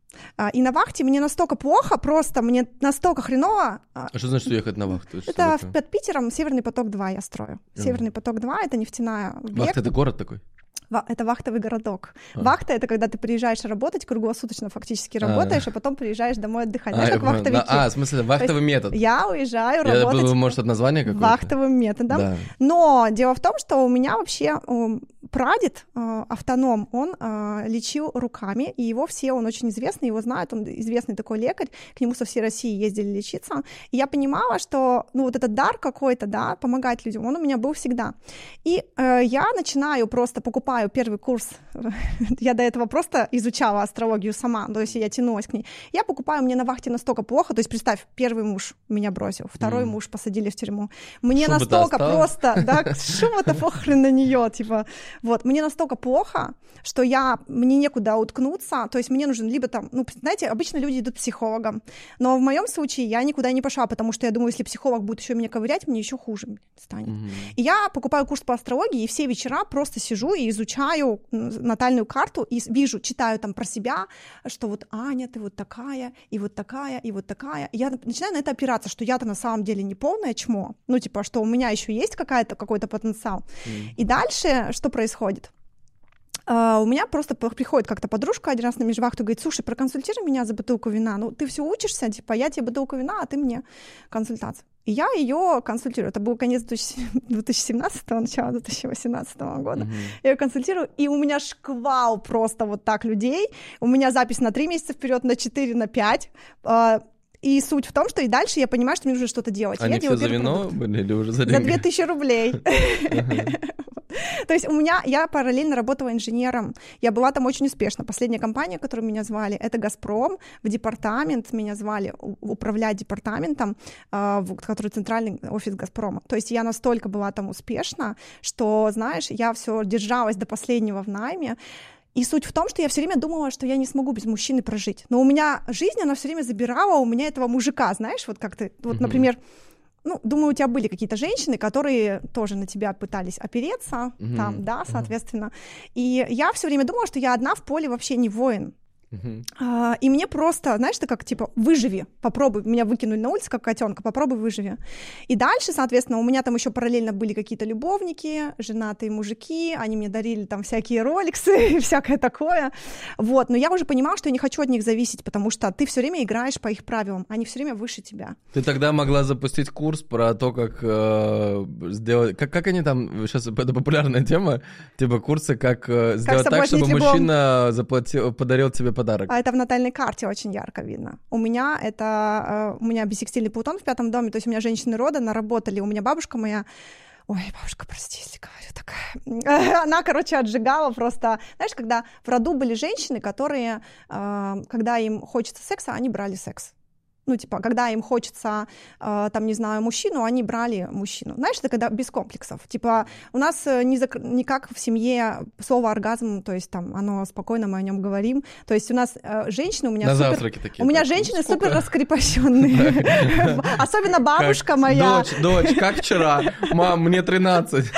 И на вахте мне настолько плохо, просто мне настолько хреново. А что значит уехать на вахту? Что это такое? Под Питером Северный поток-два я строю. Mm. Северный поток-два — это нефтяная... Вахта — это город такой? Это вахтовый городок. А. Вахта — это когда ты приезжаешь работать, круглосуточно фактически работаешь, а, а потом приезжаешь домой отдыхать. А, Знаешь, как вахтовики. А, в смысле, вахтовый метод. Я уезжаю я работать был, может, от названия какое-то? Вахтовым методом. Да. Но дело в том, что у меня вообще прадед, автоном, он лечил руками, и его все, он очень известный, его знают, он известный такой лекарь, к нему со всей России ездили лечиться. И я понимала, что ну, вот этот дар какой-то, да, помогать людям, он у меня был всегда. И э, я начинаю просто покупать первый курс, я до этого просто изучала астрологию сама, то есть я тянулась к ней. Я покупаю, мне на вахте настолько плохо, то есть представь, первый муж меня бросил, второй mm. муж посадили в тюрьму. Мне Шуба настолько просто, да, шуба-то похрен на нее, типа, вот, мне настолько плохо, что я, мне некуда уткнуться, то есть мне нужен либо там, ну, знаете, обычно люди идут к психологам, но в моем случае я никуда не пошла, потому что я думаю, если психолог будет еще меня ковырять, мне еще хуже станет. Mm-hmm. И я покупаю курс по астрологии, и все вечера просто сижу и изучаю изучаю натальную карту и вижу, читаю там про себя, что вот Аня, ты вот такая, и вот такая, и вот такая. И я начинаю на это опираться, что я-то на самом деле не полное чмо, ну типа, что у меня еще есть какая-то, какой-то потенциал. Mm. И дальше что происходит? Uh, у меня просто приходит как-то подружка один раз на межвахту, говорит: слушай, проконсультируй меня за бутылку вина. Ну, ты все учишься, типа, я тебе бутылку вина, а ты мне консультацию. И я ее консультирую. Это был конец две тысячи семнадцатого, начало две тысячи восемнадцатого года. Mm-hmm. Я ее консультирую, и у меня шквал просто вот так людей. У меня запись на три месяца вперед, на четыре, на пять. Uh, И суть в том, что и дальше я понимаю, что мне нужно что-то делать. Они я все за вино продукт. Были или уже за деньги? За две тысячи рублей. То есть у меня, я параллельно работала инженером, я была там очень успешна. Последняя компания, которую меня звали, это «Газпром», в департамент меня звали управлять департаментом, который центральный офис «Газпрома». То есть я настолько была там успешна, что, знаешь, я все держалась до последнего в найме. И суть в том, что я все время думала, что я не смогу без мужчины прожить. Но у меня жизнь, она все время забирала у меня этого мужика, знаешь, вот как ты, вот, mm-hmm. например, ну, думаю, у тебя были какие-то женщины, которые тоже на тебя пытались опереться, mm-hmm. там, да, соответственно. Mm-hmm. И я все время думала, что я одна в поле вообще не воин. Uh-huh. А, и мне просто, знаешь, ты как, типа, выживи, попробуй, меня выкинули на улицу, как котенка, попробуй выживи. И дальше, соответственно, у меня там еще параллельно были какие-то любовники, женатые мужики, они мне дарили там всякие роликсы и всякое такое, вот, но я уже понимала, что я не хочу от них зависеть, потому что ты все время играешь по их правилам, они все время выше тебя. Ты тогда могла запустить курс про то, как э, сделать, как, как они там, сейчас это популярная тема, типа курсы, как э, сделать как так, чтобы любом... мужчина заплатил, подарил тебе подарок. А это в натальной карте очень ярко видно. У меня это, у меня бисексильный Плутон в пятом доме, то есть у меня женщины рода наработали, у меня бабушка моя, ой, бабушка, прости, если говорю такая, она, короче, отжигала просто, знаешь, когда в роду были женщины, которые, когда им хочется секса, они брали секс. Ну, типа, когда им хочется, э, там, не знаю, мужчину, они брали мужчину. Знаешь, это когда без комплексов. Типа, у нас не зак... никак в семье слово оргазм, то есть там оно спокойно, мы о нем говорим. То есть у нас э, женщины у меня на супер... завтраки такие. У меня женщины супер раскрепощенные. Особенно бабушка моя. Дочь, дочь, как вчера? Мам, мне тринадцать.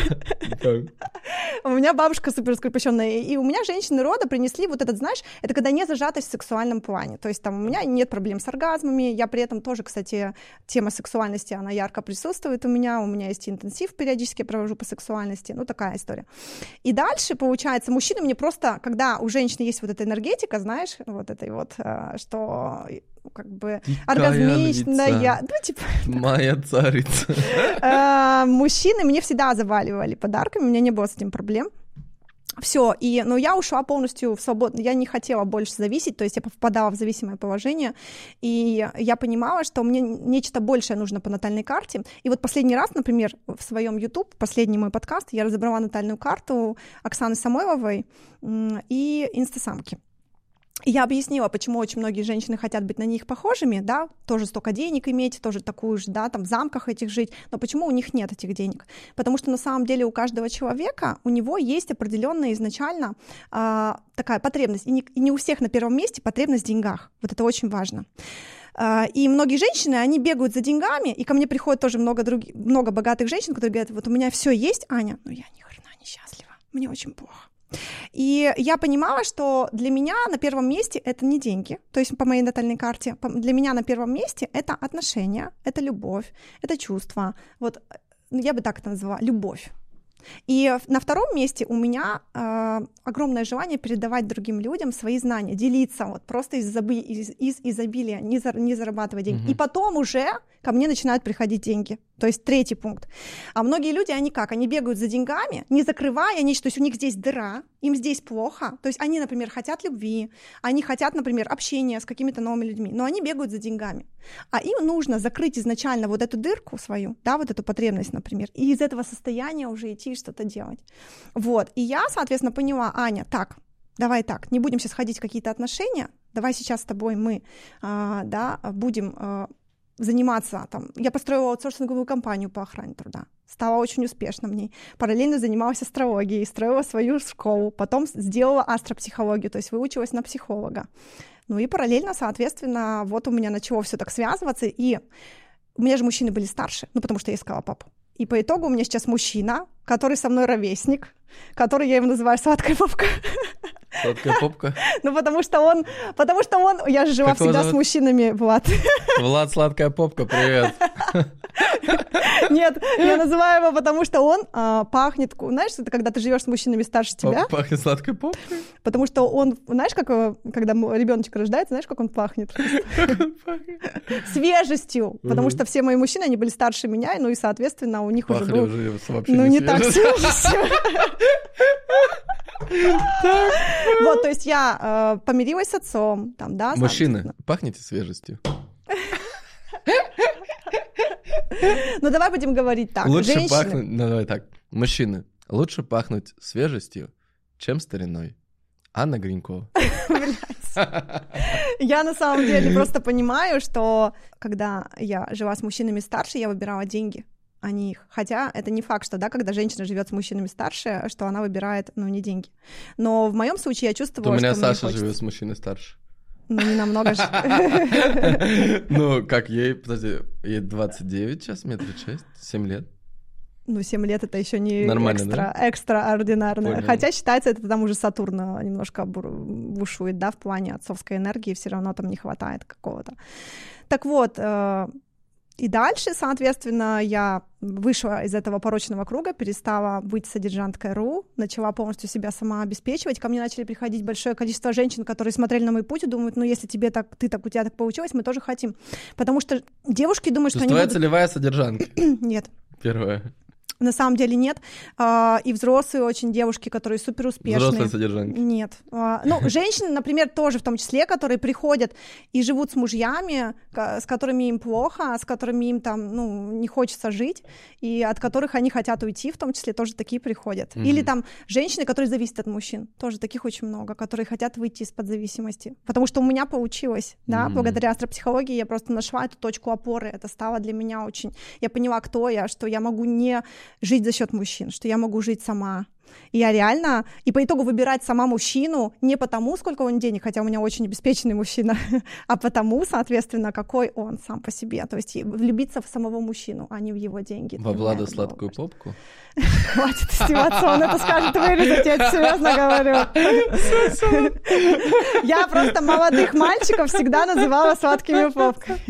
У меня бабушка супер раскрепощенная. И у меня женщины рода принесли вот этот, знаешь, это когда не зажатость в сексуальном плане. То есть там у меня нет проблем с оргазмом. Я при этом тоже, кстати, тема сексуальности, она ярко присутствует у меня. У меня есть интенсив периодически, я провожу по сексуальности. Ну, такая история. И дальше, получается, мужчины мне просто, когда у женщины есть вот эта энергетика, знаешь, вот этой вот, что как бы оргазмичная. Ну, типа, моя царица. Мужчины мне всегда заваливали подарками, у меня не было с этим проблем. Все, и, но я ушла полностью в свободу, я не хотела больше зависеть, то есть я попадала в зависимое положение, и я понимала, что мне нечто большее нужно по натальной карте. И вот последний раз, например, в своем YouTube, последний мой подкаст, я разобрала натальную карту Оксаны Самойловой и инстасамки. Я объяснила, почему очень многие женщины хотят быть на них похожими, да, тоже столько денег иметь, тоже такую же, да, там в замках этих жить, но почему у них нет этих денег? Потому что на самом деле у каждого человека, у него есть определенная изначально э, такая потребность, и не, и не у всех на первом месте потребность в деньгах, вот это очень важно. Uh, и многие женщины, они бегают за деньгами, и ко мне приходит тоже много, других, много богатых женщин, которые говорят, вот у меня все есть, Аня, но я ни хрена не счастлива, мне очень плохо. И я понимала, что для меня на первом месте это не деньги, то есть по моей натальной карте, для меня на первом месте это отношения, это любовь, это чувства, вот я бы так это назвала, любовь. И на втором месте у меня э, огромное желание передавать другим людям свои знания, делиться вот просто из, изоби- из, из изобилия, не, за- не зарабатывать деньги. Mm-hmm. И потом уже ко мне начинают приходить деньги. То есть третий пункт. А многие люди, они как? Они бегают за деньгами, не закрывая ничего, то есть у них здесь дыра, им здесь плохо. То есть они, например, хотят любви, они хотят, например, общения с какими-то новыми людьми, но они бегают за деньгами. А им нужно закрыть изначально вот эту дырку свою, да, вот эту потребность, например, и из этого состояния уже идти что-то делать. Вот. И я, соответственно, поняла, Аня, так, давай так, не будем сейчас ходить в какие-то отношения, давай сейчас с тобой мы, а, да, будем... А, заниматься, там, я построила аутсорсинговую компанию по охране труда, стала очень успешна в ней, параллельно занималась астрологией, строила свою школу, потом сделала астропсихологию, то есть выучилась на психолога. Ну и параллельно, соответственно, вот у меня начало все так связываться, и у меня же мужчины были старше, ну потому что я искала папу. И по итогу у меня сейчас мужчина, который со мной ровесник, который я его называю сладкая попка. Сладкая попка? Ну, потому что он, потому что он, я же жила всегда с мужчинами, Влад. Влад, сладкая попка, привет. Нет, я называю его, потому что он а, пахнет, знаешь, это когда ты живешь с мужчинами старше тебя. Пахнет сладкой попкой? Потому что он, знаешь, как, когда ребеночек рождается, знаешь, как он пахнет? Свежестью, потому что все мои мужчины, они были старше меня, ну и, соответственно, у них уже был... Ну, не так свежестью. Вот, то есть я э, помирилась с отцом, там, да. Мужчины, пахнете свежестью? Ну, давай будем говорить так. Лучше Женщины... пахнуть, ну, давай так. Мужчины, лучше пахнуть свежестью, чем стариной. Анна Гринькова. Я на самом деле просто понимаю, что когда я жила с мужчинами старше, я выбирала деньги, а не их. Хотя это не факт, что, да, когда женщина живет с мужчинами старше, что она выбирает, ну, не деньги. Но в моем случае я чувствовала, что у меня что Саша живет с мужчиной старше. Ну, не намного же. Ну, как ей, подожди, ей двадцать девять сейчас, мне тридцать шесть, семь лет. Ну, семь лет — это еще не нормально, экстра, да? экстраординарно. Понял. Хотя считается, это там уже Сатурн немножко бушует, да, в плане отцовской энергии, все равно там не хватает какого-то. Так вот, и дальше, соответственно, я вышла из этого порочного круга, перестала быть содержанткой РУ, начала полностью себя сама обеспечивать. Ко мне начали приходить большое количество женщин, которые смотрели на мой путь и думают, ну, если тебе так, ты так, у тебя так получилось, мы тоже хотим. Потому что девушки думают, что они твоя будут... целевая содержанка? Нет. Первая. На самом деле нет. И взрослые очень девушки, которые супер успешные. Взрослые содержанки? Нет. Ну, женщины, например, тоже в том числе, которые приходят и живут с мужьями, с которыми им плохо, с которыми им там, ну, не хочется жить, и от которых они хотят уйти, в том числе тоже такие приходят. Mm-hmm. Или там женщины, которые зависят от мужчин. Тоже таких очень много, которые хотят выйти из-под зависимости. Потому что у меня получилось, да, mm-hmm. благодаря астропсихологии я просто нашла эту точку опоры. Это стало для меня очень... Я поняла, кто я, что я могу не жить за счет мужчин, что я могу жить сама. И я реально, и по итогу выбирать сама мужчину не потому, сколько он денег, хотя у меня очень обеспеченный мужчина, а потому, соответственно, какой он сам по себе. То есть влюбиться в самого мужчину, а не в его деньги. Во Влада сладкую попку? Хватит издеваться, он это скажет вырезать, я это серьезно говорю. Я просто молодых мальчиков всегда называла сладкими попками.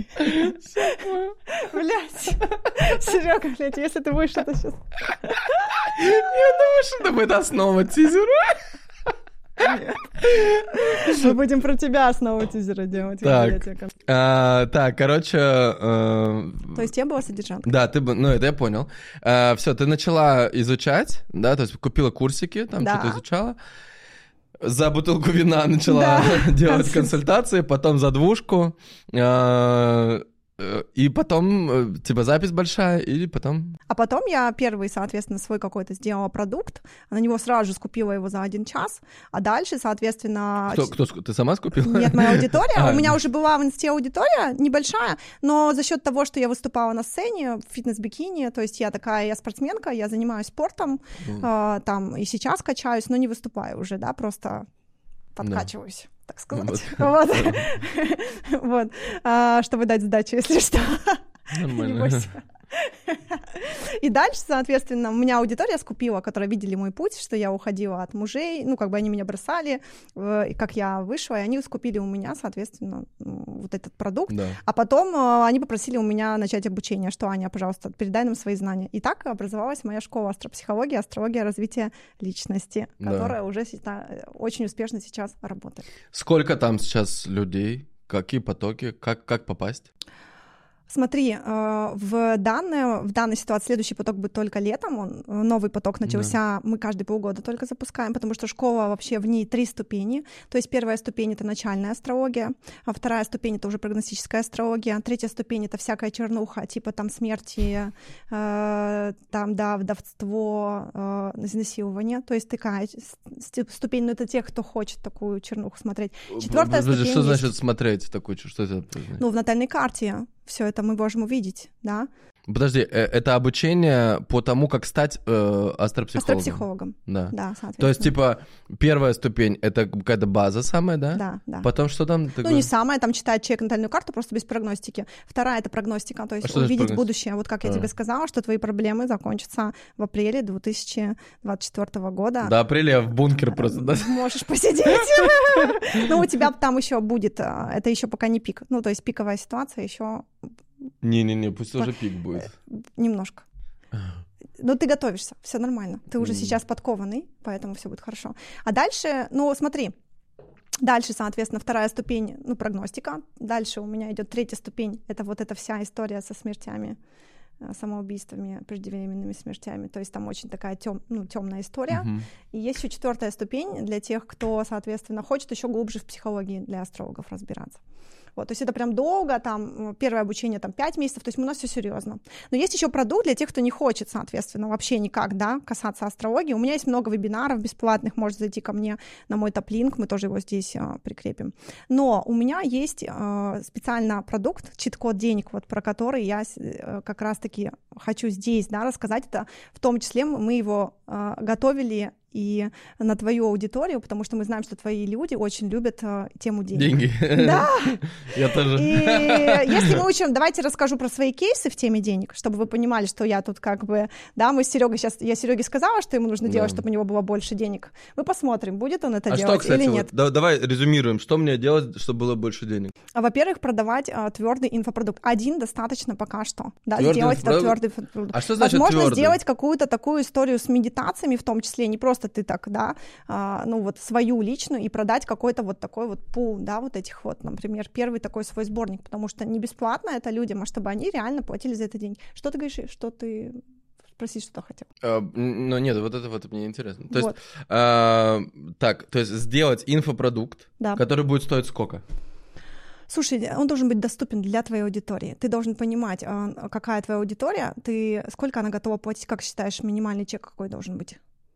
Блять. Серега, блядь, если ты будешь что-то сейчас... Я думаю, что это будет основа тизера. Нет. Мы будем про тебя основу тизера делать. Так, а, так, короче... А... То есть я была содержанкой? Да, ты, ну это я понял. А, все, ты начала изучать, да, то есть купила курсики, там да. что-то изучала. За бутылку вина начала да. делать консультации, потом за двушку. А... И потом, типа, запись большая, или потом... А потом я первый, соответственно, свой какой-то сделала продукт, на него сразу же скупила его за один час, а дальше, соответственно... Кто, кто ты сама скупила? Нет, моя аудитория. А, у меня уже была в инсте аудитория небольшая, но за счет того, что я выступала на сцене в фитнес-бикини, то есть я такая, я спортсменка, я занимаюсь спортом, mm. э, там и сейчас качаюсь, но не выступаю уже, да, просто подкачиваюсь. Да. Так сказать, вот, вот. вот. А, чтобы дать сдачу, если что. Нормально. И дальше, соответственно, у меня аудитория скупила, которая видели мой путь, что я уходила от мужей, ну, как бы они меня бросали, и как я вышла, и они скупили у меня, соответственно, вот этот продукт. Да. А потом э, они попросили у меня начать обучение, что, Аня, пожалуйста, передай нам свои знания. И так образовалась моя школа астропсихологии, астрология развития личности, да. которая уже сейчас, очень успешно сейчас работает. Сколько там сейчас людей? Какие потоки? Как, как попасть? Смотри, в, данной, в данной ситуации следующий поток будет только летом, он, новый поток начался, да. мы каждые полгода только запускаем, потому что школа вообще в ней три ступени, то есть первая ступень — это начальная астрология, а вторая ступень — это уже прогностическая астрология, третья ступень — это всякая чернуха, типа там смерти, э, там, да, вдовство, э, изнасилование, то есть такая ступень, ну это тех, кто хочет такую чернуху смотреть. Четвертая ступень. Что есть... значит смотреть такую, что это? Ну, в натальной карте все это мы можем увидеть, да. Подожди, это обучение по тому, как стать э, астропсихологом? Астропсихологом, да. да, соответственно. То есть, типа, первая ступень — это какая-то база самая, да? Да, да. Потом что там? Ну, говоришь? Не самая, там читает человек натальную карту, просто без прогностики. Вторая — это прогностика, то есть а увидеть будущее. Вот как я а. тебе сказала, что твои проблемы закончатся в апреле две тысячи двадцать четвёртого года. До апреля я в бункер просто, да? Можешь посидеть. Ну, у тебя там еще будет, это еще пока не пик. Ну, то есть пиковая ситуация еще... Не-не-не, пусть тоже пик будет. Немножко. Но ты готовишься, все нормально. Ты уже mm. сейчас подкованный, поэтому все будет хорошо. А дальше, ну смотри, дальше, соответственно, вторая ступень, ну, прогностика. Дальше у меня идет третья ступень, это вот эта вся история со смертями, самоубийствами, преждевременными смертями. То есть там очень такая тем, ну, темная история. Mm-hmm. И есть еще четвертая ступень для тех, кто, соответственно, хочет еще глубже в психологии для астрологов разбираться. Вот, то есть это прям долго, там, первое обучение там пять месяцев, то есть у нас все серьезно. Но есть еще продукт для тех, кто не хочет, соответственно, вообще никак, да, касаться астрологии. У меня есть много вебинаров бесплатных, можете зайти ко мне на мой топ-линк, мы тоже его здесь а, прикрепим. Но у меня есть а, специально продукт, чит-код денег, вот про который я а, как раз-таки хочу здесь, да, рассказать. Это в том числе мы его а, готовили и на твою аудиторию, потому что мы знаем, что твои люди очень любят э, тему денег. Деньги. Да. Я тоже. И если мы учим, давайте расскажу про свои кейсы в теме денег, чтобы вы понимали, что я тут как бы, да, мы с Серегой сейчас, я Сереге сказала, что ему нужно да. делать, чтобы у него было больше денег. Мы посмотрим, будет он это а делать что, кстати, или нет. Вот, да, давай резюмируем, что мне делать, чтобы было больше денег? Во-первых, продавать а, твердый инфопродукт. Один достаточно пока что. Да, твердый сделать инфопродукт? Это твердый инфопродукт. А что значит Возможно, твердый? сделать какую-то такую историю с медитациями, в том числе, не просто ты так, да, а, ну вот свою личную, и продать какой-то вот такой вот пул, да, вот этих вот, например, первый такой свой сборник, потому что не бесплатно это людям, а чтобы они реально платили за это деньги. Что ты говоришь, что ты... Спроси, что хотел. Uh, ну нет, вот это вот мне интересно. То вот. есть, uh, так, то есть сделать инфопродукт, да. который будет стоить сколько? Слушай, он должен быть доступен для твоей аудитории. Ты должен понимать, какая твоя аудитория, ты сколько она готова платить, как считаешь, минимальный чек какой должен быть?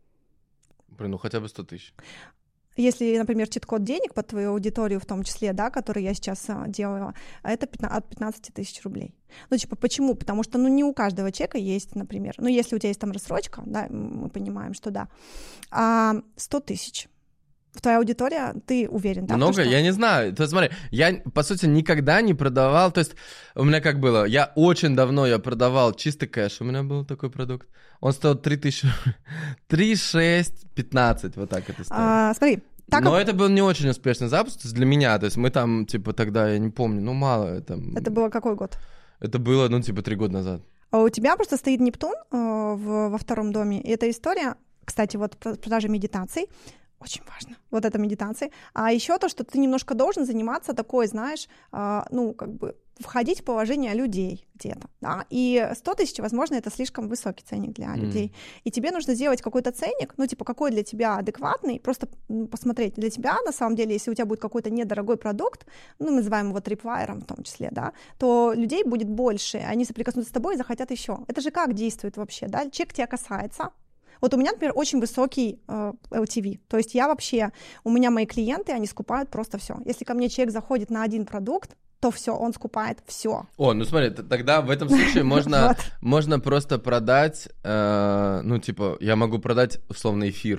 Блин, ну хотя бы сто тысяч. Если, например, чит-код денег под твою аудиторию, в том числе, да, который я сейчас а, делаю, это пятнадцать, от пятнадцати тысяч рублей. Ну, типа, почему? Потому что, ну, не у каждого человека есть, например, ну, если у тебя есть там рассрочка, да, мы понимаем, что да, а сто тысяч. Твоя аудитория, ты уверен, да? Много? То, что... Я не знаю. То есть, смотри, я, по сути, никогда не продавал, то есть у меня как было, я очень давно я продавал чистый кэш, у меня был такой продукт, он стоил три тысячи, три, шесть, пятнадцать, вот так это стоило. А, смотри. Так Но как... это был не очень успешный запуск, то есть для меня, то есть мы там, типа, тогда, я не помню, ну, мало. Это, это было какой год? Это было, ну, типа, три года назад. А у тебя просто стоит Нептун э, в, во втором доме, и эта история, кстати, вот продажа медитаций, очень важно, вот это медитации. А еще то, что ты немножко должен заниматься такой, знаешь, э, ну, как бы входить в положение людей где-то, да, и сто тысяч, возможно, это слишком высокий ценник для mm. людей, и тебе нужно сделать какой-то ценник, ну, типа, какой для тебя адекватный, просто ну, посмотреть для тебя, на самом деле, если у тебя будет какой-то недорогой продукт, ну, называем его трипвайером в том числе, да, то людей будет больше, они соприкоснутся с тобой и захотят еще. Это же как действует вообще, да, чек тебя касается. Вот у меня, например, очень высокий э, эл ти ви, то есть я вообще, у меня мои клиенты, они скупают просто все. Если ко мне человек заходит на один продукт, то все, он скупает все. О, ну смотри, тогда в этом случае можно, вот. можно просто продать, э, ну типа, я могу продать условно эфир.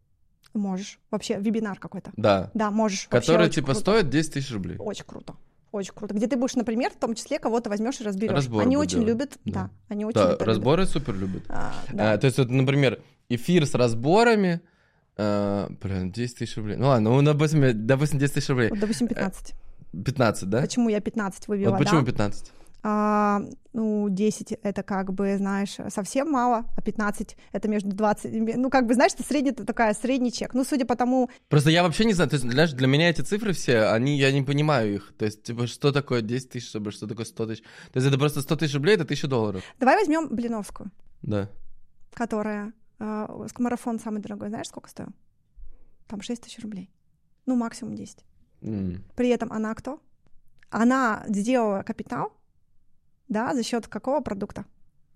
Можешь. Вообще вебинар какой-то. Да. Да, можешь. Который типа круто. Стоит десять тысяч рублей. Очень круто. Очень круто. Где ты будешь, например, в том числе кого-то возьмешь и разберешь. Разбор они буду очень делать. любят, да, да. они очень да, это разборы любят. супер любят. А, да. а, то есть, вот, например, эфир с разборами, а, блин, десять тысяч рублей. Ну ладно, ну, допустим, допустим, десять тысяч рублей. Вот, допустим, пятнадцать. пятнадцать, да? Почему я пятнадцать вывела, вот почему да? пятнадцать? А, ну, десять — это как бы, знаешь, совсем мало, а пятнадцать — это между двадцать, ну, как бы, знаешь, это средний, это такая средний чек. Ну, судя по тому... Просто я вообще не знаю, то есть, знаешь, для меня эти цифры все, они, я не понимаю их. То есть, типа, что такое десять тысяч рублей, что такое сто тысяч? То есть, это просто сто тысяч рублей, это тысяча долларов. Давай возьмем Блиновскую. Да. Которая... Э, марафон самый дорогой, знаешь, сколько стоил? Там шесть тысяч рублей. Ну, максимум десять. Mm. При этом она кто? Она сделала капитал, да, за счет какого продукта?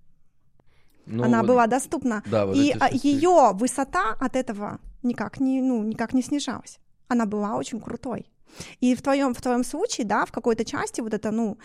Ну, она вот, была доступна. Да, вот и ее высота от этого никак не, ну, никак не снижалась. Она была очень крутой. И в твоем, в твоем случае, да, в какой-то части вот это, ну,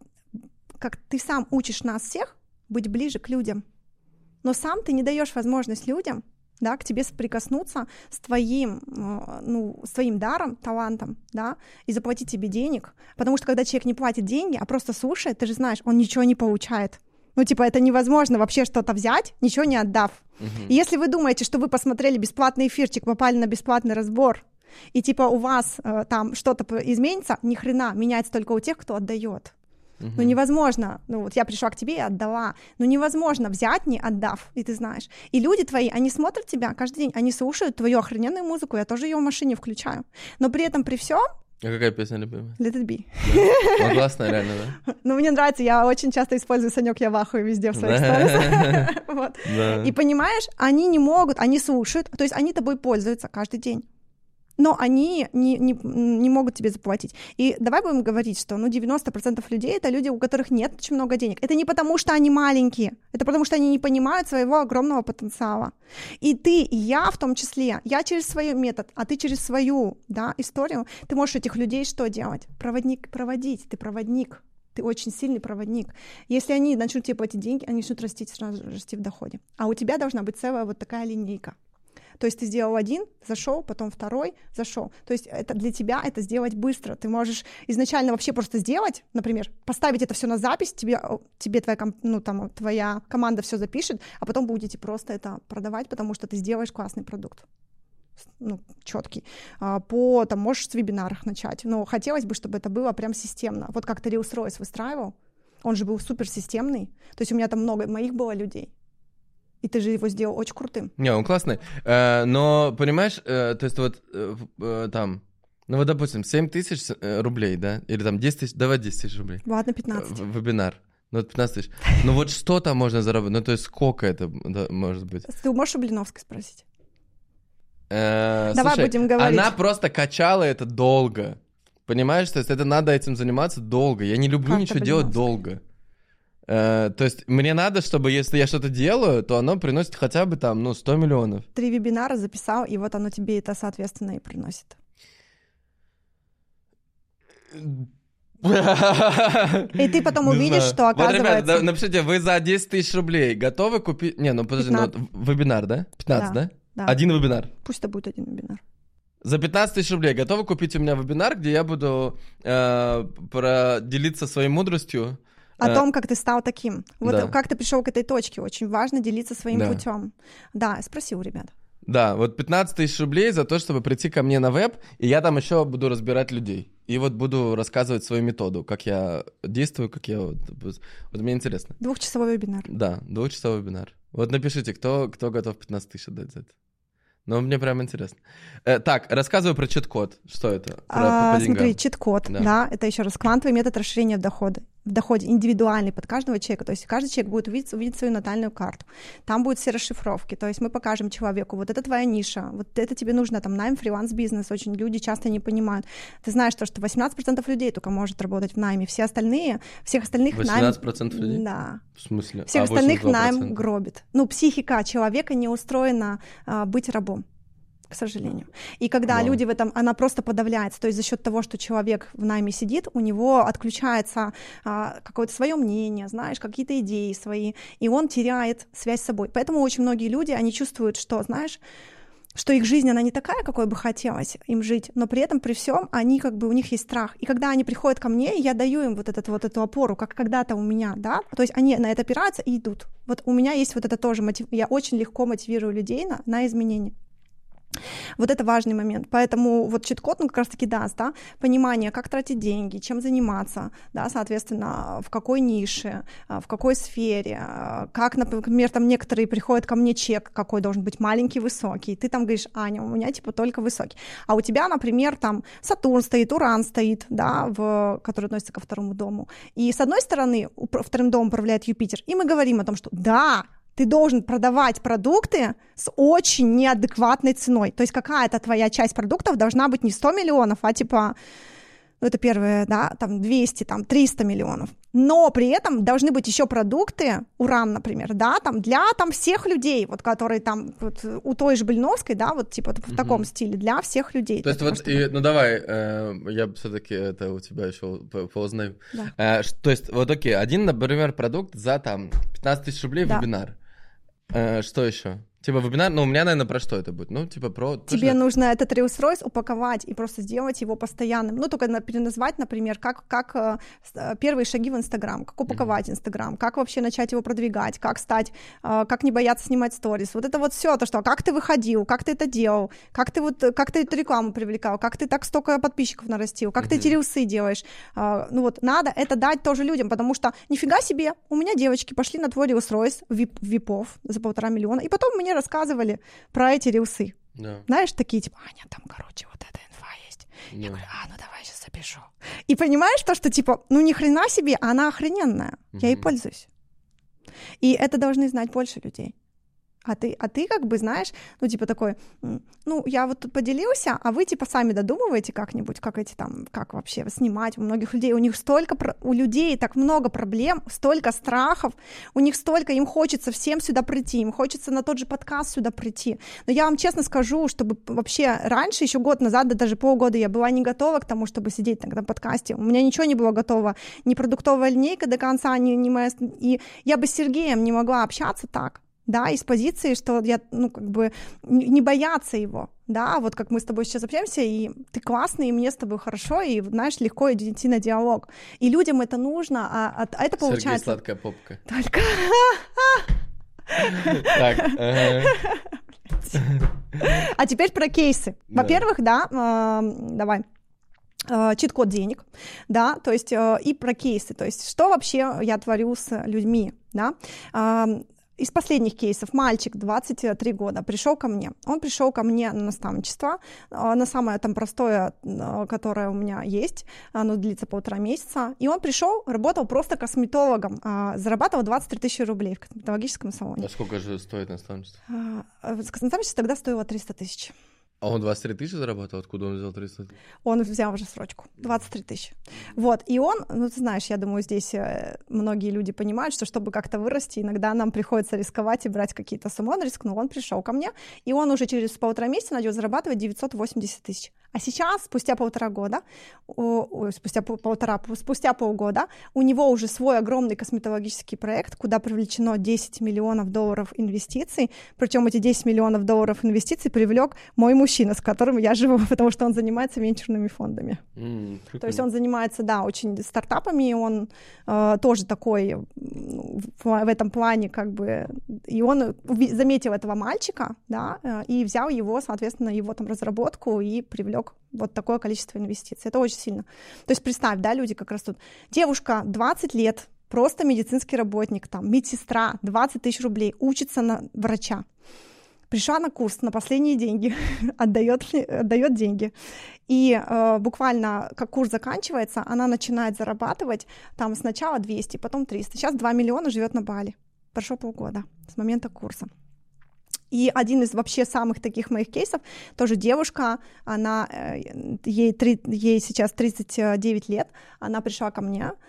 как ты сам учишь нас всех быть ближе к людям, но сам ты не даешь возможность людям, да, к тебе соприкоснуться с твоим, ну, с твоим даром, талантом, да, и заплатить тебе денег, потому что когда человек не платит деньги, а просто слушает, ты же знаешь, он ничего не получает. Ну, типа, это невозможно вообще что-то взять, ничего не отдав. Uh-huh. И если вы думаете, что вы посмотрели бесплатный эфирчик, попали на бесплатный разбор, и типа у вас э, там что-то изменится, ни хрена, меняется только у тех, кто отдает. Uh-huh. Ну, невозможно, ну, вот я пришла к тебе и отдала, ну, невозможно взять, не отдав, и ты знаешь. И люди твои, они смотрят тебя каждый день, они слушают твою охрененную музыку, я тоже ее в машине включаю, но при этом, при всем. А какая песня любимая? Let it be. Да? Ну, классная, реально, да? Ну, мне нравится, я очень часто использую «Санёк, я в ахуе» везде в своих сторисах. И понимаешь, они не могут, они слушают, то есть они тобой пользуются каждый день. Но они не, не, не могут тебе заплатить. И давай будем говорить, что ну, девяносто процентов людей — это люди, у которых нет очень много денег. Это не потому, что они маленькие, это потому, что они не понимают своего огромного потенциала. И ты, и я в том числе, я через свой метод, а ты через свою, да, историю, ты можешь этих людей что делать? Проводник, проводить, ты проводник. Ты очень сильный проводник. Если они начнут тебе платить деньги, они начнут расти, сразу расти в доходе. А у тебя должна быть целая вот такая линейка. То есть ты сделал один, зашел, потом второй, зашел. То есть это для тебя это сделать быстро. Ты можешь изначально вообще просто сделать, например, поставить это все на запись, тебе, тебе твоя, ну, там, твоя команда все запишет, а потом будете просто это продавать, потому что ты сделаешь классный продукт. Ну, четкий. По, там, можешь с вебинаров начать. Но хотелось бы, чтобы это было прям системно. Вот как ты Reels Royce выстраивал, он же был суперсистемный. То есть у меня там много моих было людей. И ты же его сделал очень крутым. Не, он классный. Э, но, понимаешь, э, то есть вот э, э, там, ну вот, допустим, семь тысяч рублей, да? Или там десять тысяч, давай десять тысяч рублей. Ладно, пятнадцать. В, вебинар. Ну, вот пятнадцать тысяч. Ну вот что там можно заработать? Ну, то есть сколько это да, может быть? Ты можешь у Блиновской спросить? Э, давай слушай, будем говорить. Она просто качала это долго. Понимаешь? То есть это надо этим заниматься долго. Я не люблю как ничего делать долго. Uh, то есть мне надо, чтобы если я что-то делаю, то оно приносит хотя бы там, ну, сто миллионов. Три вебинара записал, и вот оно тебе это, соответственно, и приносит. И ты потом увидишь, что оказывается... Вот, ребята, напишите, вы за десять тысяч рублей готовы купить... Не, ну подожди, ну, вебинар, да? пятнадцать, да? Да? Один вебинар. Пусть это будет один вебинар. За пятнадцать тысяч рублей готовы купить у меня вебинар, где я буду э, делиться своей мудростью. О том, как ты стал таким. Вот да. Как ты пришел к этой точке. Очень важно делиться своим да. путем. Да, спроси у ребят. Да, вот пятнадцать тысяч рублей за то, чтобы прийти ко мне на веб, и я там еще буду разбирать людей. И вот буду рассказывать свою методу, как я действую, как я... Вот, вот мне интересно. Двухчасовой вебинар. Да, двухчасовой вебинар. Вот напишите, кто, кто готов пятнадцать тысяч отдать за это. Ну, мне прям интересно. Э, так, рассказываю про чит-код. Что это? Про, а, по смотри, чит-код, да. да, это еще раз квантовый метод расширения дохода. В доходе индивидуальный под каждого человека. То есть каждый человек будет увидеть, увидеть свою натальную карту. Там будут все расшифровки. То есть мы покажем человеку, вот это твоя ниша, вот это тебе нужно, там, найм, фриланс-бизнес. Очень люди часто не понимают. Ты знаешь, то, что восемнадцать процентов людей только может работать в найме. Все остальные, всех остальных восемнадцать процентов найм... людей? Да. В смысле? Всех а остальных найм гробит. Ну, психика человека не устроена а, быть рабом, к сожалению. И когда wow. люди в этом, она просто подавляется, то есть за счет того, что человек в найме сидит, у него отключается а, какое-то свое мнение, знаешь, какие-то идеи свои, и он теряет связь с собой. Поэтому очень многие люди, они чувствуют, что, знаешь, что их жизнь, она не такая, какой бы хотелось им жить, но при этом, при всем, они как бы, у них есть страх. И когда они приходят ко мне, я даю им вот, этот, вот эту опору, как когда-то у меня, да, то есть они на это опираются и идут. Вот у меня есть вот это тоже, мотив... я очень легко мотивирую людей на, на изменения. Вот это важный момент. Поэтому вот чит-код, ну, как раз-таки даст, да, понимание, как тратить деньги, чем заниматься, да, соответственно, в какой нише, в какой сфере, как, например, там некоторые приходят ко мне, чек какой должен быть, маленький, высокий, ты там говоришь: Аня, у меня, типа, только высокий, а у тебя, например, там Сатурн стоит, Уран стоит, да, в, который относится ко второму дому, и с одной стороны вторым домом управляет Юпитер, и мы говорим о том, что да, ты должен продавать продукты с очень неадекватной ценой. То есть какая-то твоя часть продуктов должна быть не сто миллионов, а типа, ну это первое, да, там двести, там триста миллионов. Но при этом должны быть еще продукты, Уран, например, да, там для там всех людей, вот которые там вот, у той же Блиновской, да, вот типа в таком uh-huh. стиле, для всех людей. То есть вот, чтобы... и, ну давай, э, я все-таки это у тебя еще поузнаю. Да. Э, то есть вот окей, один, например, продукт за там пятнадцать тысяч рублей да. вебинар. Э, что еще? Типа вебинар, ну у меня, наверное, про что это будет? Ну, типа про... Тебе тоже... нужно этот реустройс упаковать и просто сделать его постоянным. Ну, только переназвать, например, как, как э, первые шаги в Инстаграм, как упаковать Инстаграм, mm-hmm. как вообще начать его продвигать, как стать, э, как не бояться снимать сторис. Вот это вот все, то, что как ты выходил, как ты это делал, как ты, вот, как ты эту рекламу привлекал, как ты так столько подписчиков нарастил, как mm-hmm. ты эти рилсы делаешь. Э, ну вот, надо это дать тоже людям, потому что нифига себе, у меня девочки пошли на твой реустройс, вип, випов за полтора миллиона, и потом мне рассказывали про эти рилсы. Да. Знаешь, такие типа: Аня, там, короче, вот эта инфа есть. Да. Я говорю: а, ну давай сейчас запишу. И понимаешь то, что типа, ну ни хрена себе, она охрененная. Угу. Я ей пользуюсь. И это должны знать больше людей. А ты, а ты как бы знаешь, ну типа такой, ну я вот тут поделился, а вы типа сами додумываете как-нибудь, как эти там, как вообще снимать. У многих людей, у них столько, у людей так много проблем, столько страхов, у них столько, им хочется всем сюда прийти, им хочется на тот же подкаст сюда прийти. Но я вам честно скажу, чтобы вообще раньше, еще год назад, да даже полгода я была не готова к тому, чтобы сидеть на подкасте. У меня ничего не было готово, ни продуктовая линейка до конца, ни, ни моя... И я бы с Сергеем не могла общаться так. Да, из позиции, что я, ну, как бы, не бояться его, да, вот как мы с тобой сейчас общаемся, и ты классный, и мне с тобой хорошо, и, знаешь, легко идти на диалог. И людям это нужно, а, а это получается... Сергей, сладкая попка. Только... Так, а теперь про кейсы. Во-первых, да, давай. Чит-код денег, да, то есть и про кейсы, то есть что вообще я творю с людьми, да. Из последних кейсов мальчик, двадцать три года, пришел ко мне. Он пришел ко мне на наставничество, на самое там простое, которое у меня есть, оно длится полтора месяца. И он пришел, работал просто косметологом, зарабатывал двадцать три тысячи рублей в косметологическом салоне. А сколько же стоит наставничество? Наставничество тогда стоило триста тысяч. А он двадцать три тысячи заработал? Откуда он взял триста тысяч? Он взял уже срочку, двадцать три тысячи. Вот, и он, ну ты знаешь, я думаю, здесь многие люди понимают, что чтобы как-то вырасти, иногда нам приходится рисковать и брать какие-то суммы. Он рискнул, он пришел ко мне, и он уже через полтора месяца начал зарабатывать девятьсот восемьдесят тысяч. А сейчас, спустя полтора года, о, спустя полтора, спустя полгода, у него уже свой огромный косметологический проект, куда привлечено десять миллионов долларов инвестиций, причем эти десять миллионов долларов инвестиций привлек мой мужчина, с которым я живу, потому что он занимается венчурными фондами. Mm, То есть он занимается, да, очень стартапами, он э, тоже такой в, в этом плане как бы, и он заметил этого мальчика, да, э, и взял его, соответственно, его там разработку и привлек вот такое количество инвестиций. Это очень сильно. То есть представь, да, люди как растут. Девушка, двадцать лет, просто медицинский работник, там, медсестра, двадцать тысяч рублей, учится на врача. Пришла на курс на последние деньги, отдает, отдает деньги. И э, буквально, как курс заканчивается, она начинает зарабатывать там сначала двести, потом триста. Сейчас два миллиона, живет на Бали. Прошло полгода с момента курса. И один из вообще самых таких моих кейсов, тоже девушка, она, ей, три, ей сейчас тридцать девять лет, она пришла ко мне,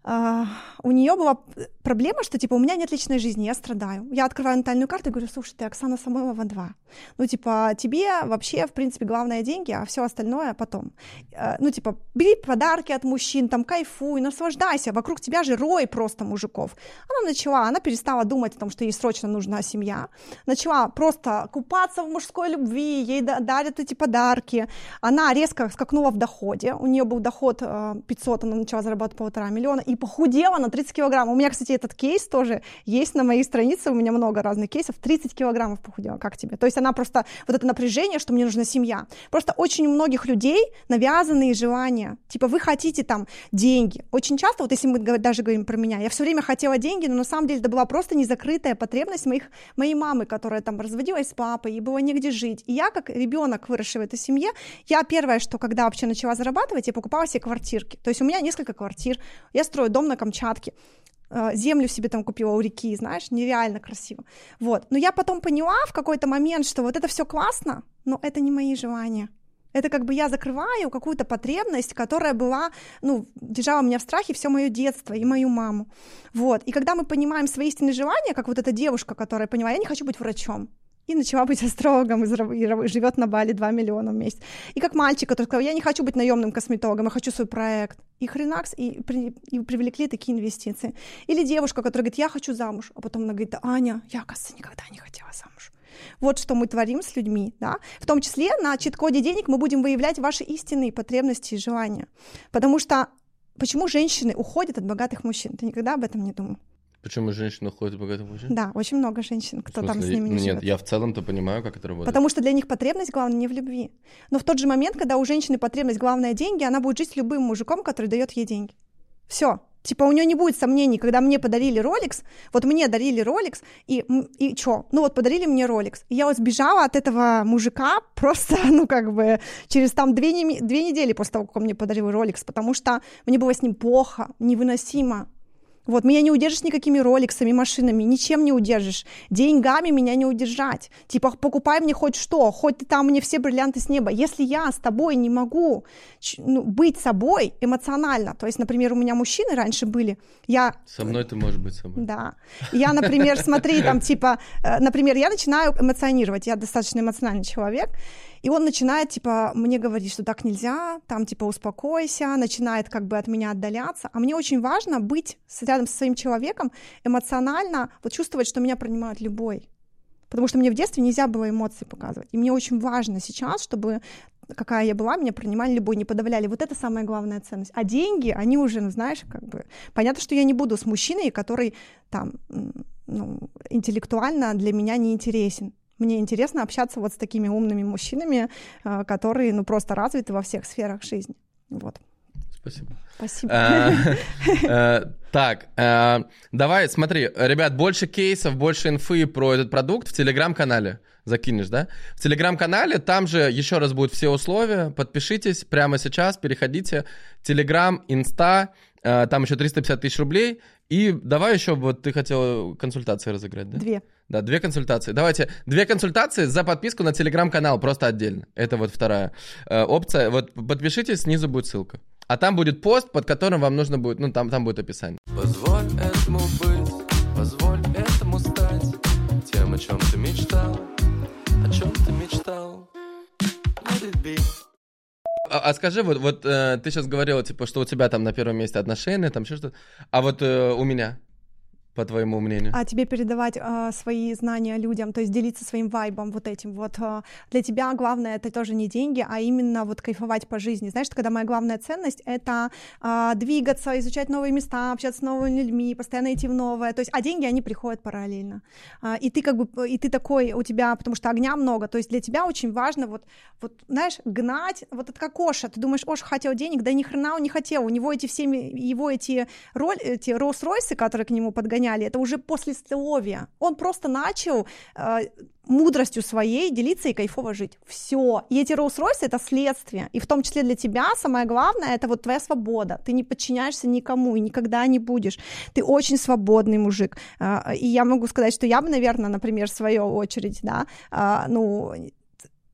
Uh, у нее была проблема, что, типа, у меня нет личной жизни, я страдаю. Я открываю натальную карту и говорю, слушай, ты Оксана Самойлова два. Ну, типа, тебе вообще, в принципе, главное деньги, а все остальное потом. Uh, ну, типа, бери подарки от мужчин, там, кайфуй, наслаждайся, вокруг тебя же рой просто мужиков. Она начала, она перестала думать о том, что ей срочно нужна семья, начала просто купаться в мужской любви, ей дарят эти подарки. Она резко скакнула в доходе, у нее был доход uh, пятьсот, она начала зарабатывать полтора миллиона, и похудела на тридцать килограмм. У меня, кстати, этот кейс тоже есть на моей странице, у меня много разных кейсов, тридцать килограммов похудела, как тебе? То есть она просто, вот это напряжение, что мне нужна семья. Просто очень у многих людей навязанные желания, типа вы хотите там деньги. Очень часто, вот если мы даже говорим про меня, я все время хотела деньги, но на самом деле это была просто незакрытая потребность моих, моей мамы, которая там разводилась с папой, ей было негде жить. И я, как ребенок, выросший в этой семье, я первое, что когда вообще начала зарабатывать, я покупала себе квартирки. То есть у меня несколько квартир, я строю дом на Камчатке, землю себе там купила у реки, знаешь, нереально красиво. Вот. Но я потом поняла в какой-то момент, что вот это все классно, но это не мои желания. Это как бы я закрываю какую-то потребность, которая была, ну, держала меня в страхе все мое детство и мою маму. Вот. И когда мы понимаем свои истинные желания, как вот эта девушка, которая поняла, я не хочу быть врачом, и начала быть астрологом, и живет на Бали два миллиона в месяц. И как мальчик, который сказал, я не хочу быть наемным косметологом, я хочу свой проект. И хренакс, и, при, и привлекли такие инвестиции. Или девушка, которая говорит, я хочу замуж, а потом она говорит, Аня, я, оказывается, никогда не хотела замуж. Вот что мы творим с людьми, да. В том числе на чит-коде денег мы будем выявлять ваши истинные потребности и желания. Потому что почему женщины уходят от богатых мужчин? Ты никогда об этом не думал? Почему женщины уходят от богатых мужчин? Да, очень много женщин, кто в смысле, там с ними не Нет, живет. я в целом-то понимаю, как это работает. Потому что для них потребность главная не в любви. Но в тот же момент, когда у женщины потребность главная деньги, она будет жить с любым мужиком, который дает ей деньги. Все. Типа у нее не будет сомнений, когда мне подарили Rolex, вот мне дарили Rolex, и, и что? Ну вот подарили мне Rolex. И я вот сбежала от этого мужика просто, ну как бы, через там две, не, две недели после того, как он мне подарил Rolex, потому что мне было с ним плохо, невыносимо. Вот, меня не удержишь никакими роликсами, машинами, ничем не удержишь. Деньгами меня не удержать. Типа, покупай мне хоть что, хоть ты там мне все бриллианты с неба. Если я с тобой не могу ну, быть собой эмоционально, то есть, например, у меня мужчины раньше были, я... Со мной ты можешь быть собой. Да. Я, например, смотри, там, типа, например, я начинаю эмоционировать, я достаточно эмоциональный человек, и он начинает, типа, мне говорить, что так нельзя, там, типа, успокойся, начинает как бы от меня отдаляться. А мне очень важно быть рядом со своим человеком эмоционально, вот чувствовать, что меня принимают любой. Потому что мне в детстве нельзя было эмоции показывать. И мне очень важно сейчас, чтобы какая я была, меня принимали любой, не подавляли. Вот это самая главная ценность. А деньги, они уже, ну, знаешь, как бы... Понятно, что я не буду с мужчиной, который там, ну, интеллектуально для меня не интересен. Мне интересно общаться вот с такими умными мужчинами, которые, ну, просто развиты во всех сферах жизни. Вот. Спасибо. Спасибо. Так, давай, смотри, ребят, больше кейсов, больше инфы про этот продукт в Телеграм-канале. Закинешь, да? В Телеграм-канале, там же еще раз будут все условия. Подпишитесь прямо сейчас, переходите. Телеграм, Инста, там еще триста пятьдесят тысяч рублей. И давай еще, вот ты хотела консультации разыграть, да? Две. Да, две консультации. Давайте, две консультации за подписку на Телеграм-канал, просто отдельно. Это вот вторая э, опция. Вот подпишитесь, снизу будет ссылка. А там будет пост, под которым вам нужно будет, ну там, там будет описание. Позволь этому быть, позволь этому стать тем, о чем ты мечтал, о чем ты мечтал. Let it be. А, а скажи, вот, вот э, ты сейчас говорила, типа, что у тебя там на первом месте отношения, там еще что-то. А вот э, у меня, по твоему мнению? А тебе передавать э, свои знания людям, то есть делиться своим вайбом вот этим вот. Э, для тебя главное это тоже не деньги, а именно вот кайфовать по жизни. Знаешь, когда моя главная ценность — это э, двигаться, изучать новые места, общаться с новыми людьми, постоянно идти в новое. То есть, а деньги, они приходят параллельно. Э, и ты как бы, и ты такой, у тебя, потому что огня много, то есть для тебя очень важно вот, вот знаешь, гнать, вот это как Оша. Ты думаешь, Оша хотел денег, да ни хрена он не хотел. У него эти все, его эти, роль, эти Роллс-Ройсы, которые к нему подгоняли, это уже послесловие. Он просто начал э, мудростью своей делиться и кайфово жить. Все. И эти Роллс-Ройсы — это следствие. И в том числе для тебя самое главное — это вот твоя свобода. Ты не подчиняешься никому и никогда не будешь. Ты очень свободный мужик. Э, и я могу сказать, что я бы, наверное, например, в свою очередь, да, э, ну...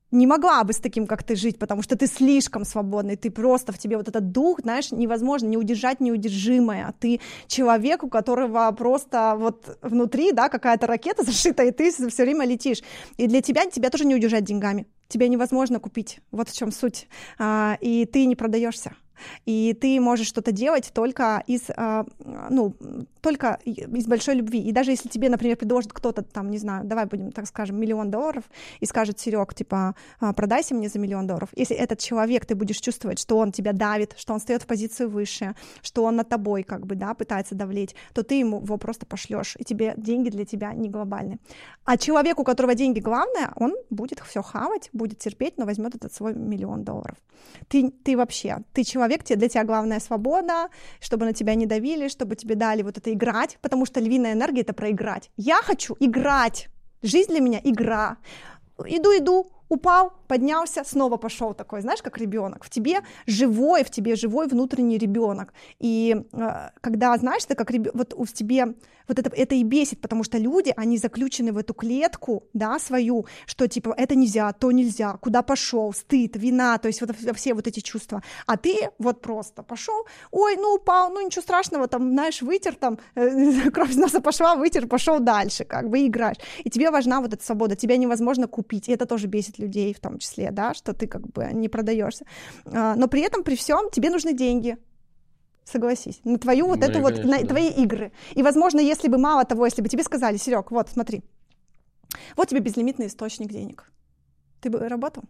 не могла бы с таким, как ты, жить, потому что ты слишком свободный, ты просто, в тебе вот этот дух, знаешь, невозможно не удержать неудержимое. Ты человек, у которого просто вот внутри, да, какая-то ракета зашита, и ты все время летишь. И для тебя, тебя тоже не удержать деньгами. Тебя невозможно купить, вот в чем суть. И ты не продаешься. И ты можешь что-то делать только из, ну, только из большой любви. И даже если тебе, например, предложит кто-то, там, не знаю, давай будем, так скажем, миллион долларов, и скажет: Серег, типа, продайся мне за миллион долларов. Если этот человек, ты будешь чувствовать, что он тебя давит, что он встает в позицию выше, что он над тобой, как бы, да, пытается давлеть, то ты ему его просто пошлешь, и тебе деньги для тебя не глобальны. А человек, у которого деньги главное, он будет все хавать, будет терпеть, но возьмет этот свой миллион долларов. Ты, ты вообще, ты человек, для тебя главная свобода, чтобы на тебя не давили, чтобы тебе дали вот это играть, потому что львиная энергия — это про играть. Я хочу играть. Жизнь для меня — игра. Иду, иду, упал, поднялся, снова пошел такой, знаешь, как ребенок. В тебе живой, в тебе живой внутренний ребенок. И э, когда, знаешь, ты как ребенок, вот в тебе вот это, это и бесит, потому что люди, они заключены в эту клетку, да, свою, что типа это нельзя, то нельзя, куда пошел, стыд, вина, то есть вот все вот эти чувства. А ты вот просто пошел, ой, ну упал, ну ничего страшного, там, знаешь, вытер, там, э, кровь из носа пошла, вытер, пошел дальше, как бы играешь. И тебе важна вот эта свобода, тебя невозможно купить, и это тоже бесит людей в том числе, да, что ты как бы не продаешься. Но при этом, при всем, тебе нужны деньги. Согласись, на твою вот Мне, эту вот, конечно, на да. твои игры. И, возможно, если бы мало того, если бы тебе сказали: Серег, вот, смотри, вот тебе безлимитный источник денег. Ты бы работал?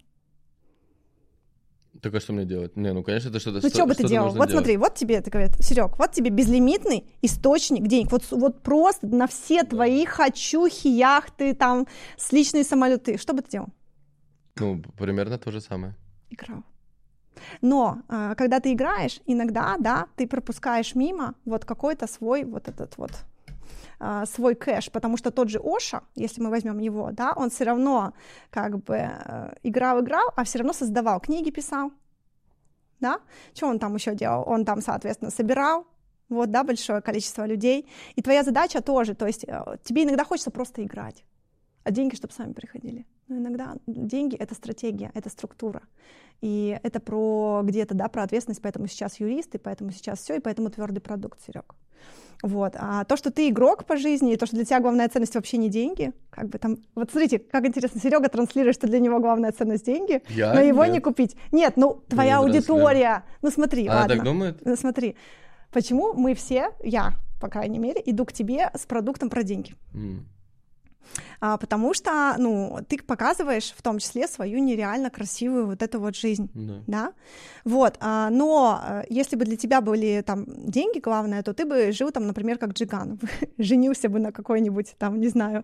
Так а что мне делать? Не, ну, конечно, это что-то... Ну, что бы ты делал? Вот делать. Смотри, вот тебе, это говорят: Серег, вот тебе безлимитный источник денег. Вот, вот просто на все да. твои хочухи, яхты, там, с личные самолеты. Что бы ты делал? Ну, примерно то же самое. Играл. Но э, когда ты играешь, иногда, да, ты пропускаешь мимо вот какой-то свой вот этот вот э, свой кэш, потому что тот же Оша, если мы возьмем его, да, он все равно как бы э, играл, играл, а все равно создавал, книги писал, да, что он там еще делал? Он там, соответственно, собирал, вот, да, большое количество людей, и твоя задача тоже, то есть э, тебе иногда хочется просто играть, а деньги, чтобы сами приходили. Но иногда деньги — это стратегия, это структура. И это про где-то, да, про ответственность, поэтому сейчас юрист, и поэтому сейчас все, и поэтому твердый продукт, Серег. Вот. А то, что ты игрок по жизни, и то, что для тебя главная ценность вообще не деньги, как бы там... Вот смотрите, как интересно, Серега транслирует, что для него главная ценность деньги, Я? но его Нет. не купить. Нет, ну, твоя Я аудитория... Ну, смотри, Она ладно. так думает? Ну, смотри, почему мы все, я, по крайней мере, иду к тебе с продуктом про деньги. Mm. А, потому что, ну, ты показываешь в том числе свою нереально красивую вот эту вот жизнь, да, да? Вот, а, но а, если бы для тебя были там деньги главное, то ты бы жил там, например, как Джиган, женился бы на какой-нибудь там, не знаю,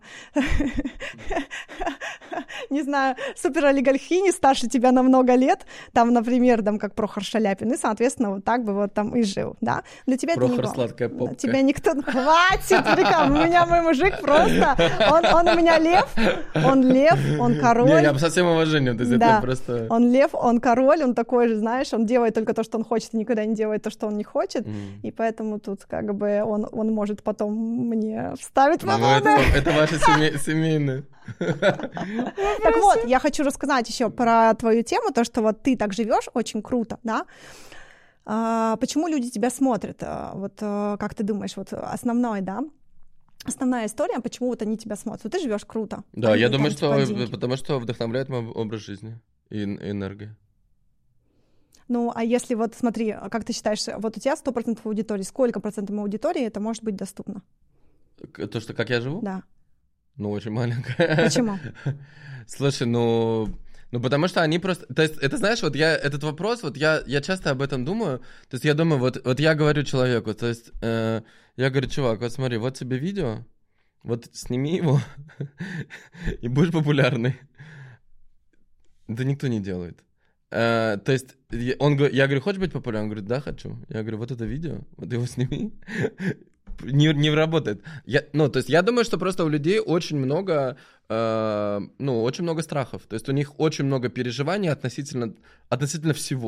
не знаю, суперолигархине, старше тебя на много лет, там, например, там, как Прохор Шаляпин, и, соответственно, вот так бы вот там и жил, да? Для тебя Прохор это не сладкая попка. Тебя никто... Хватит, прикол, у меня мой мужик просто, он, он у меня лев, он лев, он король. Не, я со всем уважением, то есть да. это просто... Он лев, он король, он такой же, знаешь, он делает только то, что он хочет, и никогда не делает то, что он не хочет, mm. и поэтому тут как бы он, он может потом мне вставить в ну, это, это ваше семей, семейное. Так вот, я хочу рассказать еще про твою тему, то, что вот ты так живешь, очень круто, да? А, почему люди тебя смотрят? Вот как ты думаешь, вот основной, да? Основная история, почему вот они тебя смотрят. Вот ты живешь круто. Да, я думаю, что потому что вдохновляет мой образ жизни и энергия. Ну, а если вот, смотри, как ты считаешь, вот у тебя сто процентов аудитории, сколько процентов аудитории это может быть доступно? То, что как я живу? Да. Ну, очень маленькая. Почему? Слушай, ну... Ну, потому что они просто... То есть, это, знаешь, вот я... Этот вопрос, вот я, я часто об этом думаю. То есть, я думаю, вот, вот я говорю человеку, то есть, э, я говорю: чувак, вот смотри, вот тебе видео, вот сними его, и будешь популярный. Это никто не делает. Uh, то есть, он, я говорю: хочешь быть популярным? Он говорит: да, хочу. Я говорю: вот это видео, вот его сними. не, не работает. Я, ну, то есть, я думаю, что просто у людей очень много, uh, ну, очень много страхов. То есть, у них очень много переживаний относительно, относительно всего.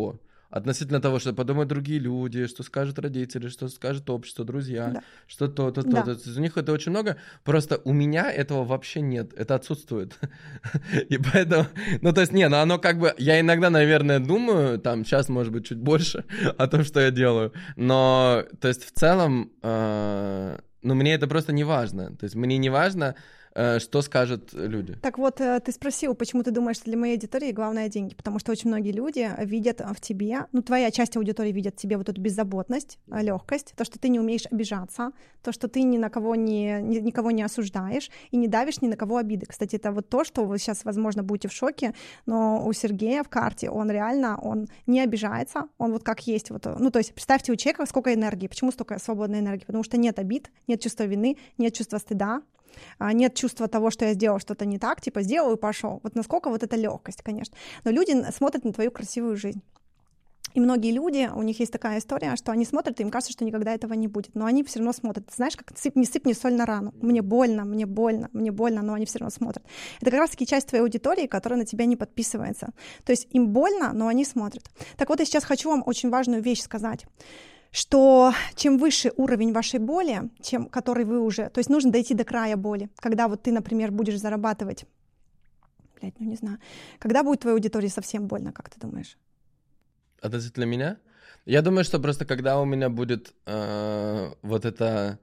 относительно того, что подумают другие люди, что скажут родители, что скажет общество, друзья, да. что то-то, то-то. Да. То. У них это очень много. Просто у меня этого вообще нет. Это отсутствует. И поэтому... Ну, то есть, не, ну оно как бы... Я иногда, наверное, думаю, там, сейчас, может быть, чуть больше о том, что я делаю. Но, то есть, в целом, э, ну, мне это просто не важно. То есть, мне не важно, что скажут люди. Так вот, ты спросил, почему ты думаешь, что для моей аудитории главное деньги, потому что очень многие люди видят в тебе, ну, твоя часть аудитории видит в тебе вот эту беззаботность, легкость, то, что ты не умеешь обижаться, то, что ты ни на кого не, ни, никого не осуждаешь и не давишь ни на кого обиды. Кстати, это вот то, что вы сейчас, возможно, будете в шоке, но у Сергея в карте он реально, он не обижается, он вот как есть, вот, ну, то есть представьте у человека, сколько энергии, почему столько свободной энергии, потому что нет обид, нет чувства вины, нет чувства стыда, нет чувства того, что я сделал что-то не так, типа сделал и пошел. Вот насколько вот эта легкость, конечно. Но люди смотрят на твою красивую жизнь. И многие люди, у них есть такая история, что они смотрят, и им кажется, что никогда этого не будет. Но они все равно смотрят. Знаешь, как сыпь, не сыпь, не соль на рану. Мне больно, мне больно, мне больно, но они все равно смотрят. Это как раз-таки часть твоей аудитории, которая на тебя не подписывается. То есть им больно, но они смотрят. Так вот, я сейчас хочу вам очень важную вещь сказать, что чем выше уровень вашей боли, чем который вы уже... То есть нужно дойти до края боли. Когда вот ты, например, будешь зарабатывать... Блядь, ну не знаю. Когда будет твоей аудитории совсем больно, как ты думаешь? Относительно меня? Я думаю, что просто когда у меня будет э, вот это...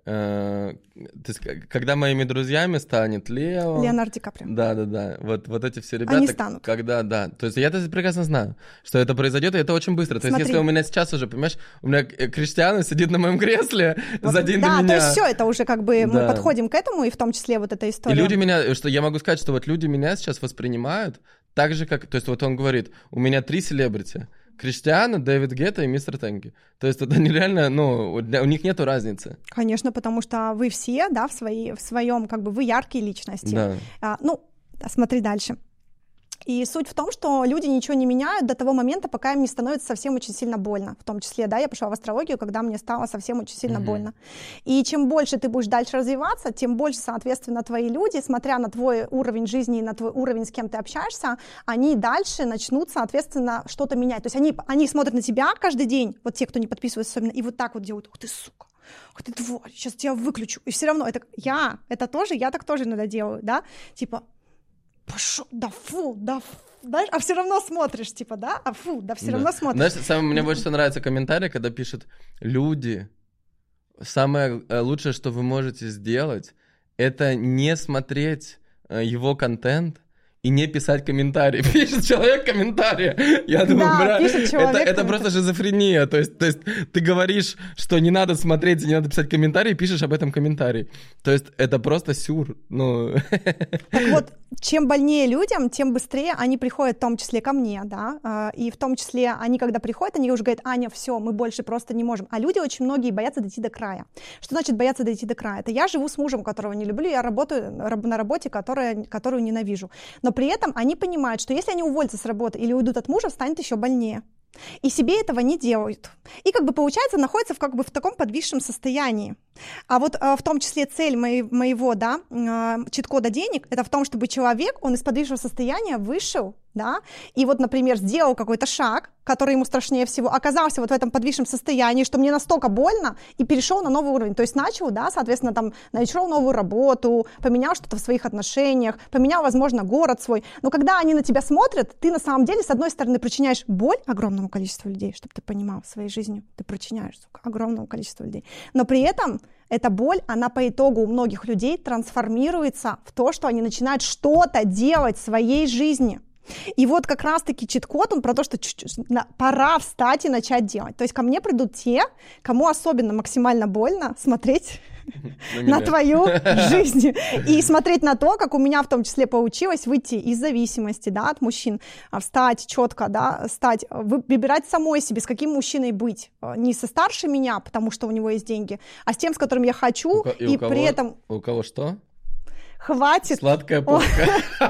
Э, то есть, когда моими друзьями станет Лео... Леонардо Ди Каприо. Да-да-да. Вот, вот эти все ребята... Они станут. Когда, да. То есть я это прекрасно знаю, что это произойдет, и это очень быстро. То Смотри. есть если у меня сейчас уже, понимаешь, у меня Криштиану сидит на моем кресле вот, за день да, до меня. Да, то есть все, это уже как бы да. мы подходим к этому, и в том числе вот эта история. И люди меня... Что я могу сказать, что вот люди меня сейчас воспринимают так же, как... То есть вот он говорит, у меня три селебрити. Криштиану, Дэвид Гетта и мистер Тенги. То есть это нереально, ну, у них нету разницы. Конечно, потому что вы все, да, в, своей, в своем, как бы, вы яркие личности. Да. А, ну, смотри дальше. И суть в том, что люди ничего не меняют до того момента, пока им не становится совсем очень сильно больно. В том числе, да, я пошла в астрологию, когда мне стало совсем очень сильно mm-hmm. больно. И чем больше ты будешь дальше развиваться, тем больше, соответственно, твои люди, смотря на твой уровень жизни и на твой уровень, с кем ты общаешься, они дальше начнут, соответственно, что-то менять. То есть они, они смотрят на тебя каждый день, вот те, кто не подписывается особенно, и вот так вот делают: ух ты, сука, ух ты, тварь, сейчас тебя выключу. И все равно это я, это тоже, я так тоже иногда делаю, да, типа... Пошел, да фу, да фу, знаешь, а все равно смотришь, типа, да, а фу, да все да. равно смотришь. Знаешь, самое, мне больше всего нравится комментарий, когда пишут: люди, самое лучшее, что вы можете сделать, это не смотреть его контент и не писать комментарии. Пишет человек комментарии. Я думаю, да, бля, пишет человек это, это просто шизофрения. То есть, то есть ты говоришь, что не надо смотреть и не надо писать комментарии, пишешь об этом комментарий. То есть это просто сюр. Ну. Так вот, чем больнее людям, тем быстрее они приходят, в том числе ко мне, да, и в том числе они, когда приходят, они уже говорят: Аня, все, мы больше просто не можем. А люди очень многие боятся дойти до края. Что значит бояться дойти до края? Это я живу с мужем, которого не люблю, я работаю на работе, которая, которую ненавижу. Но при этом они понимают, что если они уволятся с работы или уйдут от мужа, станет еще больнее. И себе этого не делают. И как бы получается находятся в, как бы в таком подвисшем состоянии. А вот э, в том числе цель моей, моего, да, э, чит-кода денег, это в том, чтобы человек, он из подвисшего состояния вышел, да, и вот, например, сделал какой-то шаг, который ему страшнее всего, оказался вот в этом подвисшем состоянии, что мне настолько больно, и перешел на новый уровень. То есть начал, да, соответственно, там, нашел новую работу, поменял что-то в своих отношениях, поменял, возможно, город свой. Но когда они на тебя смотрят, ты на самом деле, с одной стороны, причиняешь боль огромному количеству людей, чтобы ты понимал, своей жизнью ты причиняешь, сука, огромному количеству людей. Но при этом эта боль, она по итогу у многих людей трансформируется в то, что они начинают что-то делать в своей жизни. И вот как раз-таки чит-код, он про то, что пора встать и начать делать. То есть ко мне придут те, кому особенно максимально больно смотреть на твою жизнь и смотреть на то, как у меня в том числе получилось выйти из зависимости, да, от мужчин, встать четко, да, стать, выбирать самой себе, с каким мужчиной быть, не со старше меня, потому что у него есть деньги, а с тем, с которым я хочу, и, и у кого, при этом... У кого что? Хватит. Сладкая попка.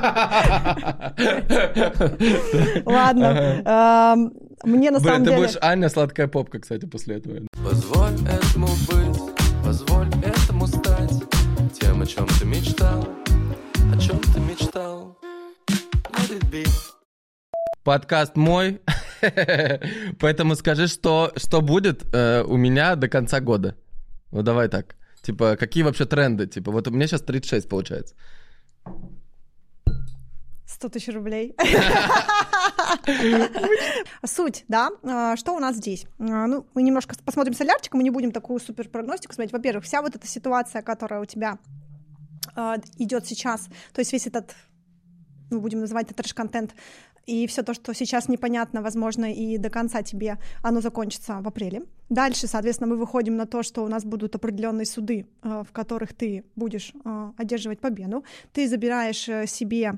Ладно. Мне на самом деле... Ты будешь Аня сладкая попка, кстати, после этого. Позволь этому быть, позволь этому стать тем, о чем ты мечтал, о чем ты мечтал. Подкаст мой. Поэтому скажи, что, что будет э, у меня до конца года. Ну, давай так. Типа, какие вообще тренды? Типа, вот у меня сейчас тридцать шесть получается. сто тысяч рублей. Суть, да, что у нас здесь? Ну, мы немножко посмотрим солярчик, мы не будем такую супер прогностику смотреть. Во-первых, вся вот эта ситуация, которая у тебя идет сейчас, то есть весь этот, мы будем называть это трэш-контент, и все то, что сейчас непонятно, возможно, и до конца тебе оно закончится в апреле. Дальше, соответственно, мы выходим на то, что у нас будут определенные суды, в которых ты будешь одерживать победу. Ты забираешь себе,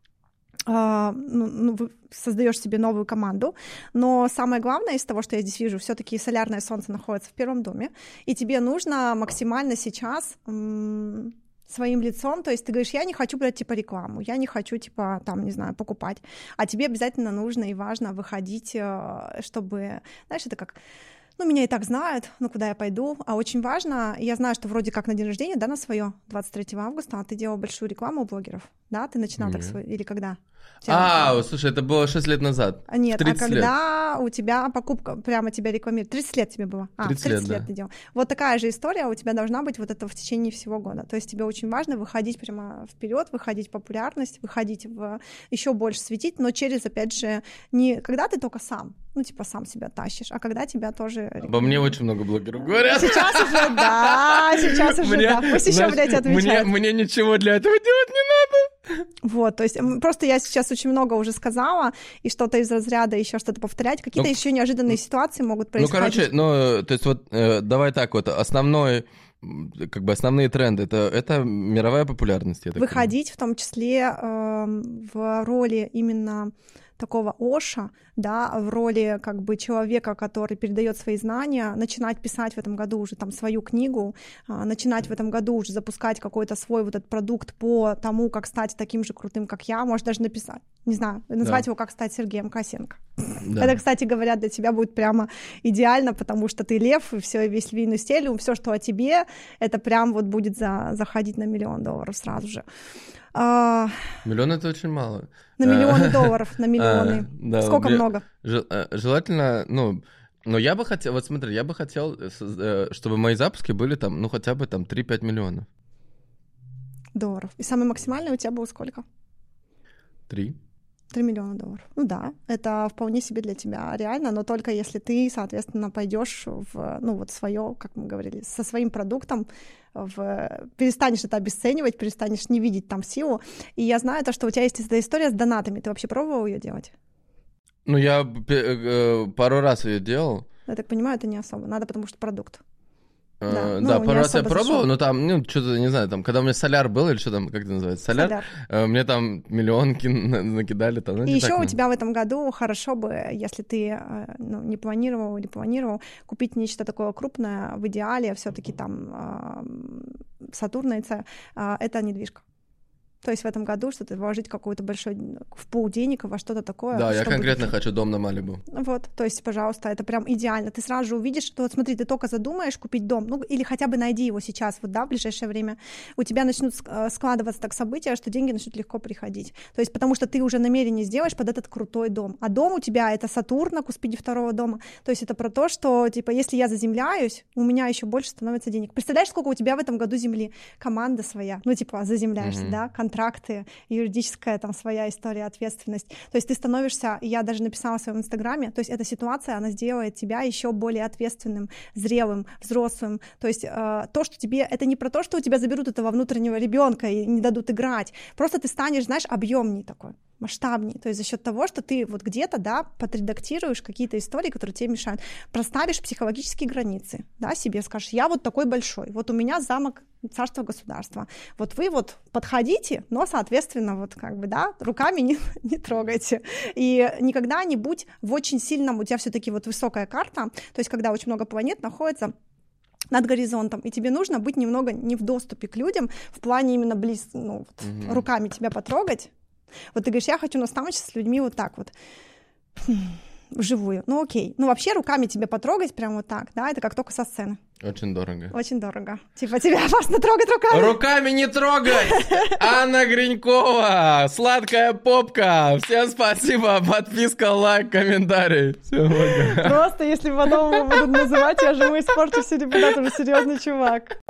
ну, ну, создаешь себе новую команду, но самое главное из того, что я здесь вижу, все-таки солярное солнце находится в первом доме, и тебе нужно максимально сейчас м- своим лицом, то есть ты говоришь, я не хочу брать, типа, рекламу, я не хочу, типа, там, не знаю, покупать, а тебе обязательно нужно и важно выходить, чтобы, знаешь, это как... Ну, меня и так знают, ну, куда я пойду. А очень важно, я знаю, что вроде как на день рождения, да, на свое, двадцать третьего августа, а ты делал большую рекламу у блогеров, да? Ты начинал mm-hmm. так свой, или когда? А, а, слушай, это было шесть лет назад. Нет, а когда лет. У тебя покупка, прямо тебя рекламируют, тридцать лет тебе было? А, тридцать, тридцать лет, лет да. ты делал. Вот такая же история у тебя должна быть вот это в течение всего года. То есть тебе очень важно выходить прямо вперед, выходить в популярность, выходить в еще больше светить, но через, опять же, не когда ты только сам, ну, типа, сам себя тащишь, а когда тебя тоже... Обо мне очень много блогеров говорят. Сейчас уже, да, сейчас уже, мне, да. Пусть еще, блядь, отвечают. Мне, мне ничего для этого делать не надо. Вот, то есть просто я сейчас очень много уже сказала, и что-то из разряда еще что-то повторять, какие-то ну, еще неожиданные ситуации могут происходить. Ну, короче, ну, то есть вот э, давай так вот, основной, как бы основные тренды, это, это мировая популярность. Я так Выходить понимаю. В том числе э, в роли именно такого Оша, да, в роли как бы человека, который передает свои знания, начинать писать в этом году уже там свою книгу, начинать в этом году уже запускать какой-то свой вот этот продукт по тому, как стать таким же крутым, как я, может даже написать, не знаю, назвать да. его «Как стать Сергеем Косенко». Да. Это, кстати говоря, для тебя будет прямо идеально, потому что ты лев, и все, весь львиный стиль, все, что о тебе, это прям вот будет за, заходить на миллион долларов сразу же. А... Миллион — это очень мало. На миллионы долларов, на миллионы. Да, сколько много? Желательно, ну, но я бы хотел, вот смотри, я бы хотел, чтобы мои запуски были там, ну, хотя бы там три-пять миллионов. Долларов. И самый максимальный у тебя был сколько? Три. Три миллиона долларов. Ну да, это вполне себе для тебя реально, но только если ты, соответственно, пойдешь в, ну вот свое, как мы говорили, со своим продуктом, в... перестанешь это обесценивать, перестанешь не видеть там силу. И я знаю то, что у тебя есть эта история с донатами. Ты вообще пробовал ее делать? Ну, я пару раз ее делал. Я так понимаю, это не особо. Надо, потому что продукт. Да, да, ну, да пару раз я пробовал, зашел. Но там, ну, что-то, не знаю, там, когда у меня соляр был, или что там, как это называется, соляр, соляр. Э, мне там миллион накидали. Там, ну, и еще у тебя в этом году хорошо бы, если ты ну, не планировал или планировал, купить нечто такое крупное, в идеале все-таки там э, Сатурница, э, это недвижка. То есть в этом году что-то вложить какой-то большой в пул денег во что-то такое. Да, я конкретно ты... хочу дом на Малибу. Вот, то есть, пожалуйста, это прям идеально. Ты сразу же увидишь, что вот смотри, ты только задумаешь купить дом, ну или хотя бы найди его сейчас, вот да, в ближайшее время. У тебя начнут складываться так события, что деньги начнут легко приходить. То есть потому что ты уже намерение сделаешь под этот крутой дом. А дом у тебя это Сатурн на куспиде второго дома. То есть это про то, что типа если я заземляюсь, у меня еще больше становится денег. Представляешь, сколько у тебя в этом году земли? Команда своя, ну типа заземляешься, mm-hmm. да, контракты, юридическая там своя история, ответственность. То есть ты становишься, я даже написала в своем инстаграме, то есть эта ситуация, она сделает тебя еще более ответственным, зрелым, взрослым. То есть э, то, что тебе, это не про то, что у тебя заберут этого внутреннего ребенка и не дадут играть. Просто ты станешь, знаешь, объемней такой, масштабней. То есть за счет того, что ты вот где-то, да, подредактируешь какие-то истории, которые тебе мешают, проставишь психологические границы, да, себе скажешь, я вот такой большой, вот у меня замок царства государства. Вот вы вот подходите, но, соответственно, вот как бы, да, руками не, не трогайте. И никогда не будь в очень сильном, у тебя все-таки вот высокая карта, то есть когда очень много планет находится над горизонтом, и тебе нужно быть немного не в доступе к людям, в плане именно близ, ну, вот, mm-hmm. руками тебя потрогать. Вот ты говоришь, я хочу наставничество с людьми вот так вот. вживую. Ну окей. Ну вообще руками тебе потрогать прям вот так, да, это как только со сцены. Очень дорого. Очень дорого. Типа тебя опасно трогать руками. Руками не трогать! Анна Гринькова, сладкая попка. Всем спасибо. Подписка, лайк, комментарий. Всем пока. Просто если потом его будут называть, я же ему испорчу всю репутацию, уже серьезный чувак.